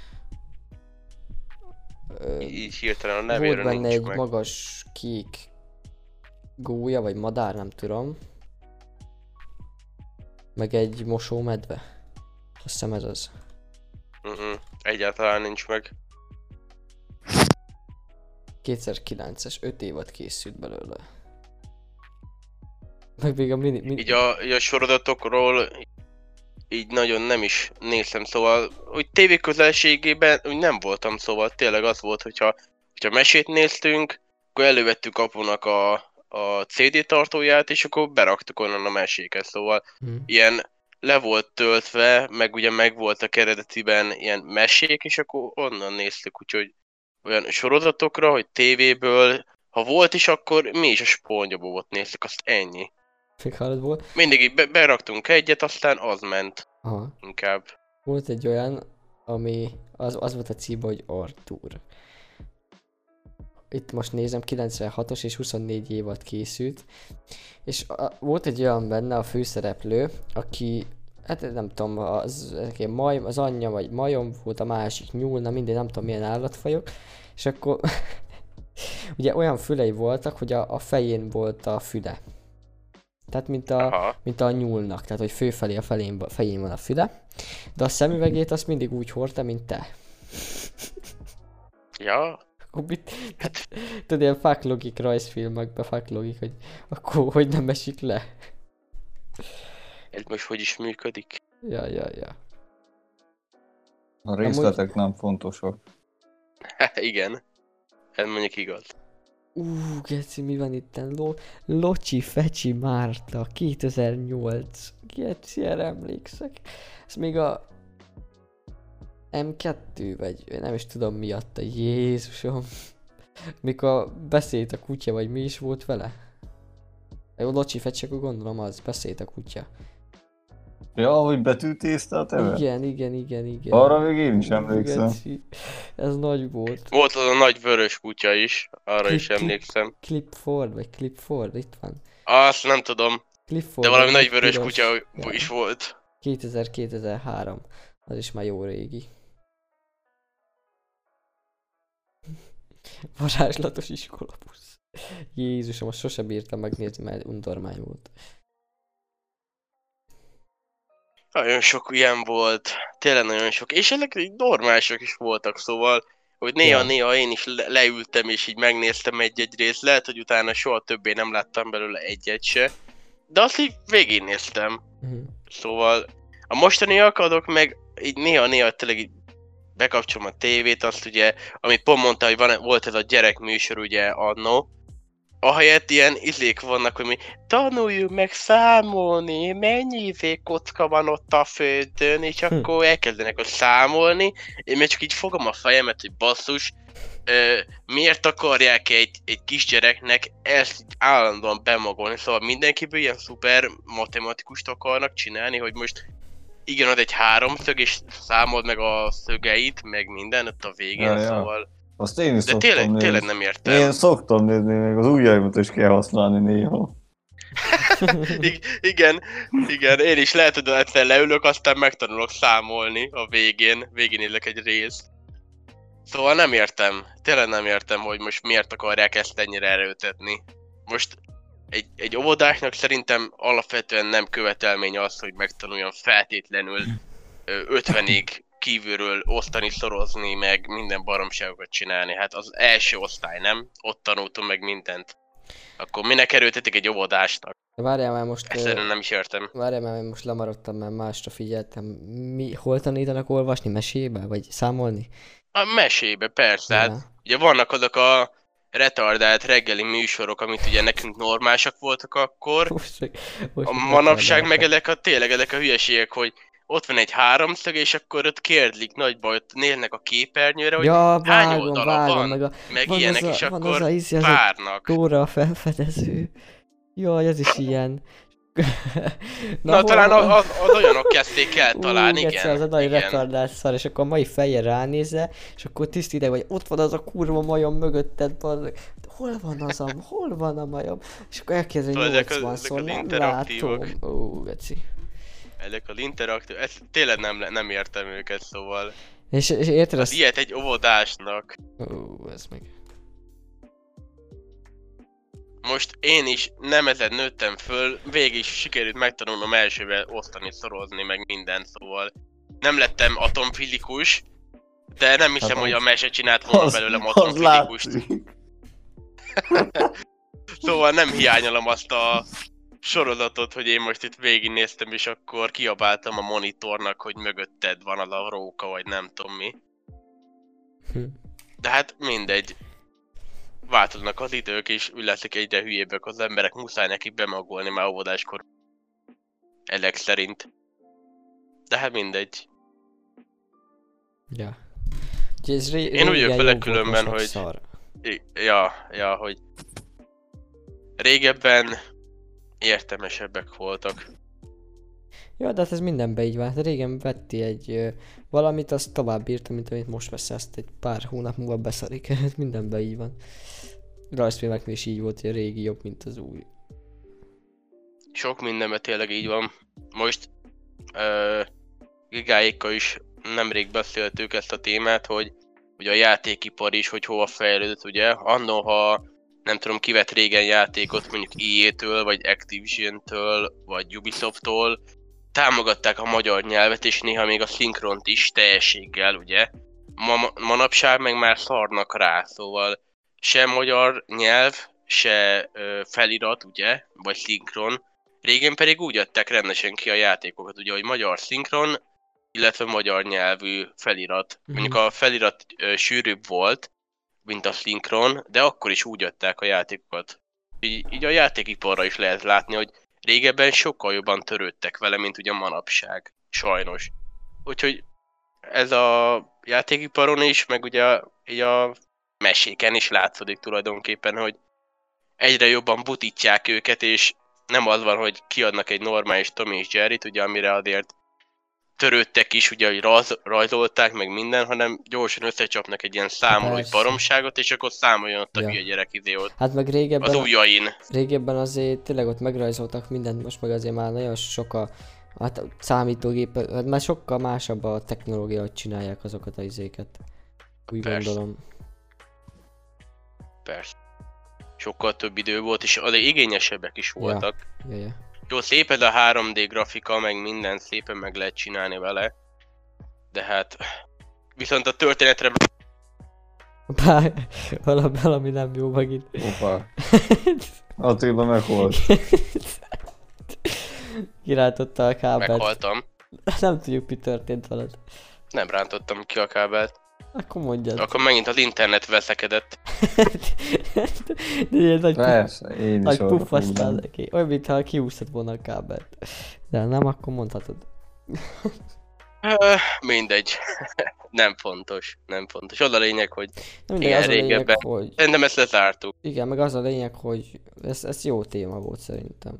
[SPEAKER 1] Ö,
[SPEAKER 2] Így hirtelen a
[SPEAKER 1] volt
[SPEAKER 2] nevéről
[SPEAKER 1] benne
[SPEAKER 2] nincs
[SPEAKER 1] egy
[SPEAKER 2] meg.
[SPEAKER 1] magas kék gólya, vagy madár, nem tudom. Meg egy mosómedve. Azt hiszem ez az.
[SPEAKER 2] Uh-uh. Egyáltalán nincs meg.
[SPEAKER 1] kétezer-kilences, öt évad készült belőle. Meg még a mini... mini...
[SPEAKER 2] Így a, így a sorozatokról így nagyon nem is néztem, szóval úgy tévé közelségében úgy nem voltam, szóval tényleg az volt, hogyha, hogyha mesét néztünk, akkor elővettük apunak a, a cé dé tartóját, és akkor beraktuk onnan a meséket, szóval
[SPEAKER 1] Hm.
[SPEAKER 2] ilyen le volt töltve, meg ugye meg voltak eredetiben ilyen mesék, és akkor onnan néztük, úgyhogy olyan sorozatokra, hogy tévéből, ha volt is, akkor mi is a SpongeBobot néztük, azt ennyi.
[SPEAKER 1] Még hallod volt?
[SPEAKER 2] Mindig így be- beraktunk egyet, aztán az ment
[SPEAKER 1] Aha.
[SPEAKER 2] inkább.
[SPEAKER 1] Volt egy olyan, ami az, az volt a címe, hogy Arthur. Itt most nézem, kilencvenhatos és huszonnégy évad készült. És a, volt egy olyan benne a főszereplő, aki, hát nem tudom, az, az, maj, az anyja vagy majom volt, a másik nyúlna, minden nem tudom milyen állatfajok. És akkor ugye olyan fülei voltak, hogy a, a fején volt a füle. Tehát mint a,
[SPEAKER 2] Aha.
[SPEAKER 1] mint a nyúlnak, tehát hogy főfelé a felén, fején van a füle. De a szemüvegét azt mindig úgy hordta, mint te.
[SPEAKER 2] Ja,
[SPEAKER 1] Akkor mit, tudod, ilyen fuck logik rajzfilmekben, fuck logik, hogy akkor hogy nem esik le.
[SPEAKER 2] ez most hogy is működik?
[SPEAKER 1] Ja, ja, ja.
[SPEAKER 3] A részletek nem fontosak.
[SPEAKER 2] Igen. Ez mondjuk igaz.
[SPEAKER 1] Ú, geci, mi van itt? Lo, Locsi Fecsi Márta, kétezer-nyolc. Geci, erre emlékszek. Ez még a em kettő, vagy nem is tudom mi adta. Jézusom. Mikor beszélt a kutya, vagy mi is volt vele? Jó, Locsi Fecsi, akkor gondolom az, beszélt a kutya.
[SPEAKER 3] Ja, hogy betűtészte a teve?
[SPEAKER 1] Igen, igen, igen, igen.
[SPEAKER 3] Arra még én is emlékszem.
[SPEAKER 1] Geci, ez nagy volt.
[SPEAKER 2] Volt az a nagy vörös kutya is, arra is
[SPEAKER 1] Clip-
[SPEAKER 2] emlékszem.
[SPEAKER 1] Clipford, vagy Clipford, itt van.
[SPEAKER 2] Azt nem tudom,
[SPEAKER 1] Clipford.
[SPEAKER 2] de valami
[SPEAKER 1] az
[SPEAKER 2] nagy vörös
[SPEAKER 1] piros.
[SPEAKER 2] kutya
[SPEAKER 1] Ja.
[SPEAKER 2] is volt.
[SPEAKER 1] kétezer-kétezer-három. Az is már jó régi. Varázslatos iskolabusz. Jézusom, azt sose bírtam megnézni, mert undormány volt.
[SPEAKER 2] Nagyon sok ilyen volt, tényleg nagyon sok, és ezek így normálisok is voltak, szóval, hogy néha-néha én is le- leültem és így megnéztem egy-egy részt, lehet, hogy utána soha többé nem láttam belőle egyet se, de azt így végignéztem,
[SPEAKER 1] Uh-huh.
[SPEAKER 2] szóval a mostaniak adok meg így néha-néha tényleg így bekapcsolom a tévét, azt ugye, amit pont mondta, hogy van, volt ez a gyerekműsor ugye annó, ahelyett ilyen izék vannak, hogy mi tanuljuk meg számolni, mennyi izé kocka van ott a földön, és
[SPEAKER 1] Hm.
[SPEAKER 2] akkor elkezdenek ott számolni, én meg csak így fogom a fejemet, hogy basszus, ö, miért akarják egy, egy kisgyereknek ezt így állandóan bemagolni, szóval mindenkiből ilyen szuper matematikust akarnak csinálni, hogy most igen, ad egy háromszög, és számold meg a szögeit, meg minden ott a végén,
[SPEAKER 3] Ja, ja.
[SPEAKER 2] szóval...
[SPEAKER 3] Azt én is
[SPEAKER 2] De
[SPEAKER 3] szoktam
[SPEAKER 2] tényleg,
[SPEAKER 3] nézni.
[SPEAKER 2] tényleg nem értem.
[SPEAKER 3] Én szoktam nézni, meg az ujjaimat is kell használni néha.
[SPEAKER 2] I- igen, igen, én is lehet, hogy egyszer leülök, aztán megtanulok számolni a végén, végén nézek egy részt. Szóval nem értem, tényleg nem értem, hogy most miért akarják ezt ennyire erőltetni. Most egy, egy óvodásnak szerintem alapvetően nem követelmény az, hogy megtanuljon feltétlenül ö, ötvenig kívülről osztani, szorozni, meg minden baromságokat csinálni. Hát az első osztály, nem? Ott tanultam meg mindent. Akkor minek erőltetik egy óvodásnak?
[SPEAKER 1] Várjál már most...
[SPEAKER 2] Egyszerűen nem is értem.
[SPEAKER 1] Várjál már, mert most lemaradtam, mert másra figyeltem. Mi, hol tanítanak olvasni? Mesébe? Vagy számolni?
[SPEAKER 2] A mesébe, persze,
[SPEAKER 1] Ja.
[SPEAKER 2] hát ugye vannak azok a retardált reggeli műsorok, amit ugye nekünk normálisak voltak akkor.
[SPEAKER 1] Most, meg- most
[SPEAKER 2] A
[SPEAKER 1] meg
[SPEAKER 2] manapság meg
[SPEAKER 1] megtaláltam.
[SPEAKER 2] ezek a tényleg ezek a hülyeségek, hogy ott van egy háromszög, és akkor ott kérdlik nagyba, ott néznek a képernyőre, hogy
[SPEAKER 1] Ja,
[SPEAKER 2] hány
[SPEAKER 1] vágom,
[SPEAKER 2] oldala
[SPEAKER 1] vágom,
[SPEAKER 2] van,
[SPEAKER 1] meg a...
[SPEAKER 2] meg
[SPEAKER 1] van
[SPEAKER 2] ilyenek,
[SPEAKER 1] az a,
[SPEAKER 2] és
[SPEAKER 1] van
[SPEAKER 2] akkor
[SPEAKER 1] az a, izé, az a
[SPEAKER 2] várnak.
[SPEAKER 1] Dóra a felfedező. Jaj, ez is ilyen.
[SPEAKER 2] Na,
[SPEAKER 1] hol
[SPEAKER 2] talán
[SPEAKER 1] van?
[SPEAKER 2] az, az olyanok kezdték el talán,
[SPEAKER 1] Ú,
[SPEAKER 2] igen.
[SPEAKER 1] geci, az a nagy
[SPEAKER 2] igen.
[SPEAKER 1] retardált szar, és akkor a mai fejjel ránézze, és akkor tiszt ideg vagy, ott van az a kurva majom mögötted, bazzeg. Hol van az a, hol van a majom? És akkor elkezdve
[SPEAKER 2] Tudod, ezek az-
[SPEAKER 1] nyolcvanszor,
[SPEAKER 2] ezek az
[SPEAKER 1] nem
[SPEAKER 2] interaktívak.
[SPEAKER 1] látom. Ó, geci.
[SPEAKER 2] Ezek az interaktív, ezt tényleg nem, nem értem őket, szóval.
[SPEAKER 1] És, és érted
[SPEAKER 2] Az
[SPEAKER 1] azt?
[SPEAKER 2] ilyet egy óvodásnak.
[SPEAKER 1] Ó, ez meg.
[SPEAKER 2] Most én is nem ezen nőttem föl, végig is sikerült megtanulnom elsővel osztani, szorozni, meg mindent, szóval nem lettem atomfizikus, de nem hiszem,
[SPEAKER 3] Hát
[SPEAKER 2] hogy a
[SPEAKER 3] az-
[SPEAKER 2] mese csinált volna belőlem
[SPEAKER 3] az
[SPEAKER 2] atomfizikust.
[SPEAKER 3] látszik.
[SPEAKER 2] Szóval nem hiányolom azt a sorozatot, hogy én most itt végignéztem, és akkor kiabáltam a monitornak, hogy mögötted van az a róka, vagy nem tudom mi.
[SPEAKER 1] Hm.
[SPEAKER 2] De hát mindegy. Változnak az idők, és úgy leszik egyre hülyébbek az emberek, muszáj nekik bemagolni már óvodáskor. Elek szerint. De hát mindegy.
[SPEAKER 1] Ja. Úgyhogy ez ré-
[SPEAKER 2] Én úgy
[SPEAKER 1] régen
[SPEAKER 2] vagyok vele
[SPEAKER 1] jó volt,
[SPEAKER 2] különben,
[SPEAKER 1] most meg
[SPEAKER 2] hogy-
[SPEAKER 1] Szar.
[SPEAKER 2] I- ja, ja, hogy régebben értelmesebbek voltak.
[SPEAKER 1] Ja, de hát ez mindenben így van. Hát régen vetti egy ö, valamit, azt tovább írta, mint amit most vesz, ezt egy pár hónap múlva beszarik. Ez mindenben így van. Rajzfilmeknél is így volt, hogy a régi jobb, mint az új.
[SPEAKER 2] Sok mindenben tényleg így van. Most ö, Gigáékkal is nemrég beszéltük ezt a témát, hogy ugye a játékipar is, hogy hova fejlődött, ugye? Annó, ha nem tudom, kivett régen játékot mondjuk í á-től, vagy Activision-től, vagy Ubisoft-tól, támogatták a magyar nyelvet, és néha még a szinkront is teljességgel, ugye? Ma, manapság meg már szarnak rá, szóval se magyar nyelv, se ö, felirat, ugye? Vagy szinkron. Régen pedig úgy adták rendesen ki a játékokat, ugye, hogy magyar szinkron, illetve magyar nyelvű felirat.
[SPEAKER 1] Mhm.
[SPEAKER 2] Mondjuk a felirat ö, sűrűbb volt, mint a szinkron, de akkor is úgy adták a játékokat. Így, így a játékiparra is lehet látni, hogy régebben sokkal jobban törődtek vele, mint ugye manapság. Sajnos. Úgyhogy ez a játékiparon is, meg ugye a, így a meséken is látszódik tulajdonképpen, hogy egyre jobban butítják őket, és nem az van, hogy kiadnak egy normális Tom és Jerryt, ugye, amire azért törődtek is, ugye, hogy rajz, rajzolták meg minden, hanem gyorsan összecsapnak egy ilyen számoló
[SPEAKER 1] Persze.
[SPEAKER 2] baromságot, és akkor számoljon ott a
[SPEAKER 1] Ja.
[SPEAKER 2] hülye gyerek izé ott
[SPEAKER 1] Hát meg régebben,
[SPEAKER 2] az ujjain.
[SPEAKER 1] régebben azért tényleg ott megrajzoltak mindent, most meg azért már nagyon sok a hát a számítógép, hát már sokkal másabb a technológia, hogy csinálják azokat a izéket. Úgy
[SPEAKER 2] Persze.
[SPEAKER 1] gondolom.
[SPEAKER 2] Persze. Sokkal több idő volt, és elég igényesebbek is voltak.
[SPEAKER 1] Ja, ja.
[SPEAKER 2] Jó, szép ez a három dé grafika, meg minden szépen meg lehet csinálni vele. De hát... Viszont a történetre
[SPEAKER 1] Bár valami, valami nem jó megint.
[SPEAKER 3] Hoppá. Attila meghalt.
[SPEAKER 1] Királtotta a kábelt.
[SPEAKER 2] meghaltam.
[SPEAKER 1] Nem tudjuk, mi történt veled.
[SPEAKER 2] Nem rántottam ki a kábelt.
[SPEAKER 1] Akkor mondjad.
[SPEAKER 2] Akkor megint az internet veszekedett.
[SPEAKER 1] De ilyen nagy,
[SPEAKER 3] Persze, én is
[SPEAKER 1] nagy
[SPEAKER 3] arra
[SPEAKER 1] puffasztál
[SPEAKER 3] fogom.
[SPEAKER 1] neki. Olyan, mintha kiúsztad volna a kábelt. De nem, akkor mondhatod.
[SPEAKER 2] Ö, Mindegy. Nem fontos, nem fontos. Az a lényeg, hogy
[SPEAKER 1] Nem mindegy,
[SPEAKER 2] igen,
[SPEAKER 1] az a lényeg,
[SPEAKER 2] régebben.
[SPEAKER 1] hogy...
[SPEAKER 2] Szerintem ezt lezártuk.
[SPEAKER 1] Igen, meg az a lényeg, hogy ez, ez jó téma volt szerintem.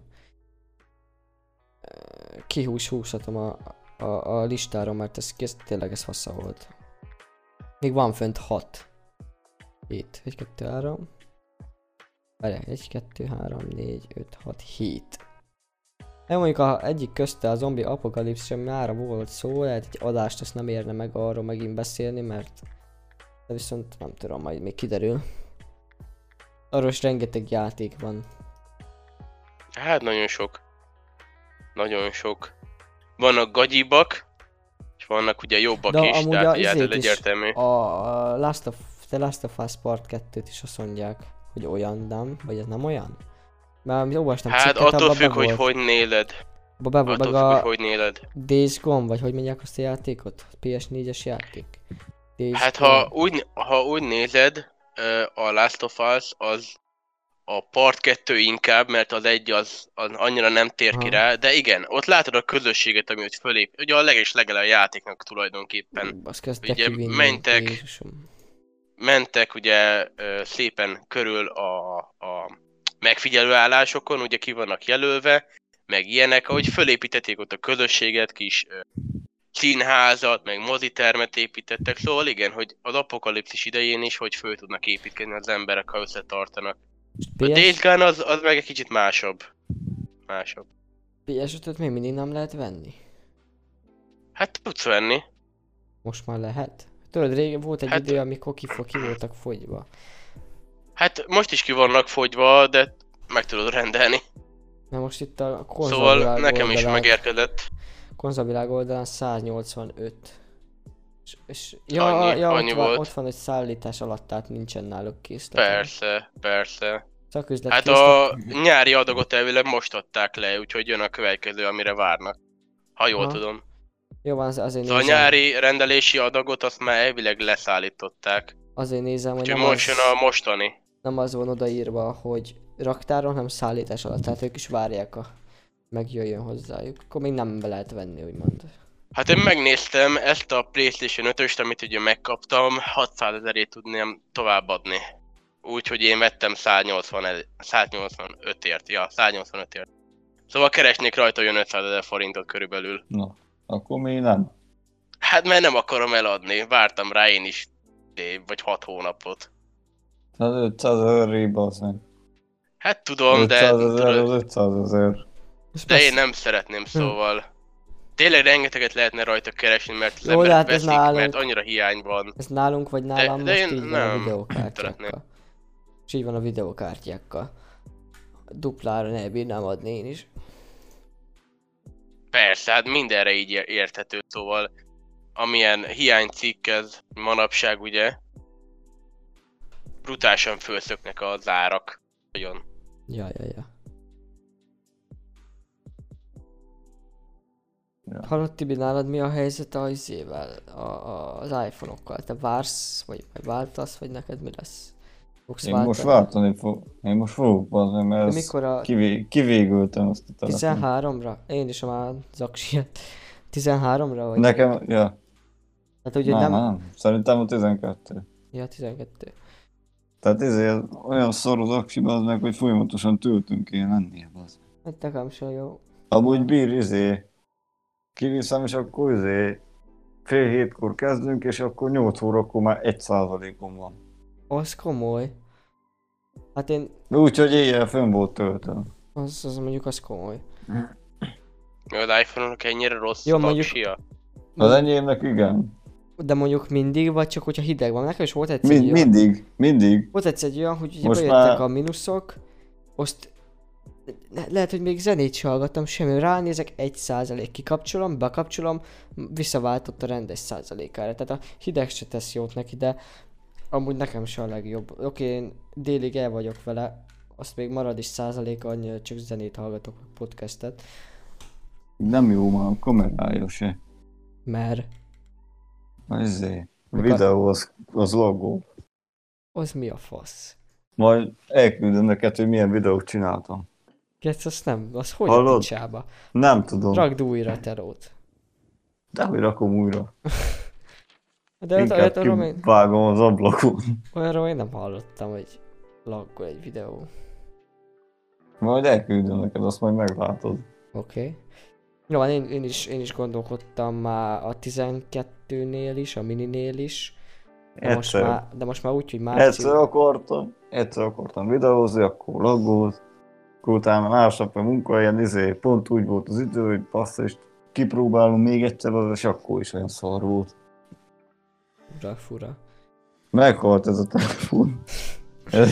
[SPEAKER 1] Kihús húzhatom a, a, a listára, mert ez, ez tényleg ez hossza volt. Még van fönt hat. hét. egy, kettő, három. Várjál, egy, kettő, három, négy, öt, hat, hét. Nem mondjuk a egyik közte a zombi apokalipszisem már volt szó, lehet egy adást azt nem érne meg arról megint beszélni, mert de viszont nem tudom, majd még kiderül. Arról is rengeteg játék van.
[SPEAKER 2] Hát nagyon sok. Nagyon sok. Vannak gagyibak, és vannak ugye jobbak
[SPEAKER 1] De
[SPEAKER 2] is,
[SPEAKER 1] amúgy
[SPEAKER 2] tehát
[SPEAKER 1] a
[SPEAKER 2] ugye ez
[SPEAKER 1] izét is,
[SPEAKER 2] egyértelmű.
[SPEAKER 1] a, a Last of, The Last of Us Part kettőt is azt mondják, hogy olyan, nem? Vagy ez nem olyan? Mert jó, olvastam
[SPEAKER 2] Hát
[SPEAKER 1] cikket,
[SPEAKER 2] attól
[SPEAKER 1] abba
[SPEAKER 2] függ,
[SPEAKER 1] be
[SPEAKER 2] hogy
[SPEAKER 1] volt.
[SPEAKER 2] hogy néled.
[SPEAKER 1] Abba be volt,
[SPEAKER 2] Attól
[SPEAKER 1] meg
[SPEAKER 2] függ,
[SPEAKER 1] a
[SPEAKER 2] hogy hogy néled.
[SPEAKER 1] Days Gone, vagy hogy mondják azt a játékot? pé es négyes játék. Days
[SPEAKER 2] Hát
[SPEAKER 1] Gone.
[SPEAKER 2] ha úgy, ha úgy nézed, ö, a Last of Us az a part kettő inkább, mert az egy az, az annyira nem tér ki
[SPEAKER 1] Aha.
[SPEAKER 2] rá, de igen, ott látod a közösséget, ami ott fölép. Ugye a leges legele a játéknak tulajdonképpen.
[SPEAKER 1] Azt kezdtek
[SPEAKER 2] ugye
[SPEAKER 1] kivinni,
[SPEAKER 2] mentek-
[SPEAKER 1] Jézusom.
[SPEAKER 2] Mentek ugye ö, szépen körül a, a megfigyelő állásokon, ugye ki vannak jelölve, meg ilyenek, ahogy fölépítették ott a közösséget, kis ö, színházat, meg mozitermet építettek, szóval igen, hogy az apokalipszis idején is, hogy föl tudnak építkezni az emberek, ha összetartanak. A
[SPEAKER 1] pé es,
[SPEAKER 2] Days Gone az, az meg egy kicsit másabb. Másabb.
[SPEAKER 1] pé es ötöt még mindig nem lehet venni?
[SPEAKER 2] Hát tudsz venni.
[SPEAKER 1] Most már lehet? Tudod, régen volt egy
[SPEAKER 2] Hát-
[SPEAKER 1] idő, amikor ki, ki voltak fogyva.
[SPEAKER 2] Hát most is ki vannak fogyva, de meg tudod rendelni.
[SPEAKER 1] Na most itt a
[SPEAKER 2] Szóval
[SPEAKER 1] konzolvilág
[SPEAKER 2] nekem is
[SPEAKER 1] oldalán,
[SPEAKER 2] megérkezett.
[SPEAKER 1] konzolvilág oldalán száznyolcvanöt. És, és ja,
[SPEAKER 2] Annyi-
[SPEAKER 1] ja
[SPEAKER 2] annyi
[SPEAKER 1] ott, van,
[SPEAKER 2] volt.
[SPEAKER 1] ott van, hogy szállítás alatt, tehát nincsen náluk készlet.
[SPEAKER 2] Persze, persze.
[SPEAKER 1] Szaküzlet
[SPEAKER 2] Hát
[SPEAKER 1] készlet.
[SPEAKER 2] a nyári adagot elvileg most adták le, úgyhogy jön a következő, amire várnak. Ha jól
[SPEAKER 1] Aha.
[SPEAKER 2] tudom.
[SPEAKER 1] Jó van, az- azért
[SPEAKER 2] Szóval a
[SPEAKER 1] nézem,
[SPEAKER 2] nyári rendelési adagot azt már elvileg leszállították.
[SPEAKER 1] azért nézem, hogy
[SPEAKER 2] Úgyhogy
[SPEAKER 1] nem
[SPEAKER 2] most jön
[SPEAKER 1] az,
[SPEAKER 2] a mostani.
[SPEAKER 1] nem az van odaírva, hogy raktáron, hanem szállítás alatt. Tehát ők is várják a megjöjjön hozzájuk. Akkor még nem be lehet venni, úgymond.
[SPEAKER 2] Hát én megnéztem ezt a PlayStation ötöst, amit ugye megkaptam, hatszázezerért tudnám továbbadni. Úgyhogy én vettem száznyolcvan el- száznyolcvanötért, ja, száznyolcvanötért. Szóval keresnék rajta olyan ötszázezer forintot körülbelül.
[SPEAKER 3] Na, akkor még nem.
[SPEAKER 2] Hát mert nem akarom eladni, vártam rá én is év vagy hat hónapot.
[SPEAKER 3] Az ötszázezer az meg.
[SPEAKER 2] Hát tudom, de,
[SPEAKER 3] ötszázezer
[SPEAKER 2] tudod,
[SPEAKER 3] az ötszázezer.
[SPEAKER 1] És
[SPEAKER 2] de
[SPEAKER 1] persze-
[SPEAKER 2] én nem szeretném, szóval... Tényleg rengeteget lehetne rajta keresni, mert az
[SPEAKER 1] Jó,
[SPEAKER 2] emberek
[SPEAKER 1] de hát ez
[SPEAKER 2] veszik,
[SPEAKER 1] nálunk-
[SPEAKER 2] mert annyira hiány van.
[SPEAKER 1] Ez nálunk vagy nálam
[SPEAKER 2] de
[SPEAKER 1] most
[SPEAKER 2] én
[SPEAKER 1] így van a
[SPEAKER 2] nem
[SPEAKER 1] videókártyákkal.
[SPEAKER 2] szeretném.
[SPEAKER 1] És így van a videókártyákkal. Duplára ne bírnám adni én is.
[SPEAKER 2] Persze, hát mindenre így ér- érthető, szóval amilyen hiánycikk ez manapság, ugye, brutálisan fölszöknek az árak. Nagyon.
[SPEAKER 1] Ja, ja, ja.
[SPEAKER 3] Ja.
[SPEAKER 1] Hallott Tibi, nálad mi a helyzet a izével, a, a, az iPhone-okkal? Te vársz, vagy, vagy váltasz, vagy neked mi lesz? Fogsz
[SPEAKER 3] Én most váltani fog. Én most fogok bazni, mert
[SPEAKER 1] De
[SPEAKER 3] ezt
[SPEAKER 1] mikor a
[SPEAKER 3] kivé, kivégöltem azt a telefont.
[SPEAKER 1] tizenháromra? Én is már zaksiet. tizenháromra vagy?
[SPEAKER 3] Nekem, ja.
[SPEAKER 1] Hát ugye
[SPEAKER 3] Nem,
[SPEAKER 1] nem...
[SPEAKER 3] nem. Szerintem a tizenkettő.
[SPEAKER 1] Ja, tizenkettő.
[SPEAKER 3] Tehát ezért olyan szar az aksiba az meg, hogy folyamatosan töltünk kéne lennie, az.
[SPEAKER 1] Hát nekem sem jó.
[SPEAKER 3] Amúgy bír izé, kiviszem, és akkor izé, fél hétkor kezdünk, és akkor nyolc órakor már egy százalékon van.
[SPEAKER 1] Az komoly. Hát én...
[SPEAKER 3] Úgyhogy éjjel fönn volt töltve.
[SPEAKER 1] Az, az mondjuk az komoly.
[SPEAKER 2] Az iPhone-nak ennyire rossz
[SPEAKER 1] Jó,
[SPEAKER 2] Jó,
[SPEAKER 1] mondjuk-
[SPEAKER 2] laksia.
[SPEAKER 3] Az enyémnek igen.
[SPEAKER 1] De mondjuk mindig, vagy csak hogyha hideg van. Nekem is volt egyszer
[SPEAKER 3] Mind,
[SPEAKER 1] egy olyan,
[SPEAKER 3] mindig, mindig.
[SPEAKER 1] volt egyszer egy olyan, hogy ugye
[SPEAKER 3] Most
[SPEAKER 1] bejöttek
[SPEAKER 3] már-
[SPEAKER 1] a mínuszok, azt le- lehet, hogy még zenét se hallgattam, semmi, ránézek, egy százalék, kikapcsolom, bekapcsolom, visszaváltott a rendes százalékára. Tehát a hideg se tesz jót neki, de amúgy nekem se a legjobb. Oké, én délig el vagyok vele, azt még marad is százalék, annyira csak zenét hallgatok, podcastet,
[SPEAKER 3] Nem jó már a kamerája se.
[SPEAKER 1] mert
[SPEAKER 3] Az izé. A videó az, az logó.
[SPEAKER 1] Az mi a fasz?
[SPEAKER 3] Majd elküldöm neked, hogy milyen videót csináltam.
[SPEAKER 1] Geci, azt nem, az hogy a
[SPEAKER 3] Hallod?
[SPEAKER 1] picsába?
[SPEAKER 3] Nem tudom.
[SPEAKER 1] Ragd újra a terót.
[SPEAKER 3] Dehogy rakom újra.
[SPEAKER 1] De olyat-
[SPEAKER 3] Inkább
[SPEAKER 1] olyat- arról még-
[SPEAKER 3] kivágom az ablakon.
[SPEAKER 1] olyanról én nem hallottam, hogy laggol egy videó.
[SPEAKER 3] Majd elküldöm neked, azt majd meglátod.
[SPEAKER 1] Oké. Okay. Jó, van, én, én, is, én is gondolkodtam már a tizenkettőnél is, a mininél is. De most,
[SPEAKER 3] Egyszer.
[SPEAKER 1] már, de most már úgy, hogy
[SPEAKER 3] Egyszer
[SPEAKER 1] március...
[SPEAKER 3] akartam, egyszer akartam videózni, akkor laggolt. Akkor utána másnap a munkahelyen izé, pont úgy volt az idő, hogy passz, és kipróbálom még egyszer az, és akkor is olyan szar volt.
[SPEAKER 1] Fura, fura.
[SPEAKER 3] Meghalt ez a telefon. Ez-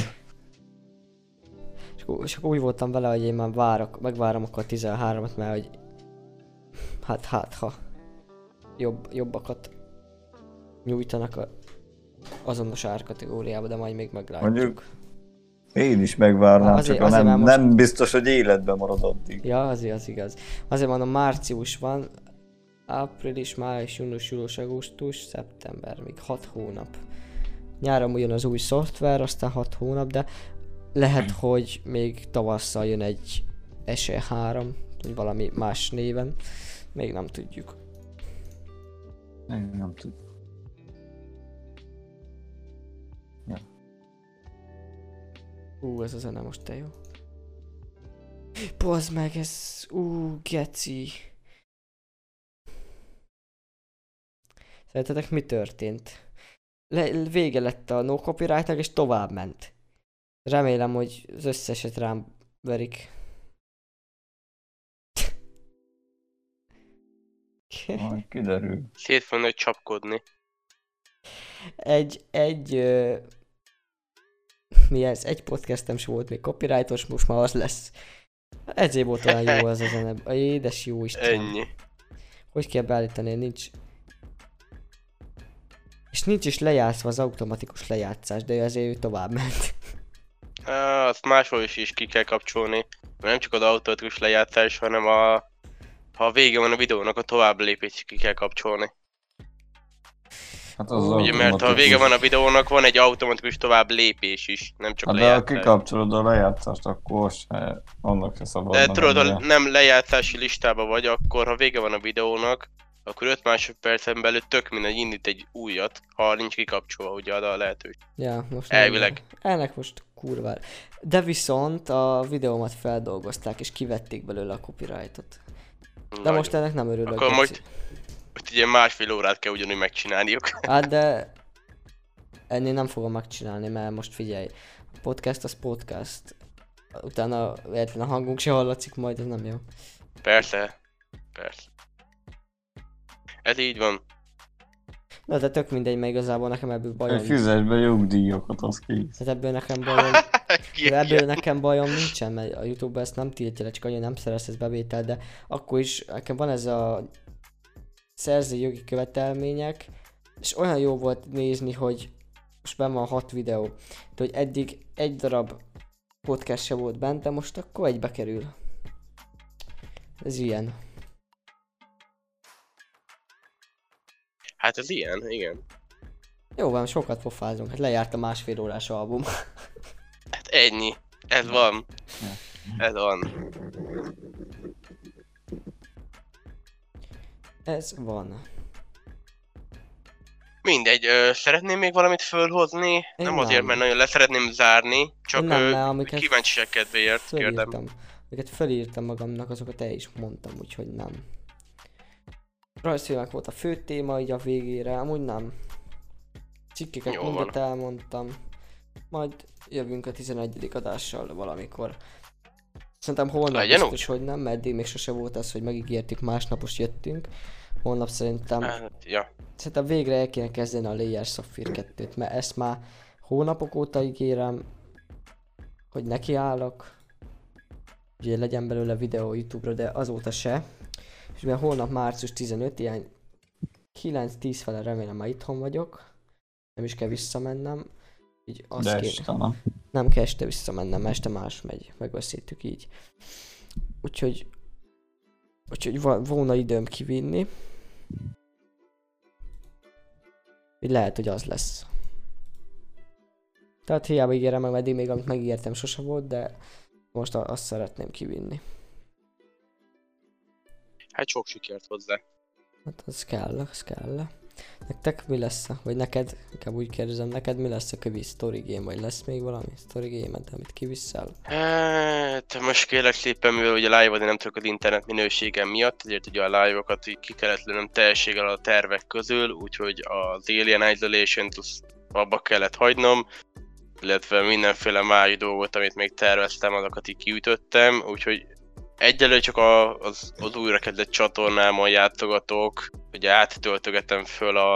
[SPEAKER 1] És akkor, és akkor úgy voltam vele, hogy én már várok, megvárom akkor a tizenháromat, mert hogy... Hát, hát, ha... Jobb, jobbakat nyújtanak a azonos árkategóriába, de majd még meglátjuk.
[SPEAKER 3] Mondjuk én is megvárnám,
[SPEAKER 1] Azért-
[SPEAKER 3] csak
[SPEAKER 1] azért
[SPEAKER 3] nem,
[SPEAKER 1] már most-
[SPEAKER 3] nem biztos, hogy életben marad addig.
[SPEAKER 1] Ja, azért az igaz. Azért mondom, március van, április, május, június, július, augusztus, szeptember, még hat hónap. Nyáron jön az új szoftver, aztán hat hónap, de lehet, hogy még tavasszal jön egy es e három, vagy valami más néven. Még nem tudjuk.
[SPEAKER 3] Nem, nem tudom.
[SPEAKER 1] Ú, ez a zene most te jó. Bazd meg, ez... Ú, geci. Szerintetek mi történt? Le, vége lett a no copyrightnak és tovább ment. Remélem, hogy az összeset rám verik.
[SPEAKER 3] Majd kiderül.
[SPEAKER 2] Szét fognak csapkodni.
[SPEAKER 1] egy, egy... Ö, mi ez? Egy podcastem sem volt még copyrightos, most már az lesz. Ezért volt olyan jó az a zene. A édes jó Isten.
[SPEAKER 2] Ennyi.
[SPEAKER 1] Hogy kell beállítani? Nincs... És nincs is lejátszva az automatikus lejátszás, de azért ő tovább ment.
[SPEAKER 2] Á, azt máshol is, is ki kell kapcsolni. Mert nem csak az automatikus lejátszás, hanem a... Ha a vége van a videónak, a tovább lépést ki kell kapcsolni.
[SPEAKER 3] Hát az
[SPEAKER 2] Ugye, mert ha a vége van a videónak, van egy automatikus tovább lépés is, nem csak
[SPEAKER 3] Hát de ha
[SPEAKER 2] lejátszás.
[SPEAKER 3] kikapcsolod a lejátszást, akkor se, annak se szabad.
[SPEAKER 2] De tudod, ha
[SPEAKER 3] lennie.
[SPEAKER 2] nem lejátszási listában vagy, akkor ha vége van a videónak, akkor öt másodpercen belül tök mindegy indít egy újat, ha nincs kikapcsolva ugye a lehetőség.
[SPEAKER 1] Ja, most
[SPEAKER 2] Elvileg.
[SPEAKER 1] nem- Ennek most kurva. De viszont a videómat feldolgozták és kivették belőle a copyrightot. De
[SPEAKER 2] Nagyon.
[SPEAKER 1] most ennek nem örülök.
[SPEAKER 2] Akkor
[SPEAKER 1] geci.
[SPEAKER 2] most- Most ugye másfél órát kell ugyanúgy megcsinálniuk.
[SPEAKER 1] Hát de... Ennél nem fogom megcsinálni, mert most figyelj. A podcast az podcast. Utána véletlen a hangunk se hallatszik majd, ez nem jó.
[SPEAKER 2] Persze. Persze. Ez így van.
[SPEAKER 1] Na de tök mindegy, mert igazából nekem ebből bajom.
[SPEAKER 3] Hogy fizes be jogdíjakat, az kész.
[SPEAKER 1] Tehát ebből nekem bajom, ebből nekem bajom nincsen, mert a YouTube ezt nem tiltja le, csak annyi nem szerezhetsz bevétel, de akkor is nekem van ez a szerzői jogi követelmények, és olyan jó volt nézni, hogy most benn van hat videó, de hogy eddig egy darab podcast se volt bent, de most akkor egybe kerül. Ez ilyen.
[SPEAKER 2] Hát ez ilyen, igen.
[SPEAKER 1] Jó van, sokat pofázunk, hát lejárt a másfél órás album.
[SPEAKER 2] Hát ennyi. Ez van. Ez van.
[SPEAKER 1] Ez van.
[SPEAKER 2] Mindegy, ö, szeretném még valamit fölhozni?
[SPEAKER 1] Én
[SPEAKER 2] nem azért,
[SPEAKER 1] nem.
[SPEAKER 2] mert nagyon le szeretném zárni, csak
[SPEAKER 1] Én nem,
[SPEAKER 2] ö,
[SPEAKER 1] mert amiket
[SPEAKER 2] kíváncsiság kedvéért kérdem.
[SPEAKER 1] Fölírtam. Amiket felírtam magamnak, azokat el is mondtam, úgyhogy nem. Rajzfilmek volt a fő téma így a végére, amúgy nem. Cikkeket
[SPEAKER 2] Jó
[SPEAKER 1] mindet elmondtam. Majd jövünk a tizenegyedik adással valamikor. Szerintem holnap
[SPEAKER 2] Legyen
[SPEAKER 1] biztos, hogy nem, mert eddig még sose volt az, hogy megígértük, másnapos jöttünk. Holnap szerintem,
[SPEAKER 2] Hát, ja.
[SPEAKER 1] szerintem végre el kéne kezdeni a Layers Sapphire kettőt, mert ezt már hónapok óta ígérem, hogy nekiállok. Ugye legyen belőle videó YouTube-ra, de azóta se. És mivel holnap március tizenötödike, ilyen kilenc-tíz fele remélem már itthon vagyok. Nem is kell visszamennem. Így azt
[SPEAKER 3] De
[SPEAKER 1] kéne.
[SPEAKER 3] este nem.
[SPEAKER 1] Nem kell este visszamennem, mert este más megy. Megbeszéltük így. Úgyhogy... Úgyhogy va- volna időm kivinni. Így lehet, hogy az lesz. Tehát hiába ígérem meg, eddig még amit megígértem sose volt, de most a- azt szeretném kivinni.
[SPEAKER 2] Hát sok sikert hozzá.
[SPEAKER 1] Hát az kell, az kell. Nektek mi lesz? a- Vagy neked, inkább úgy kérdezem, neked mi lesz a kövi story game, vagy lesz még valami story game, amit kiviszel?
[SPEAKER 2] Hát, most kérlek szépen, mivel ugye live-ozni nem tudok az internet minőségem miatt, ezért ugye a live-okat így ki kellett lőnöm teljességgel a tervek közül, úgyhogy az Alien Isolation-t azt abba kellett hagynom, illetve mindenféle más dolgot, amit még terveztem, azokat így kiütöttem, úgyhogy egyelőre csak a, az, az újrakezdett csatornámon játszogatok, ugye áttöltögetem föl a,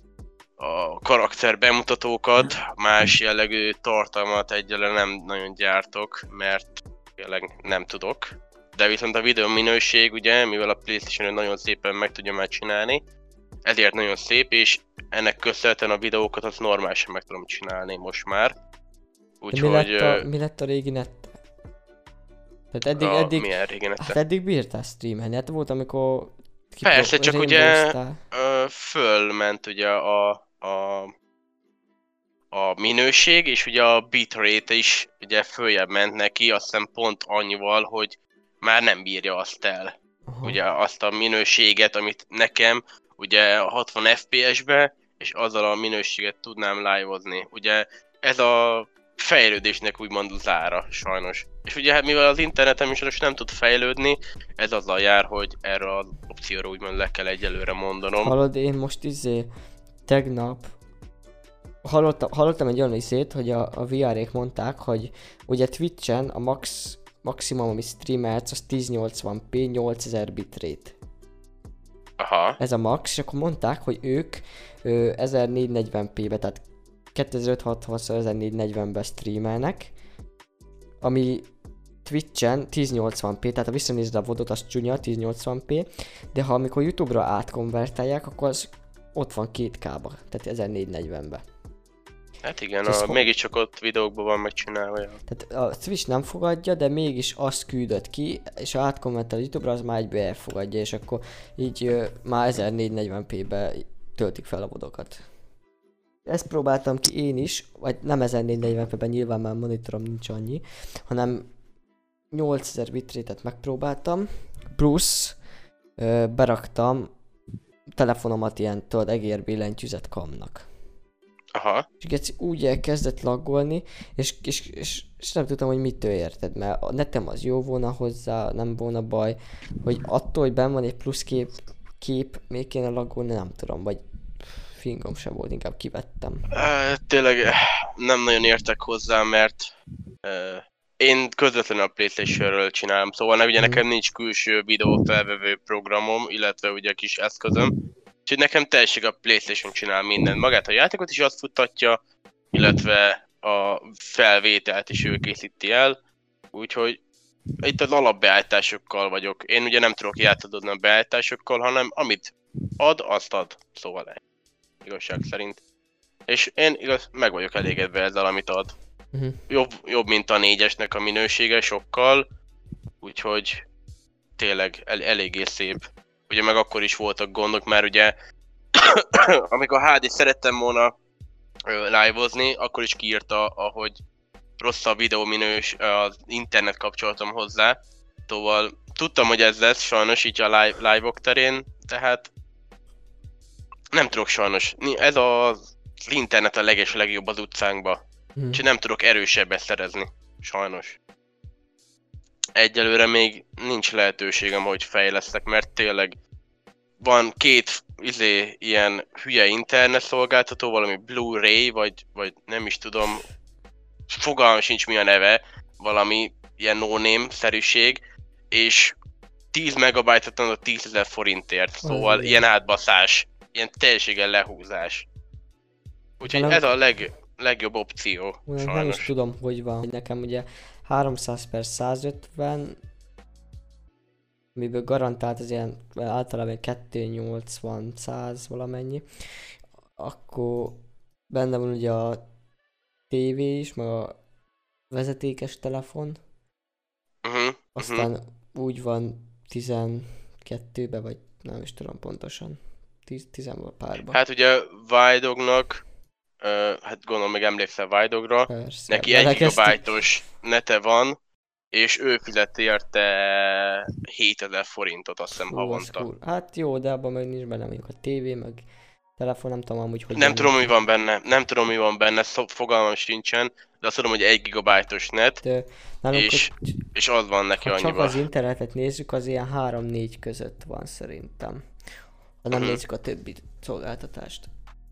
[SPEAKER 2] a karakter bemutatókat, más jellegű tartalmat egyelőre nem nagyon gyártok, mert tényleg nem tudok. De viszont a videó minőség, ugye, mivel a PlayStation nagyon szépen meg tudja már csinálni, ezért nagyon szép, és ennek köszönhetően a videókat az normálisan meg tudom csinálni most már.
[SPEAKER 1] De
[SPEAKER 2] Úgyhogy...
[SPEAKER 1] mi, lett a, mi lett a régi nettel? Tehát eddig,
[SPEAKER 2] a,
[SPEAKER 1] eddig,
[SPEAKER 2] milyen régen
[SPEAKER 1] hát eddig bírtál streamelni, hát volt amikor...
[SPEAKER 2] Persze, csak ugye
[SPEAKER 1] rainbowztál.
[SPEAKER 2] ö, fölment ugye a, a, a minőség, és ugye a bitrate is ugye följebb ment neki, azt hiszem pont annyival, hogy már nem bírja azt el.
[SPEAKER 1] Aha.
[SPEAKER 2] Ugye azt a minőséget, amit nekem ugye hatvan ef pé es-be, és azzal a minőséget tudnám live-ozni. Ugye ez a fejlődésnek úgymond zára, sajnos. És ugye hát mivel az internetem is most nem tud fejlődni, ez azzal jár, hogy erre az opcióra úgymond le kell egyelőre mondanom.
[SPEAKER 1] Hallod, én most izé, tegnap hallottam, hallottam egy olyan izét, hogy a, a vé er-ék mondták, hogy ugye Twitchen a max, maximum, ami streamelsz, az ezernyolcvan pé, nyolcezer bitrate.
[SPEAKER 2] Aha.
[SPEAKER 1] Ez a max, és akkor mondták, hogy ők ö, ezernégyszáznegyven pé-be, tehát kétezer-ötszázhatvan ezernégyszáznegyvenbe streamelnek, ami Twitchen ezernyolcvan pé, tehát ha visszanézed a vodot, az csúnya, ezernyolcvan pé, de ha amikor YouTube-ra átkonvertálják, akkor az ott van két ká-ba, tehát ezernégyszáznegyvenbe.
[SPEAKER 2] Hát igen,
[SPEAKER 1] Ez
[SPEAKER 2] a,
[SPEAKER 1] ho-
[SPEAKER 2] mégiscsak ott videókban van megcsinálva. Ja.
[SPEAKER 1] Tehát a Twitch nem fogadja, de mégis azt küldött ki, és ha átkommentál a YouTube-ra, az már egybe elfogadja, és akkor így ö, már ezernégyszáznegyven pé-be töltik fel a vodokat. Ezt próbáltam ki én is, vagy nem ezernégyszáznegyven pé-ben, nyilván már monitorom nincs annyi, hanem nyolcezer bitrate-et megpróbáltam, plusz ö, beraktam telefonomat ilyen, tudod, egérbillentyűzet kamnak.
[SPEAKER 2] Aha.
[SPEAKER 1] És geci úgy elkezdett laggolni, és, és, és, és nem tudtam, hogy mitől érted, mert a netem az jó volna hozzá, nem volna baj, hogy attól, hogy benn van egy plusz kép, kép még kéne laggolni, nem tudom, vagy fingom sem volt, inkább kivettem.
[SPEAKER 2] Uh, tényleg eh, nem nagyon értek hozzá, mert uh, én közvetlenül a PlayStation-ről csinálom, szóval ugye
[SPEAKER 1] Mhm.
[SPEAKER 2] nekem nincs külső videófelvevő programom, illetve ugye kis eszközöm. Úgyhogy nekem teljesen a PlayStation csinál mindent. Magát a játékot is azt futtatja, illetve a felvételt is ő készíti el. Úgyhogy itt az alapbeállításokkal vagyok. Én ugye nem tudok játszadni a beállításokkal, hanem amit ad, azt ad. Szóval igazság szerint. És én igaz, meg vagyok elégedve ezzel, amit ad.
[SPEAKER 1] Uh-huh.
[SPEAKER 2] Jobb, jobb, mint a négyesnek a minősége sokkal, úgyhogy tényleg el, eléggé szép. Ugye meg akkor is voltak gondok, mert ugye amikor há dé szerettem volna ö, live-ozni, akkor is kiírta, ahogy rossz a videó minős, az internet kapcsolatom hozzá. Szóval tudtam, hogy ez lesz sajnos így a live, live-ok terén, tehát nem tudok sajnos. Ez az internet a leges legjobb az utcánkba.
[SPEAKER 1] Uh-huh.
[SPEAKER 2] Úgyhogy nem tudok erősebbet szerezni. Sajnos. Egyelőre még nincs lehetőségem, hogy fejlesztek, mert tényleg van két izé, ilyen hülye internet szolgáltató, valami Blu-ray, vagy, vagy nem is tudom, fogalmam sincs mi a neve, valami ilyen no-name-szerűség, és tíz megabájtot adott tízezer forintért, szóval
[SPEAKER 1] Az
[SPEAKER 2] ilyen átbaszás, ilyen teljességgel lehúzás. Úgyhogy
[SPEAKER 1] Nem-
[SPEAKER 2] ez a leg, legjobb opció,
[SPEAKER 1] Nem, nem is
[SPEAKER 2] sajnos.
[SPEAKER 1] tudom, hogy van, hogy nekem ugye háromszáz per százötven, amiből garantált az ilyen általában kétszáznyolcvan száz valamennyi, akkor benne van ugye a tévé is, meg a vezetékes telefon,
[SPEAKER 2] Uh-huh,
[SPEAKER 1] aztán úgy van tizenkettőbe, vagy nem is tudom pontosan. tíz, tizen párba.
[SPEAKER 2] Hát ugye Vildognak, uh, hát gondolom még emlékszel Vildogra,
[SPEAKER 1] Persze,
[SPEAKER 2] neki egy
[SPEAKER 1] belekezdtük.
[SPEAKER 2] gigabájtos nete van, és ő fizet érte hétezer forintot, azt hiszem,
[SPEAKER 1] Fú, az
[SPEAKER 2] havonta.
[SPEAKER 1] cool. Hát jó, de abban meg nincs benne mondjuk a tévé, meg telefon, nem tudom amúgy, hogy
[SPEAKER 2] Nem
[SPEAKER 1] jön
[SPEAKER 2] tudom, mi
[SPEAKER 1] neki.
[SPEAKER 2] van benne, nem tudom, mi van benne, szó- fogalmam sincsen, de azt tudom, hogy egy gigabájtos net,
[SPEAKER 1] De nálunk,
[SPEAKER 2] és,
[SPEAKER 1] hogy,
[SPEAKER 2] és az van neki
[SPEAKER 1] ha csak
[SPEAKER 2] annyiba.
[SPEAKER 1] az internetet nézzük, az ilyen három-négy között van szerintem. Ha nem
[SPEAKER 2] Mhm.
[SPEAKER 1] nézzük a többi szolgáltatást.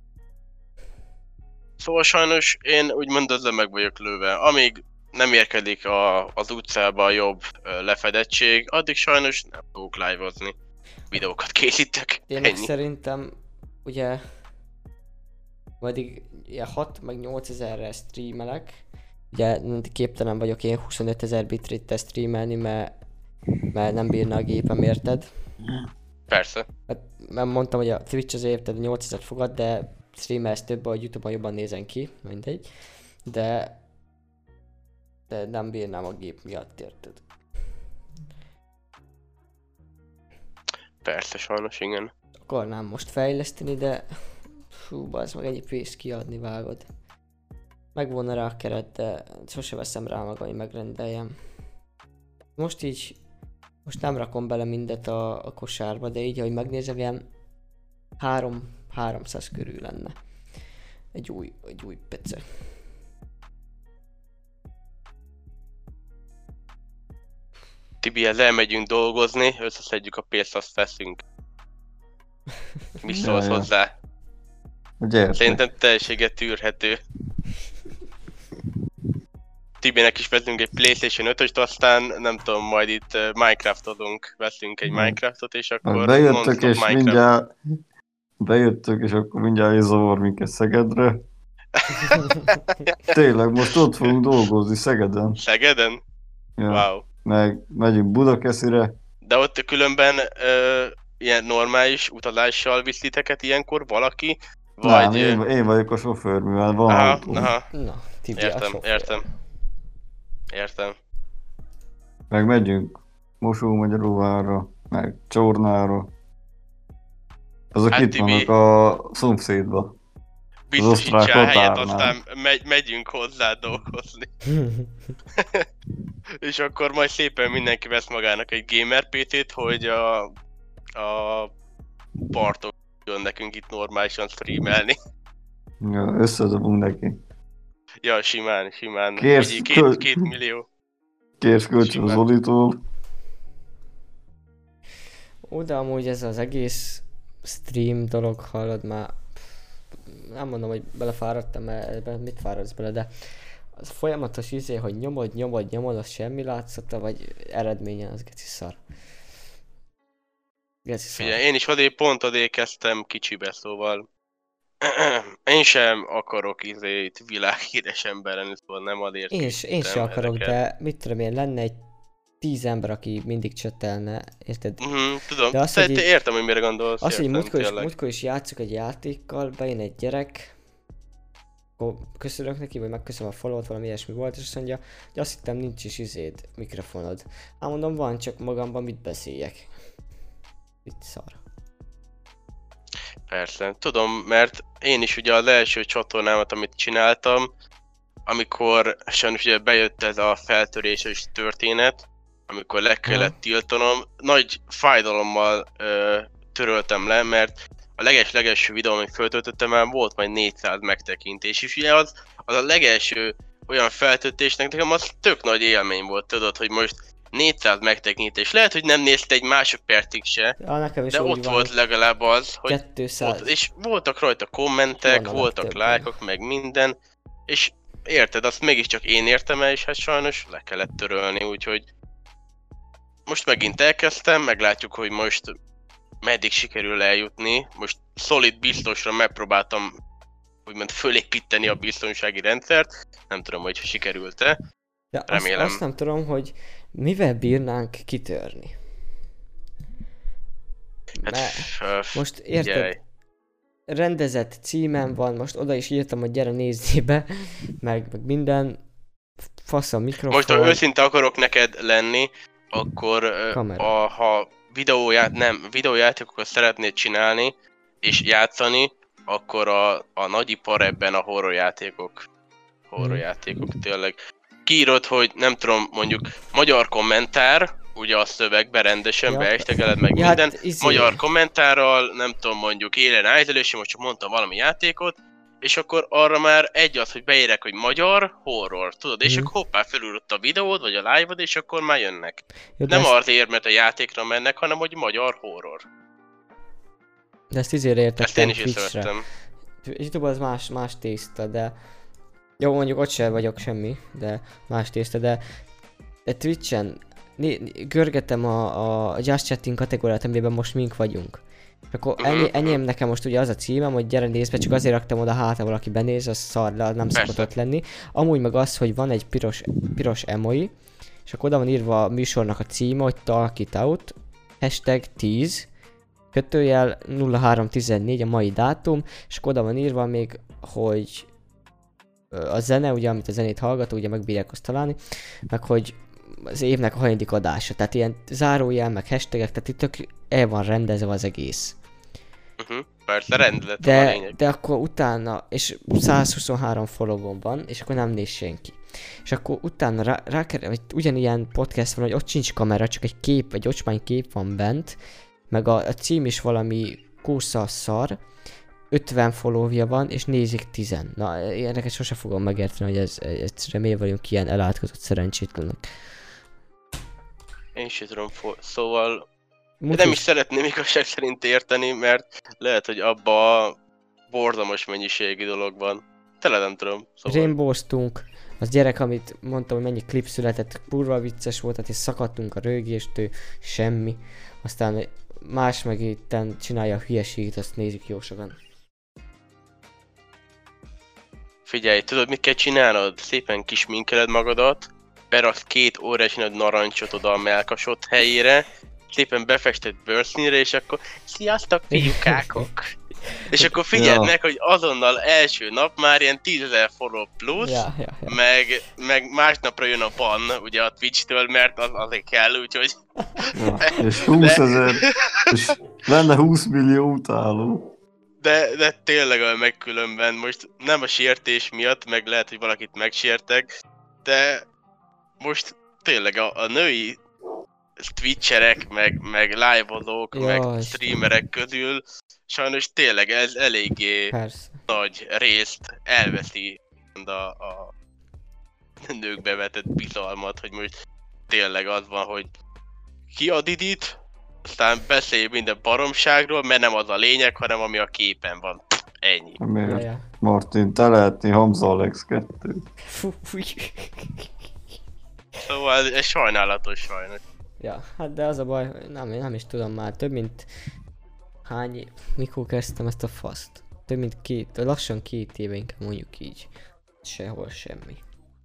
[SPEAKER 2] Szóval sajnos én úgymond ezzel meg vagyok lőve. Amíg nem érkedik a, az utcába a jobb ö, lefedettség, addig sajnos nem fogok live-ozni. Videókat készítek.
[SPEAKER 1] Én meg
[SPEAKER 2] Ennyi.
[SPEAKER 1] szerintem, ugye, majd ilyen hat meg nyolc ezerre streamelek. Ugye képtelen vagyok én huszonöt ezer bitrate-tel streamelni, mert, mert nem bírna a gépem, érted?
[SPEAKER 2] Persze.
[SPEAKER 1] Hát, mert mondtam, hogy a Twitch az érted nyolcezer fogad, de streamelsz több, a YouTube-on jobban nézen ki, mindegy. De, de nem bírnám a gép miatt, érted?
[SPEAKER 2] Persze, sajnos igen.
[SPEAKER 1] Akarnám most fejleszteni, de fú, bazd meg, ennyi pénzt kiadni, vágod. Megvolna rá a keret, de sose veszem rá magam, hogy megrendeljem. Most így, most nem rakom bele mindet a, a kosárba, de így, ahogy megnézem, ilyen három, háromszáz körül lenne. Egy új, egy új pece.
[SPEAKER 2] Tibihez elmegyünk dolgozni, összeszedjük a pénzt, azt veszünk. Mi szólsz
[SPEAKER 3] Ja, ja.
[SPEAKER 2] hozzá?
[SPEAKER 3] Gyertek.
[SPEAKER 2] Szerintem teljességet tűrhető. Tibinek is veszünk egy PlayStation ötöst, aztán nem tudom, majd itt uh, Minecraftodunk, veszünk egy
[SPEAKER 3] Hmm.
[SPEAKER 2] Minecraftot, és
[SPEAKER 3] Meg
[SPEAKER 2] akkor
[SPEAKER 3] bejöttök
[SPEAKER 2] non-stop
[SPEAKER 3] és
[SPEAKER 2] Minecraft.
[SPEAKER 3] mindjárt bejöttök és akkor mindjárt zavar minket Szegedre. Tényleg, most ott fogunk dolgozni Szegeden.
[SPEAKER 2] Szegeden?
[SPEAKER 3] Ja.
[SPEAKER 2] Wow.
[SPEAKER 3] Meg megyünk Budakeszire.
[SPEAKER 2] De ott különben ö, ilyen normális utazással visz titeket ilyenkor valaki?
[SPEAKER 3] Nem,
[SPEAKER 2] Vagy...
[SPEAKER 3] én,
[SPEAKER 2] ö,
[SPEAKER 3] én vagyok a sofőr, mivel van
[SPEAKER 2] aha,
[SPEAKER 3] autó.
[SPEAKER 2] aha,
[SPEAKER 1] Na, Tibi, a
[SPEAKER 2] értem,
[SPEAKER 1] sofőr.
[SPEAKER 2] értem. Értem.
[SPEAKER 3] Meg megyünk Mosómagyaróvárra, meg Csornára. Azok
[SPEAKER 2] Hát
[SPEAKER 3] itt
[SPEAKER 2] Tibi-
[SPEAKER 3] vannak a szomszédba.
[SPEAKER 2] Biztosítsál
[SPEAKER 3] osztrák
[SPEAKER 2] helyet,
[SPEAKER 3] határnál.
[SPEAKER 2] aztán megy, megyünk hozzá dolgozni. És akkor majd szépen mindenki vesz magának egy gamer pé cét, hogy a, a partok jön nekünk itt normálisan streamelni.
[SPEAKER 3] Ja, összedobunk neki.
[SPEAKER 2] Ja, simán, simán.
[SPEAKER 3] Kérsz,
[SPEAKER 2] Ugye
[SPEAKER 3] köl-
[SPEAKER 2] két, két millió.
[SPEAKER 3] Kérsz kölcsön az
[SPEAKER 2] Simán.
[SPEAKER 3] Olitól.
[SPEAKER 1] Ó, de amúgy ez az egész stream dolog, hallod már, nem mondom, hogy belefáradtam, mert ebben mit fáradsz bele, de az folyamatos izé, hogy nyomod, nyomod, nyomod, az semmi látszata, vagy eredményen, az geci szar. Geci szar.
[SPEAKER 2] Ugye én is odé, pont odé kezdtem kicsibe, szóval én sem akarok izé itt világhíres ember lenni, szóval nem adért
[SPEAKER 1] Én, s- én sem akarok,
[SPEAKER 2] ezeket.
[SPEAKER 1] de mit tudom én, lenne egy tíz ember, aki mindig csetelne, érted?
[SPEAKER 2] Mhm, tudom,
[SPEAKER 1] De az,
[SPEAKER 2] te,
[SPEAKER 1] hogy
[SPEAKER 2] te
[SPEAKER 1] így-
[SPEAKER 2] értem, hogy mire gondolsz.
[SPEAKER 1] Azt, hogy
[SPEAKER 2] értem,
[SPEAKER 1] múltkor is,
[SPEAKER 2] tényleg.
[SPEAKER 1] múltkor is játszok egy játékkal, bejön egy gyerek, akkor köszönök neki, vagy megköszönöm a follow-t, valami ilyesmi volt, és azt mondja, hogy azt hittem nincs is izéd, mikrofonod. Hát mondom, van, csak magamban mit beszéljek. Itt szar.
[SPEAKER 2] Persze, tudom, mert én is ugye az első csatornámat, amit csináltam, amikor sajnos ugye bejött ez a feltöréses történet, amikor le kellett tiltanom, nagy fájdalommal ö, töröltem le, mert a leges-legelső videó, amit föltöltöttem, már volt majd négyszáz megtekintés, és ugye az, az a legelső olyan feltöltésnek nekem az tök nagy élmény volt, tudod, hogy most négyszáz megtekintés. Lehet, hogy nem nézte egy másodpercig se,
[SPEAKER 1] Ja, nekem is
[SPEAKER 2] de
[SPEAKER 1] úgy
[SPEAKER 2] ott
[SPEAKER 1] van,
[SPEAKER 2] volt legalább az, hogy
[SPEAKER 1] kétszáz.
[SPEAKER 2] ott, és voltak rajta kommentek,
[SPEAKER 1] Van a
[SPEAKER 2] voltak
[SPEAKER 1] legtöbben.
[SPEAKER 2] lájkok, meg minden, és érted, azt mégiscsak én értem el, és hát sajnos le kellett törölni, úgyhogy most megint elkezdtem, meglátjuk, hogy most meddig sikerül eljutni. Most szolid biztosra megpróbáltam úgymond fölépíteni a biztonsági rendszert, nem tudom, hogy sikerült-e.
[SPEAKER 1] De azt,
[SPEAKER 2] remélem.
[SPEAKER 1] azt nem tudom, hogy mivel bírnánk kitörni.
[SPEAKER 2] Hát,
[SPEAKER 1] Mert
[SPEAKER 2] öf,
[SPEAKER 1] most érted,
[SPEAKER 2] figyelj.
[SPEAKER 1] rendezett címem van, most oda is írtam, hogy gyere nézzé be, meg, meg minden, fasz a mikrofon.
[SPEAKER 2] Most ha őszinte akarok neked lenni, akkor ö,
[SPEAKER 1] Kamera.
[SPEAKER 2] a, ha videóját, nem, videójátékokat szeretnéd csinálni, és játszani, akkor a, a nagyipar ebben a horrorjátékok. Horrorjátékok tényleg. Kiírod, hogy nem tudom, mondjuk magyar kommentár, ugye a szövegben rendesen
[SPEAKER 1] Ja.
[SPEAKER 2] beestegeled meg
[SPEAKER 1] Ja,
[SPEAKER 2] minden,
[SPEAKER 1] hát izé.
[SPEAKER 2] magyar kommentárral, nem tudom, mondjuk élen állítelősen, most csak mondtam valami játékot, és akkor arra már egy az, hogy beírek, hogy magyar horror, tudod, és
[SPEAKER 1] Mhm.
[SPEAKER 2] akkor hoppá felülött a videód, vagy a live-od, és akkor már jönnek.
[SPEAKER 1] Jó, de
[SPEAKER 2] Nem
[SPEAKER 1] ezt,
[SPEAKER 2] azért, mert a játékra mennek, hanem hogy magyar horror.
[SPEAKER 1] de ezt izére
[SPEAKER 2] Ezt én
[SPEAKER 1] értettem
[SPEAKER 2] is
[SPEAKER 1] Twitchre.
[SPEAKER 2] észrevettem.
[SPEAKER 1] YouTube az más, más tészta, de... Jó, mondjuk ott sem vagyok semmi, de más tészta, de... De Twitchen né- görgetem a, a Just Chatting kategóriát, amiben most mink vagyunk. És akkor
[SPEAKER 2] Mhm,
[SPEAKER 1] ennyi,
[SPEAKER 2] mhm.
[SPEAKER 1] enyém nekem most ugye az a címem, hogy gyere nézd be, csak azért raktam oda, hát ha valaki benéz, az szar le, az nem
[SPEAKER 2] Persze.
[SPEAKER 1] szokott ott lenni. Amúgy meg az, hogy van egy piros, piros emoi, és akkor oda van írva a műsornak a címe, hogy Talk It Out, hashtag tíz, kötőjel nulla három tizennégy a mai dátum, és akkor oda van írva még, hogy ö, a zene, ugye, amit a zenét hallgató, ugye megbírják azt találni, meg hogy az évnek a hanyadik adása, tehát ilyen zárójel, meg hashtagek, tehát itt tök el van rendezve az egész.
[SPEAKER 2] Uh-huh. Persze, rendelet van a
[SPEAKER 1] De,
[SPEAKER 2] lényeg.
[SPEAKER 1] de akkor utána, és száz huszonhárom followom van, és akkor nem néz senki. És akkor utána rá, rá vagy ugyanilyen podcast van, hogy ott sincs kamera, csak egy kép, egy ocsmány kép van bent, meg a, a cím is valami kósza szar, ötven followja van, és nézik tizen. Na, ilyeneket sose fogom megérteni, hogy ez, egyszerűen miért vagyunk ilyen elátkozott szerencsétlenek.
[SPEAKER 2] Én sem tudom, fo- szóval
[SPEAKER 1] Mutis,
[SPEAKER 2] nem is szeretném igazság szerint érteni, mert lehet, hogy abba a borzalmas mennyiségű dolog van. Tele nem tudom, szóval.
[SPEAKER 1] Rainbowztunk, az gyerek, amit mondtam, hogy mennyi klip született, kurva vicces volt, hát és szakadtunk a rögéstől, semmi. Aztán más meg itten csinálja a hülyeségét, azt nézik jó sokan.
[SPEAKER 2] Figyelj, tudod mit kell csinálnod? Szépen kisminkeled magadat, beraksz két órás nagy narancsot oda a melkasod helyére, szépen befested bőrszínre, és akkor sziasztok fiúkákok! És akkor figyeld
[SPEAKER 3] Ja.
[SPEAKER 2] meg, hogy azonnal első nap már ilyen tízezer follow plusz,
[SPEAKER 1] Ja, ja, ja.
[SPEAKER 2] meg, meg másnapra jön a ban, ugye a Twitch-től, mert az azért kell, úgyhogy...
[SPEAKER 3] Ja, és húszezer, és lenne húsz millió utáló.
[SPEAKER 2] De, de tényleg olyan meg különben, most nem a sértés miatt, meg lehet, hogy valakit megsértek, de most tényleg a, a női twitcherek, meg, meg live-ozók,
[SPEAKER 1] Ja,
[SPEAKER 2] meg
[SPEAKER 1] Istenem.
[SPEAKER 2] streamerek közül sajnos tényleg ez eléggé
[SPEAKER 1] Persze.
[SPEAKER 2] nagy részt elveszi a, a nőkbe vetett bizalmat, hogy most tényleg az van, hogy ki a Didit, aztán beszélj minden baromságról, mert nem az a lényeg, hanem ami a képen van. Ennyi.
[SPEAKER 1] Ja,
[SPEAKER 3] Miért?
[SPEAKER 1] ja.
[SPEAKER 3] Martin, te lehetni Hamza Alex kettő.
[SPEAKER 1] Fú, fúj.
[SPEAKER 2] Szóval ez, ez sajnálatos sajnos.
[SPEAKER 1] Ja, hát de az a baj, hogy nem, nem is tudom már, több mint hány, é- mikor kezdtem ezt a faszt? Több mint két, lassan két éve inkább mondjuk így. Sehol semmi.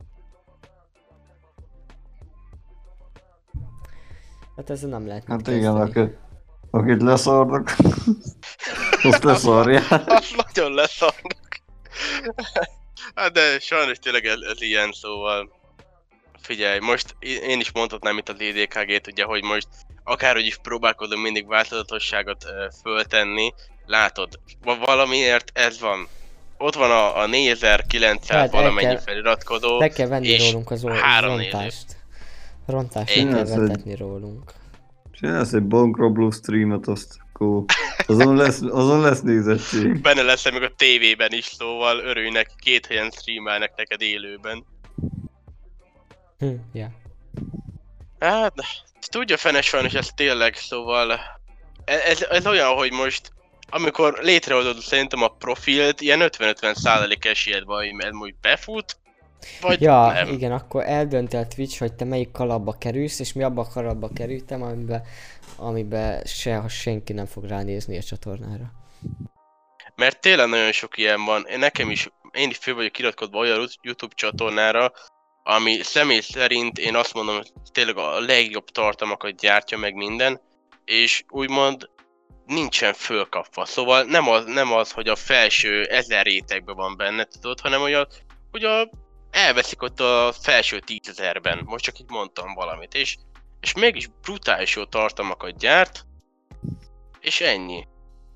[SPEAKER 1] Hát ezzel nem lehet mit
[SPEAKER 3] Hát igen,
[SPEAKER 1] kezdeni.
[SPEAKER 3] akit, akit leszarnak, azt leszarják.
[SPEAKER 2] Az nagyon leszarnak. Hát de sajnos tényleg ez, ez ilyen, szóval... Figyelj, most én is mondhatnám itt a dé dé ká gét, ugye, hogy most akárhogy is próbálkozom mindig változatosságot ö, föltenni, látod, va- valamiért ez van. Ott van a, a négyezer-kilencszáz
[SPEAKER 1] Hát el
[SPEAKER 2] valamennyi
[SPEAKER 1] kell-
[SPEAKER 2] feliratkozó,
[SPEAKER 1] Le kell venni
[SPEAKER 2] és
[SPEAKER 1] rólunk az or-
[SPEAKER 2] három
[SPEAKER 1] rontást. Rontást
[SPEAKER 2] Én
[SPEAKER 1] le kell
[SPEAKER 3] az egy-
[SPEAKER 1] vetetni rólunk.
[SPEAKER 3] Csinálsz egy bankrobló streamet, azt akkor azon lesz, azon lesz nézettség.
[SPEAKER 2] benne lesz még a tévében is, szóval örülj neki, két helyen streamelnek neked élőben.
[SPEAKER 1] Hm, ja.
[SPEAKER 2] Hát, tudja fene sajnos ez tényleg, szóval ez, ez olyan, hogy most amikor létrehozod szerintem a profilt, ilyen ötven-ötven százalék esélyed van, hogy ez most befut, vagy
[SPEAKER 1] Ja,
[SPEAKER 2] nem.
[SPEAKER 1] igen, akkor eldönti a Twitch, hogy te melyik kalapba kerülsz, és mi abba a kalapba kerültem, amiben, amiben se, senki nem fog ránézni a csatornára.
[SPEAKER 2] Mert tényleg nagyon sok ilyen van, én nekem is, én is fő vagyok iratkozva olyan YouTube csatornára, ami személy szerint én azt mondom, hogy tényleg a legjobb tartalmakat gyártja meg minden, és úgymond nincsen fölkapva. Szóval nem az, nem az, hogy a felső ezer rétegben van benne, tudod, hanem hogy a, hogy a elveszik ott a felső tízezerben. Most csak így mondtam valamit, és, és mégis brutális jó tartalmakat gyárt, és ennyi.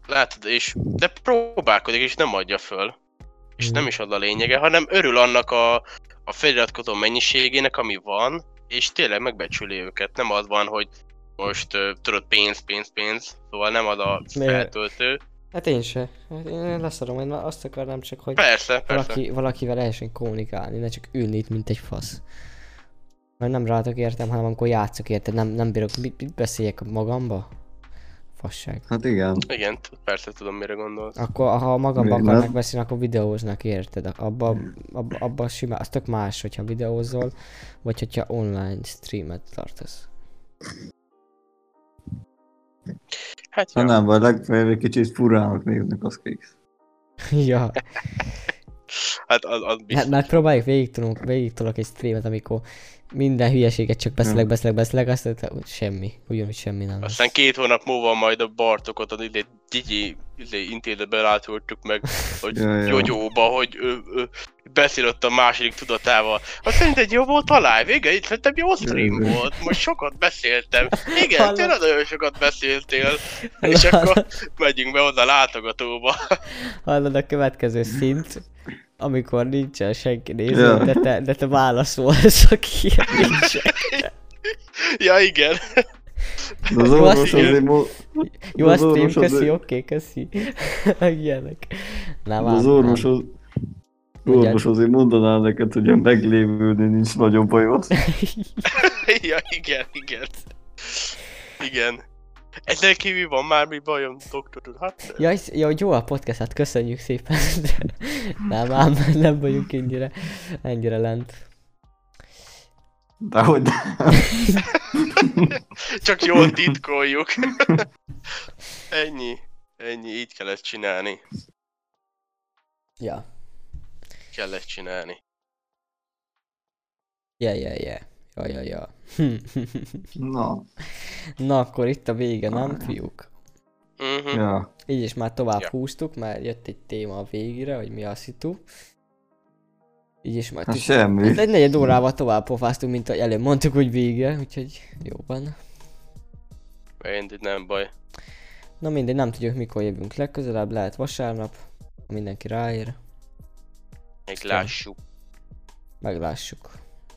[SPEAKER 2] Látod, és de próbálkodik, és nem adja föl. És
[SPEAKER 1] Hmm.
[SPEAKER 2] nem is az a lényege, hanem örül annak a, a feliratkozó mennyiségének, ami van, és tényleg megbecsüli őket. Nem az van, hogy most uh, tudod pénz, pénz, pénz, szóval nem az a
[SPEAKER 1] Miért?
[SPEAKER 2] feltöltő.
[SPEAKER 1] Hát én se. Hát én leszarom, én azt akarnám csak, hogy
[SPEAKER 2] Persze, persze.
[SPEAKER 1] valaki, valakivel lehessen kommunikálni, ne csak ülni itt, mint egy fasz. Mert nem rátok értem, hanem amikor játszok érted, nem, nem bírok, mit, mit beszéljek magamba? Fasság.
[SPEAKER 3] Hát igen.
[SPEAKER 2] Igen, t- persze tudom, mire gondolsz.
[SPEAKER 1] Akkor, ha magamba
[SPEAKER 3] Még
[SPEAKER 1] akarnak
[SPEAKER 3] nem.
[SPEAKER 1] beszélni, akkor videóznak, érted? Abba, abba, abba simán, az tök más, hogyha videózol, vagy hogyha online streamet tartasz.
[SPEAKER 2] Hát
[SPEAKER 3] Ha
[SPEAKER 2] jó.
[SPEAKER 3] nem, vagy legfeljebb egy kicsit furának néznek, az kész.
[SPEAKER 1] Ja,
[SPEAKER 2] Hát az, az
[SPEAKER 1] hát
[SPEAKER 2] biztos.
[SPEAKER 1] már próbáljuk végig tudunk, végig tudok egy streamet, amikor minden hülyeséget csak beszélek,
[SPEAKER 3] Ja.
[SPEAKER 1] beszélek, beszélek, aztán úgy semmi, ugyanúgy semmi nem lesz.
[SPEAKER 2] Aztán két hónap múlva majd a Bartokot az ide Gigi ide intézetbe látoltuk meg, hogy
[SPEAKER 3] Ja, ja.
[SPEAKER 2] Gyogyóba, hogy ő, ő beszél ott a második tudatával. Azt szerinted jó volt a live? Igen, itt szerintem jó stream
[SPEAKER 3] Ja, ja.
[SPEAKER 2] volt. Most sokat beszéltem. Igen,
[SPEAKER 1] Hallod?
[SPEAKER 2] tényleg nagyon sokat beszéltél. És akkor megyünk be oda a látogatóba.
[SPEAKER 1] Hallod a következő szint, amikor nincsen senki néző,
[SPEAKER 3] Ja.
[SPEAKER 1] de, te, de te válaszolsz, aki ilyen nincsen.
[SPEAKER 2] Ja, igen.
[SPEAKER 3] De az
[SPEAKER 1] Jó,
[SPEAKER 3] orvos
[SPEAKER 1] azt
[SPEAKER 3] azért mo-
[SPEAKER 1] Jó, a
[SPEAKER 3] az
[SPEAKER 1] stream,
[SPEAKER 3] orvos
[SPEAKER 1] köszi,
[SPEAKER 3] azért-
[SPEAKER 1] oké, köszi. Ilyenek. Nem,
[SPEAKER 3] az
[SPEAKER 1] ám,
[SPEAKER 3] orvos
[SPEAKER 1] nem.
[SPEAKER 3] az...
[SPEAKER 1] Mondjad.
[SPEAKER 3] Orvos azért mondaná neked, hogy a meglévőnél nincs nagyobb bajod.
[SPEAKER 2] Ja, igen, igen. Igen. Ezzel kívül van már mi bajom, doktor úr? Hát
[SPEAKER 1] Ja, és- ja, hogy jó a podcast, hát köszönjük szépen. Nem ám, nem vagyunk ennyire, ennyire lent.
[SPEAKER 3] Dehogy nem.
[SPEAKER 2] csak jól titkoljuk. Ennyi. Ennyi, így kell ezt csinálni.
[SPEAKER 1] Ja,
[SPEAKER 2] Kell ezt csinálni.
[SPEAKER 1] ja, ja, ja. Ja, ja, ja.
[SPEAKER 3] Na,
[SPEAKER 1] Na, akkor itt a vége, nem, fiúk?
[SPEAKER 2] Mhm.
[SPEAKER 3] ja.
[SPEAKER 1] Így is már tovább
[SPEAKER 2] Ja.
[SPEAKER 1] húztuk, mert jött egy téma a végére, hogy mi a szitu. Így is már
[SPEAKER 3] Hát
[SPEAKER 1] tis-
[SPEAKER 3] semmi.
[SPEAKER 1] egy negyed órával tovább pofáztunk, mint ahogy előbb mondtuk, hogy vége, úgyhogy jó van.
[SPEAKER 2] Mindegy, nem baj.
[SPEAKER 1] Na mindegy, nem tudjuk mikor jövünk legközelebb, lehet vasárnap, ha mindenki ráér,
[SPEAKER 2] Meglássuk.
[SPEAKER 1] meglássuk.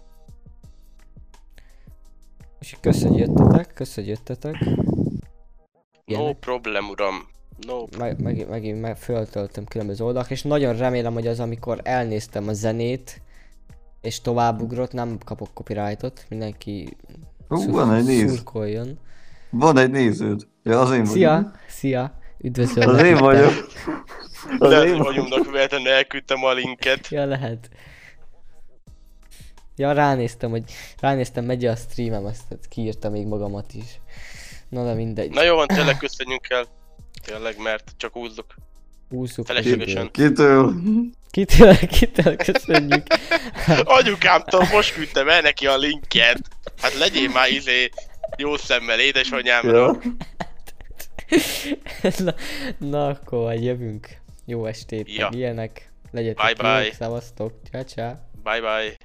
[SPEAKER 1] És köszönjük jöttetek, köszönjük jöttetek.
[SPEAKER 2] No
[SPEAKER 1] Ilyenek.
[SPEAKER 2] problem, uram. No.
[SPEAKER 1] Meg, meg, megint meg föltöltöm különböző oldalak, és nagyon remélem, hogy az, amikor elnéztem a zenét, és továbbugrott, nem kapok copyrightot, mindenki
[SPEAKER 3] Hú,
[SPEAKER 1] szur-
[SPEAKER 3] van egy néz.
[SPEAKER 1] szurkoljon.
[SPEAKER 3] Van egy néződ. Ja, az én vagyok.
[SPEAKER 1] Szia, szia, üdvözöllek.
[SPEAKER 3] Az én
[SPEAKER 1] itt.
[SPEAKER 3] vagyok. Az
[SPEAKER 2] Lehet,
[SPEAKER 3] én
[SPEAKER 2] hogy
[SPEAKER 3] vagyok.
[SPEAKER 2] vagyunknak véletlenül elküldtem a linket.
[SPEAKER 1] Ja, lehet. Ja, ránéztem, hogy ránéztem, megy a streamem, azt kiírtam még magamat is. Na de mindegy.
[SPEAKER 2] Na jó van, tényleg köszönjünk el. Tényleg, mert csak húzzuk.
[SPEAKER 1] Húzzuk.
[SPEAKER 2] Feleslegesen.
[SPEAKER 3] Kitől?
[SPEAKER 1] Kitől, kitől köszönjük.
[SPEAKER 2] Anyukámtól most küldtem el neki a linket. Hát legyél már izé jó szemmel édesanyámra.
[SPEAKER 3] Ja.
[SPEAKER 1] na, na, akkor majd jövünk. Jó estét,
[SPEAKER 2] Ja.
[SPEAKER 1] meg ilyenek. Legyetek
[SPEAKER 2] Bye, bye.
[SPEAKER 1] jók, szevasztok. Ciao, ciao.
[SPEAKER 2] Bye bye.